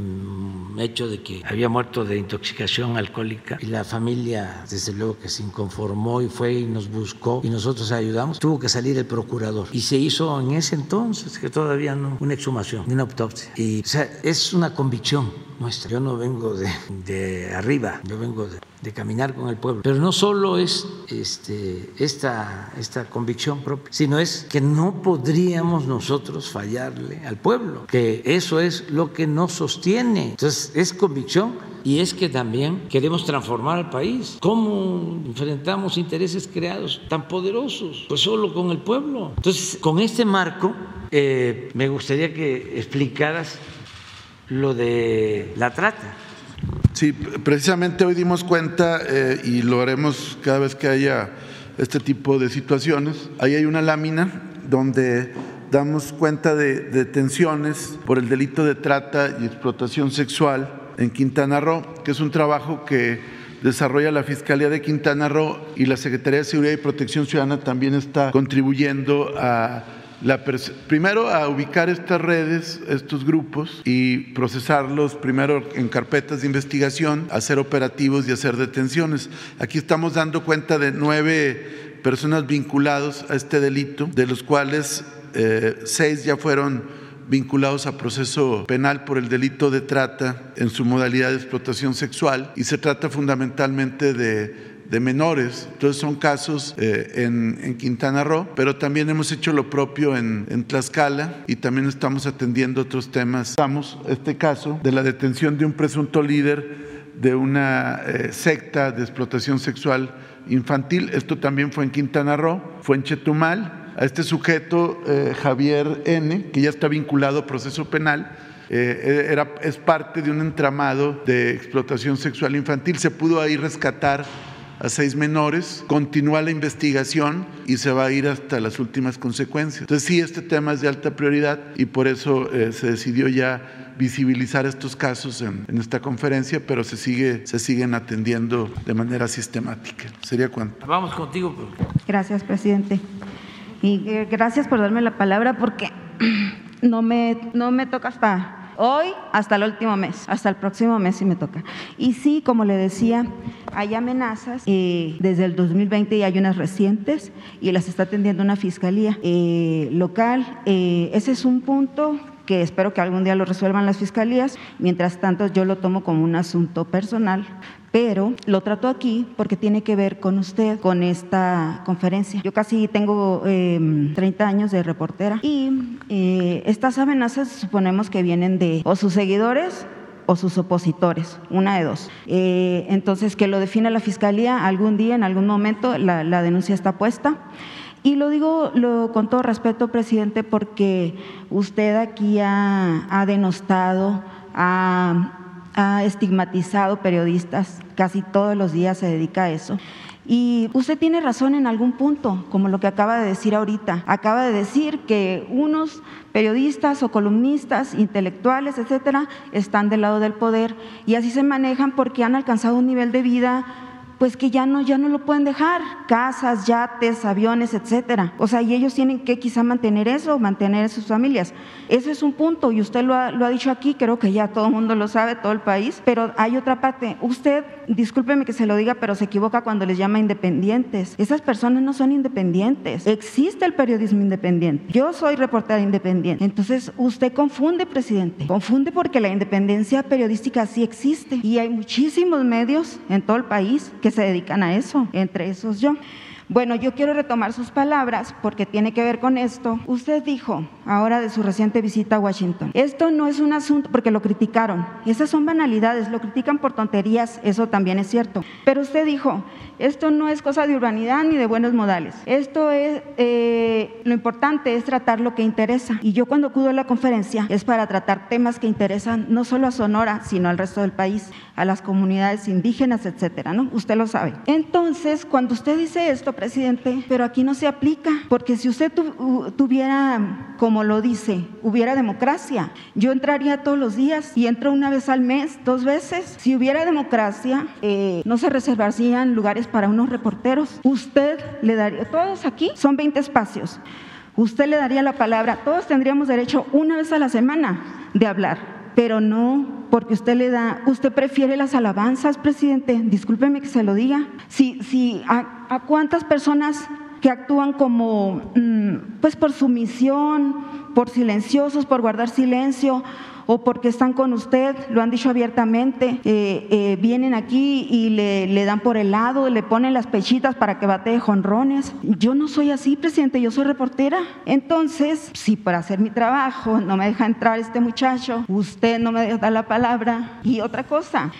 con hecho de que había muerto de intoxicación alcohólica, y la familia desde luego que se inconformó y fue y nos buscó y nosotros ayudamos. Tuvo que salir el procurador y se hizo en ese entonces, que todavía no, una exhumación, una autopsia. Y o sea, es una convicción nuestra. Yo no vengo de, de arriba, yo vengo de, de caminar con el pueblo. Pero no solo es este, esta, esta convicción propia, sino es que no podríamos nosotros fallarle al pueblo, que eso es lo que nos sostiene. Entonces, es convicción y es que también queremos transformar al país. ¿Cómo enfrentamos intereses creados tan poderosos? Pues solo con el pueblo. Entonces, con este marco, eh, me gustaría que explicaras lo de la trata. Sí, precisamente hoy dimos cuenta eh, y lo haremos cada vez que haya este tipo de situaciones. Ahí hay una lámina donde damos cuenta de detenciones por el delito de trata y explotación sexual en Quintana Roo, que es un trabajo que desarrolla la Fiscalía de Quintana Roo, y la Secretaría de Seguridad y Protección Ciudadana también está contribuyendo a La primero a ubicar estas redes, estos grupos, y procesarlos primero en carpetas de investigación, hacer operativos y hacer detenciones. Aquí estamos dando cuenta de nueve personas vinculadas a este delito, de los cuales eh, seis ya fueron vinculados a proceso penal por el delito de trata en su modalidad de explotación sexual, y se trata fundamentalmente de de menores. Entonces son casos eh, en, en Quintana Roo, pero también hemos hecho lo propio en, en Tlaxcala, y también estamos atendiendo otros temas. Estamos este caso de la detención de un presunto líder de una eh, secta de explotación sexual infantil. Esto también fue en Quintana Roo, fue en Chetumal. A este sujeto, eh, Javier N., que ya está vinculado a proceso penal, eh, era, es parte de un entramado de explotación sexual infantil. Se pudo ahí rescatar a seis menores, continúa la investigación y se va a ir hasta las últimas consecuencias. Entonces sí, este tema es de alta prioridad, y por eso eh, se decidió ya visibilizar estos casos en, en esta conferencia, pero se sigue se siguen atendiendo de manera sistemática. ¿Sería cuánto? Vamos contigo. Porque... Gracias, presidente. Y eh, gracias por darme la palabra, porque no me, no me toca hasta hoy, hasta el último mes, hasta el próximo mes sí me toca. Y sí, como le decía, hay amenazas eh, desde el dos mil veinte, y hay unas recientes, y las está atendiendo una fiscalía eh, local. Eh, ese es un punto que espero que algún día lo resuelvan las fiscalías. Mientras tanto, yo lo tomo como un asunto personal, pero lo trato aquí porque tiene que ver con usted, con esta conferencia. Yo casi tengo eh, treinta años de reportera, y eh, estas amenazas suponemos que vienen de o sus seguidores o sus opositores, una de dos. Eh, entonces, que lo define la fiscalía algún día, en algún momento, la, la denuncia está puesta. Y lo digo lo, con todo respeto, presidente, porque usted aquí ha, ha denostado, ha, ha estigmatizado periodistas, casi todos los días se dedica a eso. Y usted tiene razón en algún punto, como lo que acaba de decir ahorita. Acaba de decir que unos periodistas o columnistas, intelectuales, etcétera, están del lado del poder, y así se manejan porque han alcanzado un nivel de vida pues que ya no, ya no lo pueden dejar, casas, yates, aviones, etcétera. O sea, y ellos tienen que quizá mantener eso, mantener a sus familias. Eso es un punto, y usted lo ha, lo ha dicho aquí, creo que ya todo el mundo lo sabe, todo el país, pero hay otra parte. Usted, discúlpeme que se lo diga, pero se equivoca cuando les llama independientes. Esas personas no son independientes. Existe el periodismo independiente. Yo soy reportera independiente. Entonces, usted confunde, presidente. Confunde porque la independencia periodística sí existe, y hay muchísimos medios en todo el país que se dedican a eso, entre esos yo. Bueno, yo quiero retomar sus palabras porque tiene que ver con esto. Usted dijo ahora de su reciente visita a Washington, esto no es un asunto, porque lo criticaron, esas son banalidades, lo critican por tonterías, eso también es cierto, pero usted dijo, esto no es cosa de urbanidad ni de buenos modales, esto es, eh, lo importante es tratar lo que interesa, y yo cuando acudo a la conferencia es para tratar temas que interesan no solo a Sonora, sino al resto del país, a las comunidades indígenas, etcétera, ¿no? Usted lo sabe. Entonces, cuando usted dice esto, presidente, pero aquí no se aplica, porque si usted tu, tuviera, como lo dice, hubiera democracia, yo entraría todos los días, y entro una vez al mes, dos veces. Si hubiera democracia, eh, no se reservarían lugares para unos reporteros. Usted le daría, todos aquí son veinte espacios, usted le daría la palabra, todos tendríamos derecho una vez a la semana de hablar, pero no, porque usted le da, usted prefiere las alabanzas, presidente, discúlpeme que se lo diga. Si, si, a, a cuántas personas que actúan como, pues por sumisión, por silenciosos, por guardar silencio, o porque están con usted, lo han dicho abiertamente, eh, eh, vienen aquí y le, le dan por el lado, le ponen las pechitas para que batee jonrones. Yo no soy así, presidente, yo soy reportera. Entonces, si para hacer mi trabajo no me deja entrar este muchacho, usted no me da la palabra. Y otra cosa,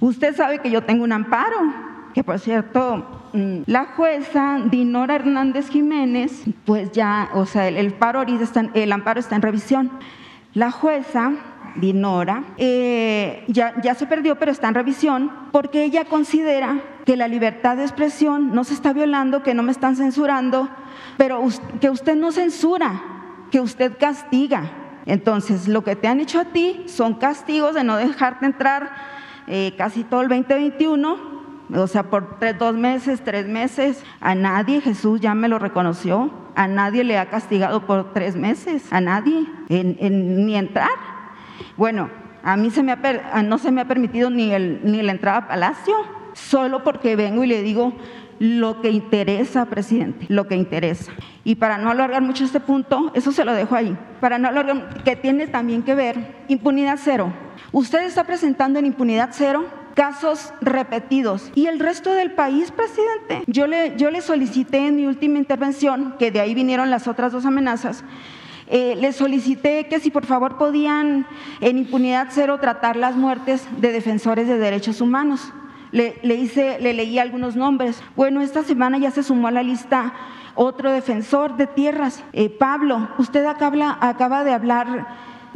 Usted sabe que yo tengo un amparo, que por cierto, la jueza Dinora Hernández Jiménez, pues ya, o sea, el, el, paro ahorita está, el amparo está en revisión. La jueza Dinora eh, ya, ya se perdió, pero está en revisión porque ella considera que la libertad de expresión no se está violando, que no me están censurando, pero que usted no censura, que usted castiga. Entonces, lo que te han hecho a ti son castigos de no dejarte entrar eh, casi todo el veinte veintiuno, o sea, por tres, dos meses, tres meses. A nadie, Jesús ya me lo reconoció, a nadie le ha castigado por tres meses, a nadie, en, en, ni entrar. Bueno, a mí se me ha, no se me ha permitido ni, el, ni la entrada a Palacio, solo porque vengo y le digo lo que interesa, presidente, lo que interesa. Y para no alargar mucho este punto, eso se lo dejo ahí, para no alargar, que tiene también que ver, impunidad cero. Usted está presentando en impunidad cero casos repetidos. ¿Y el resto del país, presidente? Yo le, yo le solicité en mi última intervención, que de ahí vinieron las otras dos amenazas, eh, le solicité que si por favor podían en impunidad cero tratar las muertes de defensores de derechos humanos. Le, le, hice, le leí algunos nombres. Bueno, esta semana ya se sumó a la lista otro defensor de tierras, eh, Pablo. Usted acaba, acaba de hablar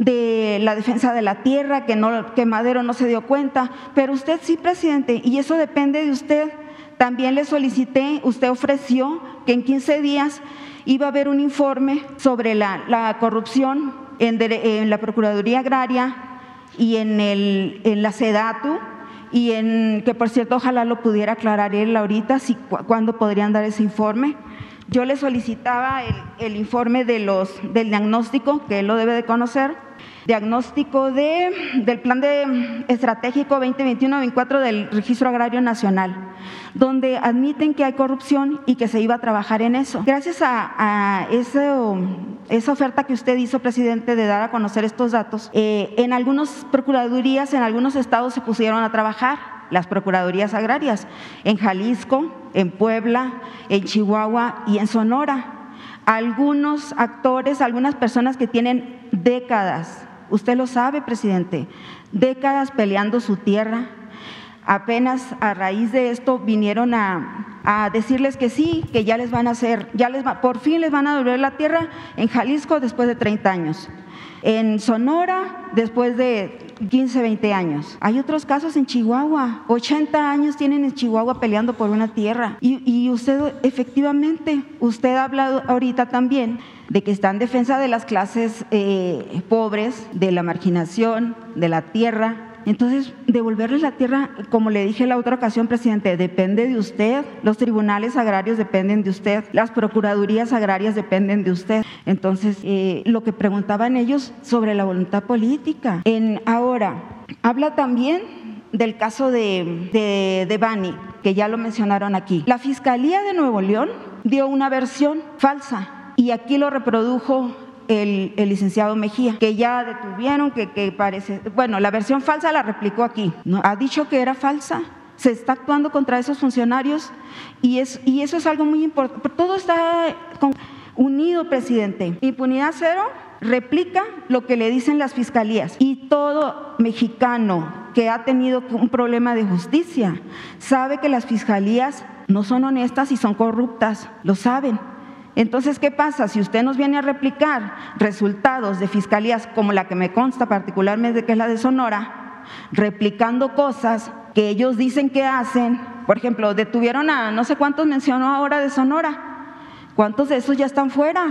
de la defensa de la tierra, que, no, que Madero no se dio cuenta, pero usted sí, presidente, y eso depende de usted. También le solicité, usted ofreció que en quince días iba a haber un informe sobre la, la corrupción en, de, en la Procuraduría Agraria y en, el, en la SEDATU, y en que por cierto ojalá lo pudiera aclarar él ahorita, si, cu cuándo podrían dar ese informe. Yo le solicitaba el, el informe de los, del diagnóstico, que él lo debe de conocer, diagnóstico de, del Plan de Estratégico veinte veintiuno veinticuatro del Registro Agrario Nacional, donde admiten que hay corrupción y que se iba a trabajar en eso. Gracias a, a eso, esa oferta que usted hizo, presidente, de dar a conocer estos datos, eh, en algunas procuradurías, en algunos estados se pusieron a trabajar las procuradurías agrarias, en Jalisco, en Puebla, en Chihuahua y en Sonora. Algunos actores, algunas personas que tienen décadas, usted lo sabe, presidente, décadas peleando su tierra, apenas a raíz de esto vinieron a, a decirles que sí, que ya les van a hacer, ya les va, por fin les van a devolver la tierra en Jalisco después de treinta años. En Sonora, después de quince, veinte años. Hay otros casos en Chihuahua, ochenta años tienen en Chihuahua peleando por una tierra. Y, y usted, efectivamente, usted ha hablado ahorita también de que está en defensa de las clases eh, pobres, de la marginación, de la tierra. Entonces, devolverles la tierra, como le dije la otra ocasión, presidente, depende de usted. Los tribunales agrarios dependen de usted. Las procuradurías agrarias dependen de usted. Entonces, eh, lo que preguntaban ellos sobre la voluntad política. En, ahora, habla también del caso de, de, de Bani, que ya lo mencionaron aquí. La Fiscalía de Nuevo León dio una versión falsa y aquí lo reprodujo El, el licenciado Mejía, que ya detuvieron, que, que parece, bueno, la versión falsa la replicó aquí, ¿no? Ha dicho que era falsa, se está actuando contra esos funcionarios y, es, y eso es algo muy importante. Todo está con, unido, presidente. Impunidad cero replica lo que le dicen las fiscalías y todo mexicano que ha tenido un problema de justicia sabe que las fiscalías no son honestas y son corruptas, lo saben. Entonces, ¿qué pasa? Si usted nos viene a replicar resultados de fiscalías como la que me consta particularmente, que es la de Sonora, replicando cosas que ellos dicen que hacen, por ejemplo, detuvieron a no sé cuántos mencionó ahora de Sonora, ¿cuántos de esos ya están fuera?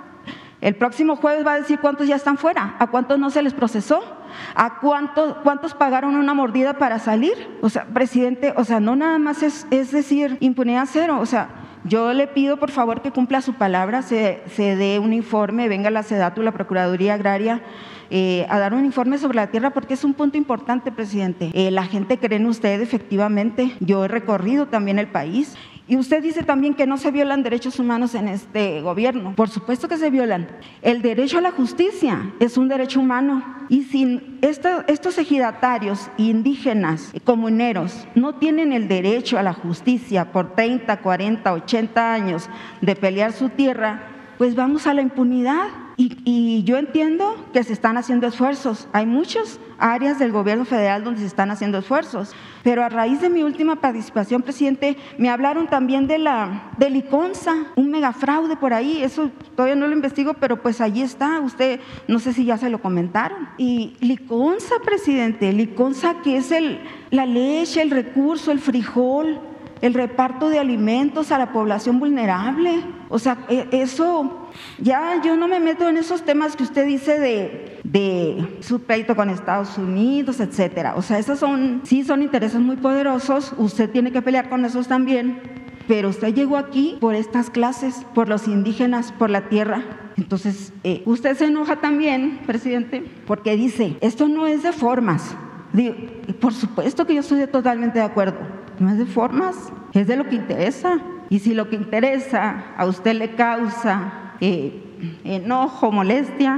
El próximo jueves va a decir cuántos ya están fuera, ¿a cuántos no se les procesó? ¿A cuántos, cuántos pagaron una mordida para salir? O sea, presidente, o sea, no nada más es, es decir impunidad cero, o sea, yo le pido por favor que cumpla su palabra, se, se dé un informe, venga la SEDATU, la Procuraduría Agraria, eh, a dar un informe sobre la tierra porque es un punto importante, presidente. Eh, la gente cree en usted, efectivamente, yo he recorrido también el país. Y usted dice también que no se violan derechos humanos en este gobierno. Por supuesto que se violan. El derecho a la justicia es un derecho humano. Y si esto, estos ejidatarios indígenas, comuneros, no tienen el derecho a la justicia por treinta, cuarenta, ochenta años de pelear su tierra, pues vamos a la impunidad. Y, y yo entiendo que se están haciendo esfuerzos. Hay muchas áreas del gobierno federal donde se están haciendo esfuerzos. Pero a raíz de mi última participación, presidente, me hablaron también de la del Liconza, un megafraude por ahí. Eso todavía no lo investigo, pero pues allí está. Usted, no sé si ya se lo comentaron. Y Liconza, presidente, Liconza, que es el, la leche, el recurso, el frijol, el reparto de alimentos a la población vulnerable. O sea, eso, ya yo no me meto en esos temas que usted dice de, de su pleito con Estados Unidos, etcétera. O sea, esos son, sí son intereses muy poderosos, usted tiene que pelear con esos también, pero usted llegó aquí por estas clases, por los indígenas, por la tierra. Entonces, eh, usted se enoja también, presidente, porque dice, esto no es de formas. Digo, por supuesto que yo estoy totalmente de acuerdo. No es de formas, es de lo que interesa. Y si lo que interesa a usted le causa eh, enojo, molestia,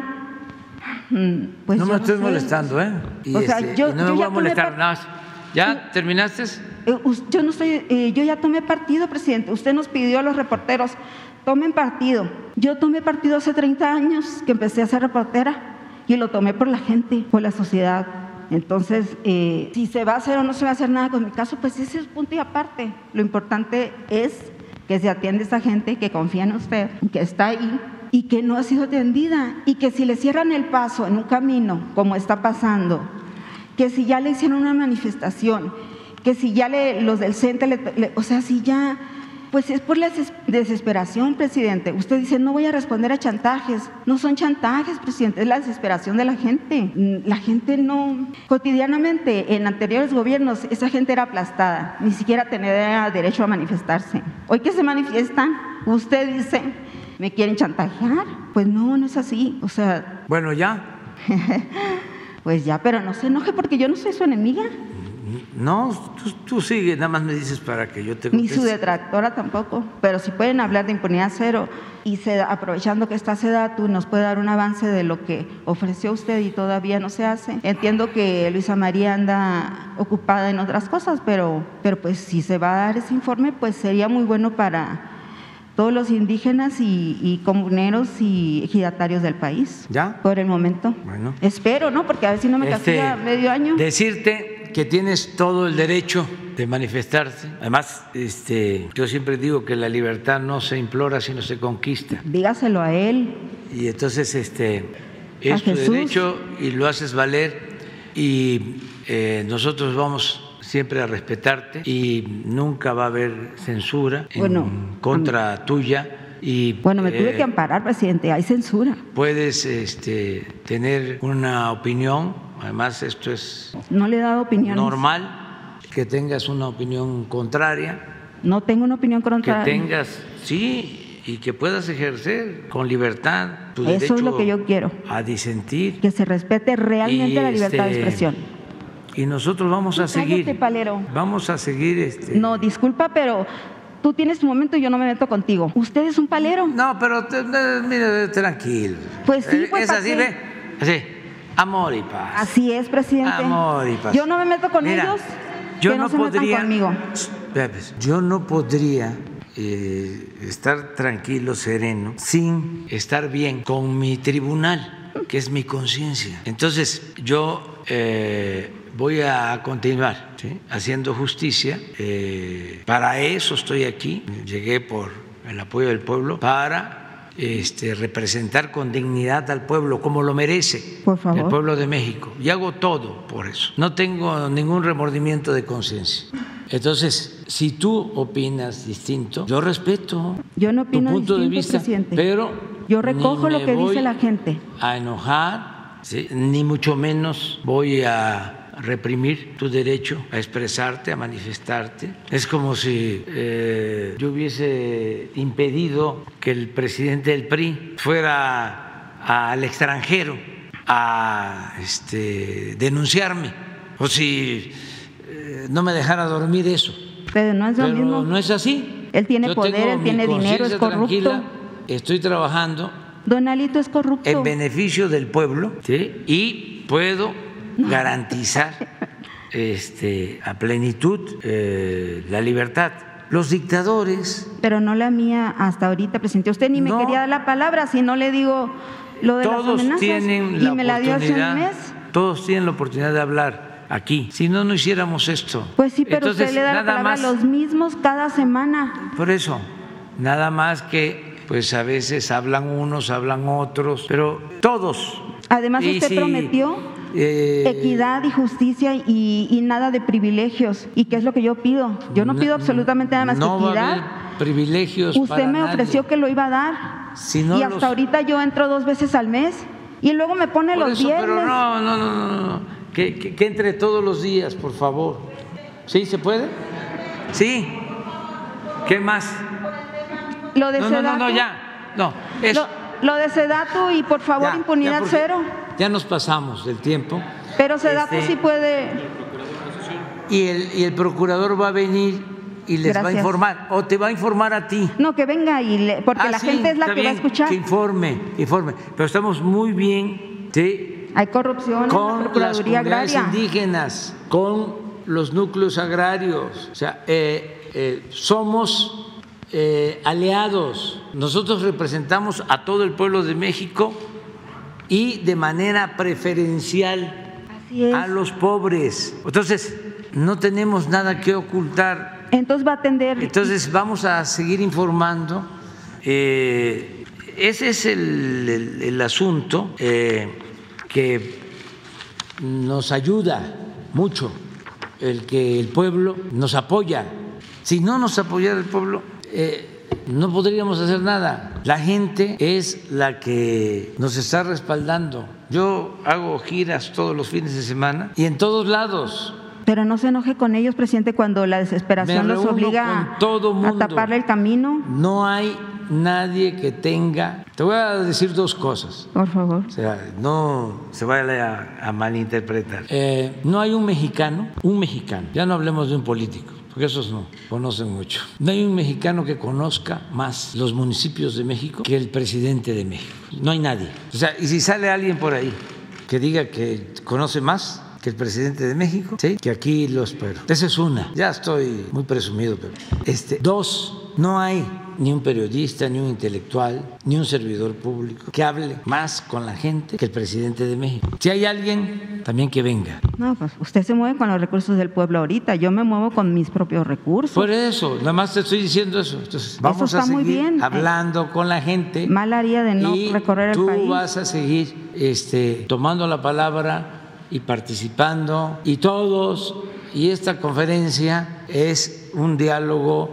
pues no me yo estoy no sé. molestando, ¿eh? Y O sea, este, yo, y no yo me voy ya a molestar tomé nada más. ¿Ya terminaste? Eh, yo no estoy, eh, yo ya tomé partido, presidente. Usted nos pidió a los reporteros, tomen partido. Yo tomé partido hace treinta años que empecé a ser reportera y lo tomé por la gente, por la sociedad. Entonces, eh, si se va a hacer o no se va a hacer nada con mi caso, pues ese es punto y aparte. Lo importante es que se atiende a esa gente que confía en usted, que está ahí y que no ha sido atendida, y que si le cierran el paso en un camino, como está pasando, que si ya le hicieron una manifestación, que si ya le, los del C E N T E, le, le, o sea, si ya, pues es por la desesperación, presidente. Usted dice, no voy a responder a chantajes. No son chantajes, presidente, es la desesperación de la gente. La gente no, cotidianamente, en anteriores gobiernos, esa gente era aplastada, ni siquiera tenía derecho a manifestarse. Hoy que se manifiestan, usted dice, ¿me quieren chantajear? Pues no, no es así, o sea… Bueno, ya. Pues ya, pero no se enoje porque yo no soy su enemiga. No, tú, tú sigue, nada más me dices para que yo te Ni conteste. su detractora tampoco, pero si pueden hablar de impunidad cero y se, aprovechando que está SEDATU nos puede dar un avance de lo que ofreció usted y todavía no se hace. Entiendo que Luisa María anda ocupada en otras cosas, pero, pero pues si se va a dar ese informe, pues sería muy bueno para todos los indígenas y, y comuneros y ejidatarios del país. ¿Ya? Por el momento. Bueno. Espero, ¿no? Porque a ver si no me Este, castiga medio año. Decirte que tienes todo el derecho de manifestarse. Además, este, yo siempre digo que la libertad no se implora, sino se conquista. Dígaselo a él. Y entonces este, es tu Jesús. derecho y lo haces valer, y eh, nosotros vamos siempre a respetarte y nunca va a haber censura en Bueno, contra tuya. Y, Bueno, me tuve eh, que amparar, presidente, hay censura. puedes este, tener una opinión, además esto es No le he dado opiniones. normal, que tengas una opinión contraria, No tengo una opinión que contraria. tengas, sí, y que puedas ejercer con libertad tu Eso derecho es lo que yo quiero. a disentir. Que se respete realmente Y, la libertad de este, expresión. Y nosotros vamos a Cállate, seguir, palero. vamos a seguir este. No, disculpa, pero tú tienes tu momento y yo no me meto contigo. Usted es un palero. No, pero te- te- mira, tranquilo. Pues sí, Eh, pues, es ¿para así, qué? ve, así, amor y paz. Así es, presidente. Amor y paz. Yo no me meto con Mira, ellos. yo que no, no se metan podría, conmigo. Espera, pues, yo no podría eh, estar tranquilo, sereno, sin estar bien con mi tribunal, que es mi conciencia. Entonces, yo eh, voy a continuar, ¿sí?, haciendo justicia. Eh, para eso estoy aquí. Llegué por el apoyo del pueblo para este, representar con dignidad al pueblo, como lo merece Por favor. el pueblo de México. Y hago todo por eso. No tengo ningún remordimiento de conciencia. Entonces, si tú opinas distinto, yo respeto Yo no opino tu punto de distinto, vista, presidente. pero Yo recojo ni lo me que voy dice la gente. a enojar, ¿sí?, ni mucho menos voy a reprimir tu derecho a expresarte, a manifestarte. Es como si eh, yo hubiese impedido que el presidente del P R I fuera al extranjero a este, denunciarme, o si eh, no me dejara dormir eso. Pero no es lo Pero mismo. no es así. Él tiene Yo poder, tengo él mi tiene dinero, es conciencia corrupto. tranquila, estoy trabajando Don Alito es corrupto. en beneficio del pueblo, ¿sí?, y puedo garantizar este, a plenitud eh, la libertad. Los dictadores… Pero no la mía hasta ahorita, presidente. Usted ni me No. quería dar la palabra, si no le digo lo de todos las amenazas tienen y la me la dio hace un oportunidad, mes. todos tienen la oportunidad de hablar aquí. Si no, no hiciéramos esto. Pues sí, pero Entonces, usted le da la nada palabra más, a los mismos cada semana. Por eso, nada más que pues a veces hablan unos, hablan otros, pero todos. Además, Y usted si, prometió eh, equidad y justicia y, y nada de privilegios. ¿Y qué es lo que yo pido? Yo no, No- pido absolutamente nada más no que va a equidad. haber privilegios Usted para me nadie. ofreció que lo iba a dar. Si no y hasta los- ahorita yo entro dos veces al mes y luego me pone Por los eso, viernes. pero no, no, no, no, no. Que, que, que entre todos los días, por favor. ¿Sí se puede? Sí. ¿Qué más? Lo de No, no, no, Sedatu, no, ya. No, es, Lo, lo de Sedatu y por favor ya, impunidad ya, porque cero. Ya nos pasamos del tiempo. Pero Sedatu Este, sí puede. Y el, y el procurador va a venir y les va a Gracias. informar. O te va a informar a ti. No, que venga y le, porque Ah, la sí, gente es la está que va a bien, escuchar. Que informe, informe. Pero estamos muy bien, ¿sí? Hay corrupción en la Con las Procuraduría comunidades Agraria. indígenas, con los núcleos agrarios. O sea, eh, eh, somos eh, aliados. Nosotros representamos a todo el pueblo de México y de manera preferencial Así es. a los pobres. Entonces, no tenemos nada que ocultar. Entonces va a atender. Entonces, vamos a seguir informando. Eh, ese es el, el- el asunto eh, que nos ayuda mucho, el que el pueblo nos apoya. Si no nos apoyara el pueblo, eh, no podríamos hacer nada. La gente es la que nos está respaldando. Yo hago giras todos los fines de semana y en todos lados. Pero no se enoje con ellos, presidente, cuando la desesperación Me los reúno obliga con todo a mundo. taparle el camino. No hay nadie que tenga. Te voy a decir dos cosas. Por favor. O sea, no se vaya a, a malinterpretar. Eh, no hay un mexicano, un mexicano, ya no hablemos de un político, porque esos no conocen mucho. No hay un mexicano que conozca más los municipios de México que el presidente de México. No hay nadie. O sea, y si sale alguien por ahí que diga que conoce más que el presidente de México, ¿sí? Que aquí lo espero. Esa es una. Ya estoy muy presumido, pero este. Dos, no hay ni un periodista, ni un intelectual, ni un servidor público que hable más con la gente que el presidente de México. Si hay alguien, también que venga. No, pues usted se mueve con los recursos del pueblo ahorita. Yo me muevo con mis propios recursos. Por eso, nada más te estoy diciendo eso. Entonces, vamos está a muy seguir bien. hablando con la gente. Mal haría de no y recorrer el tú país. vas a seguir este, tomando la palabra y participando, y todos, y esta conferencia es un diálogo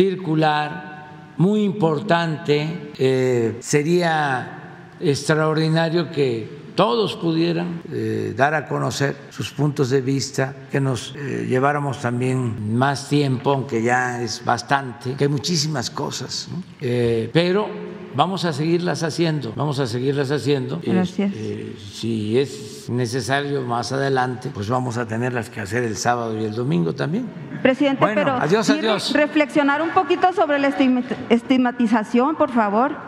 circular muy importante. Eh, sería extraordinario que todos pudieran eh, dar a conocer sus puntos de vista, que nos eh, lleváramos también más tiempo, aunque ya es bastante, que hay muchísimas cosas, ¿no? Eh, pero vamos a seguirlas haciendo, vamos a seguirlas haciendo. Gracias. Eh, si es necesario más adelante, pues vamos a tenerlas que hacer el sábado y el domingo también. Presidente, Bueno, pero adiós, sí adiós. reflexionar un poquito sobre la estigma- estigmatización, por favor.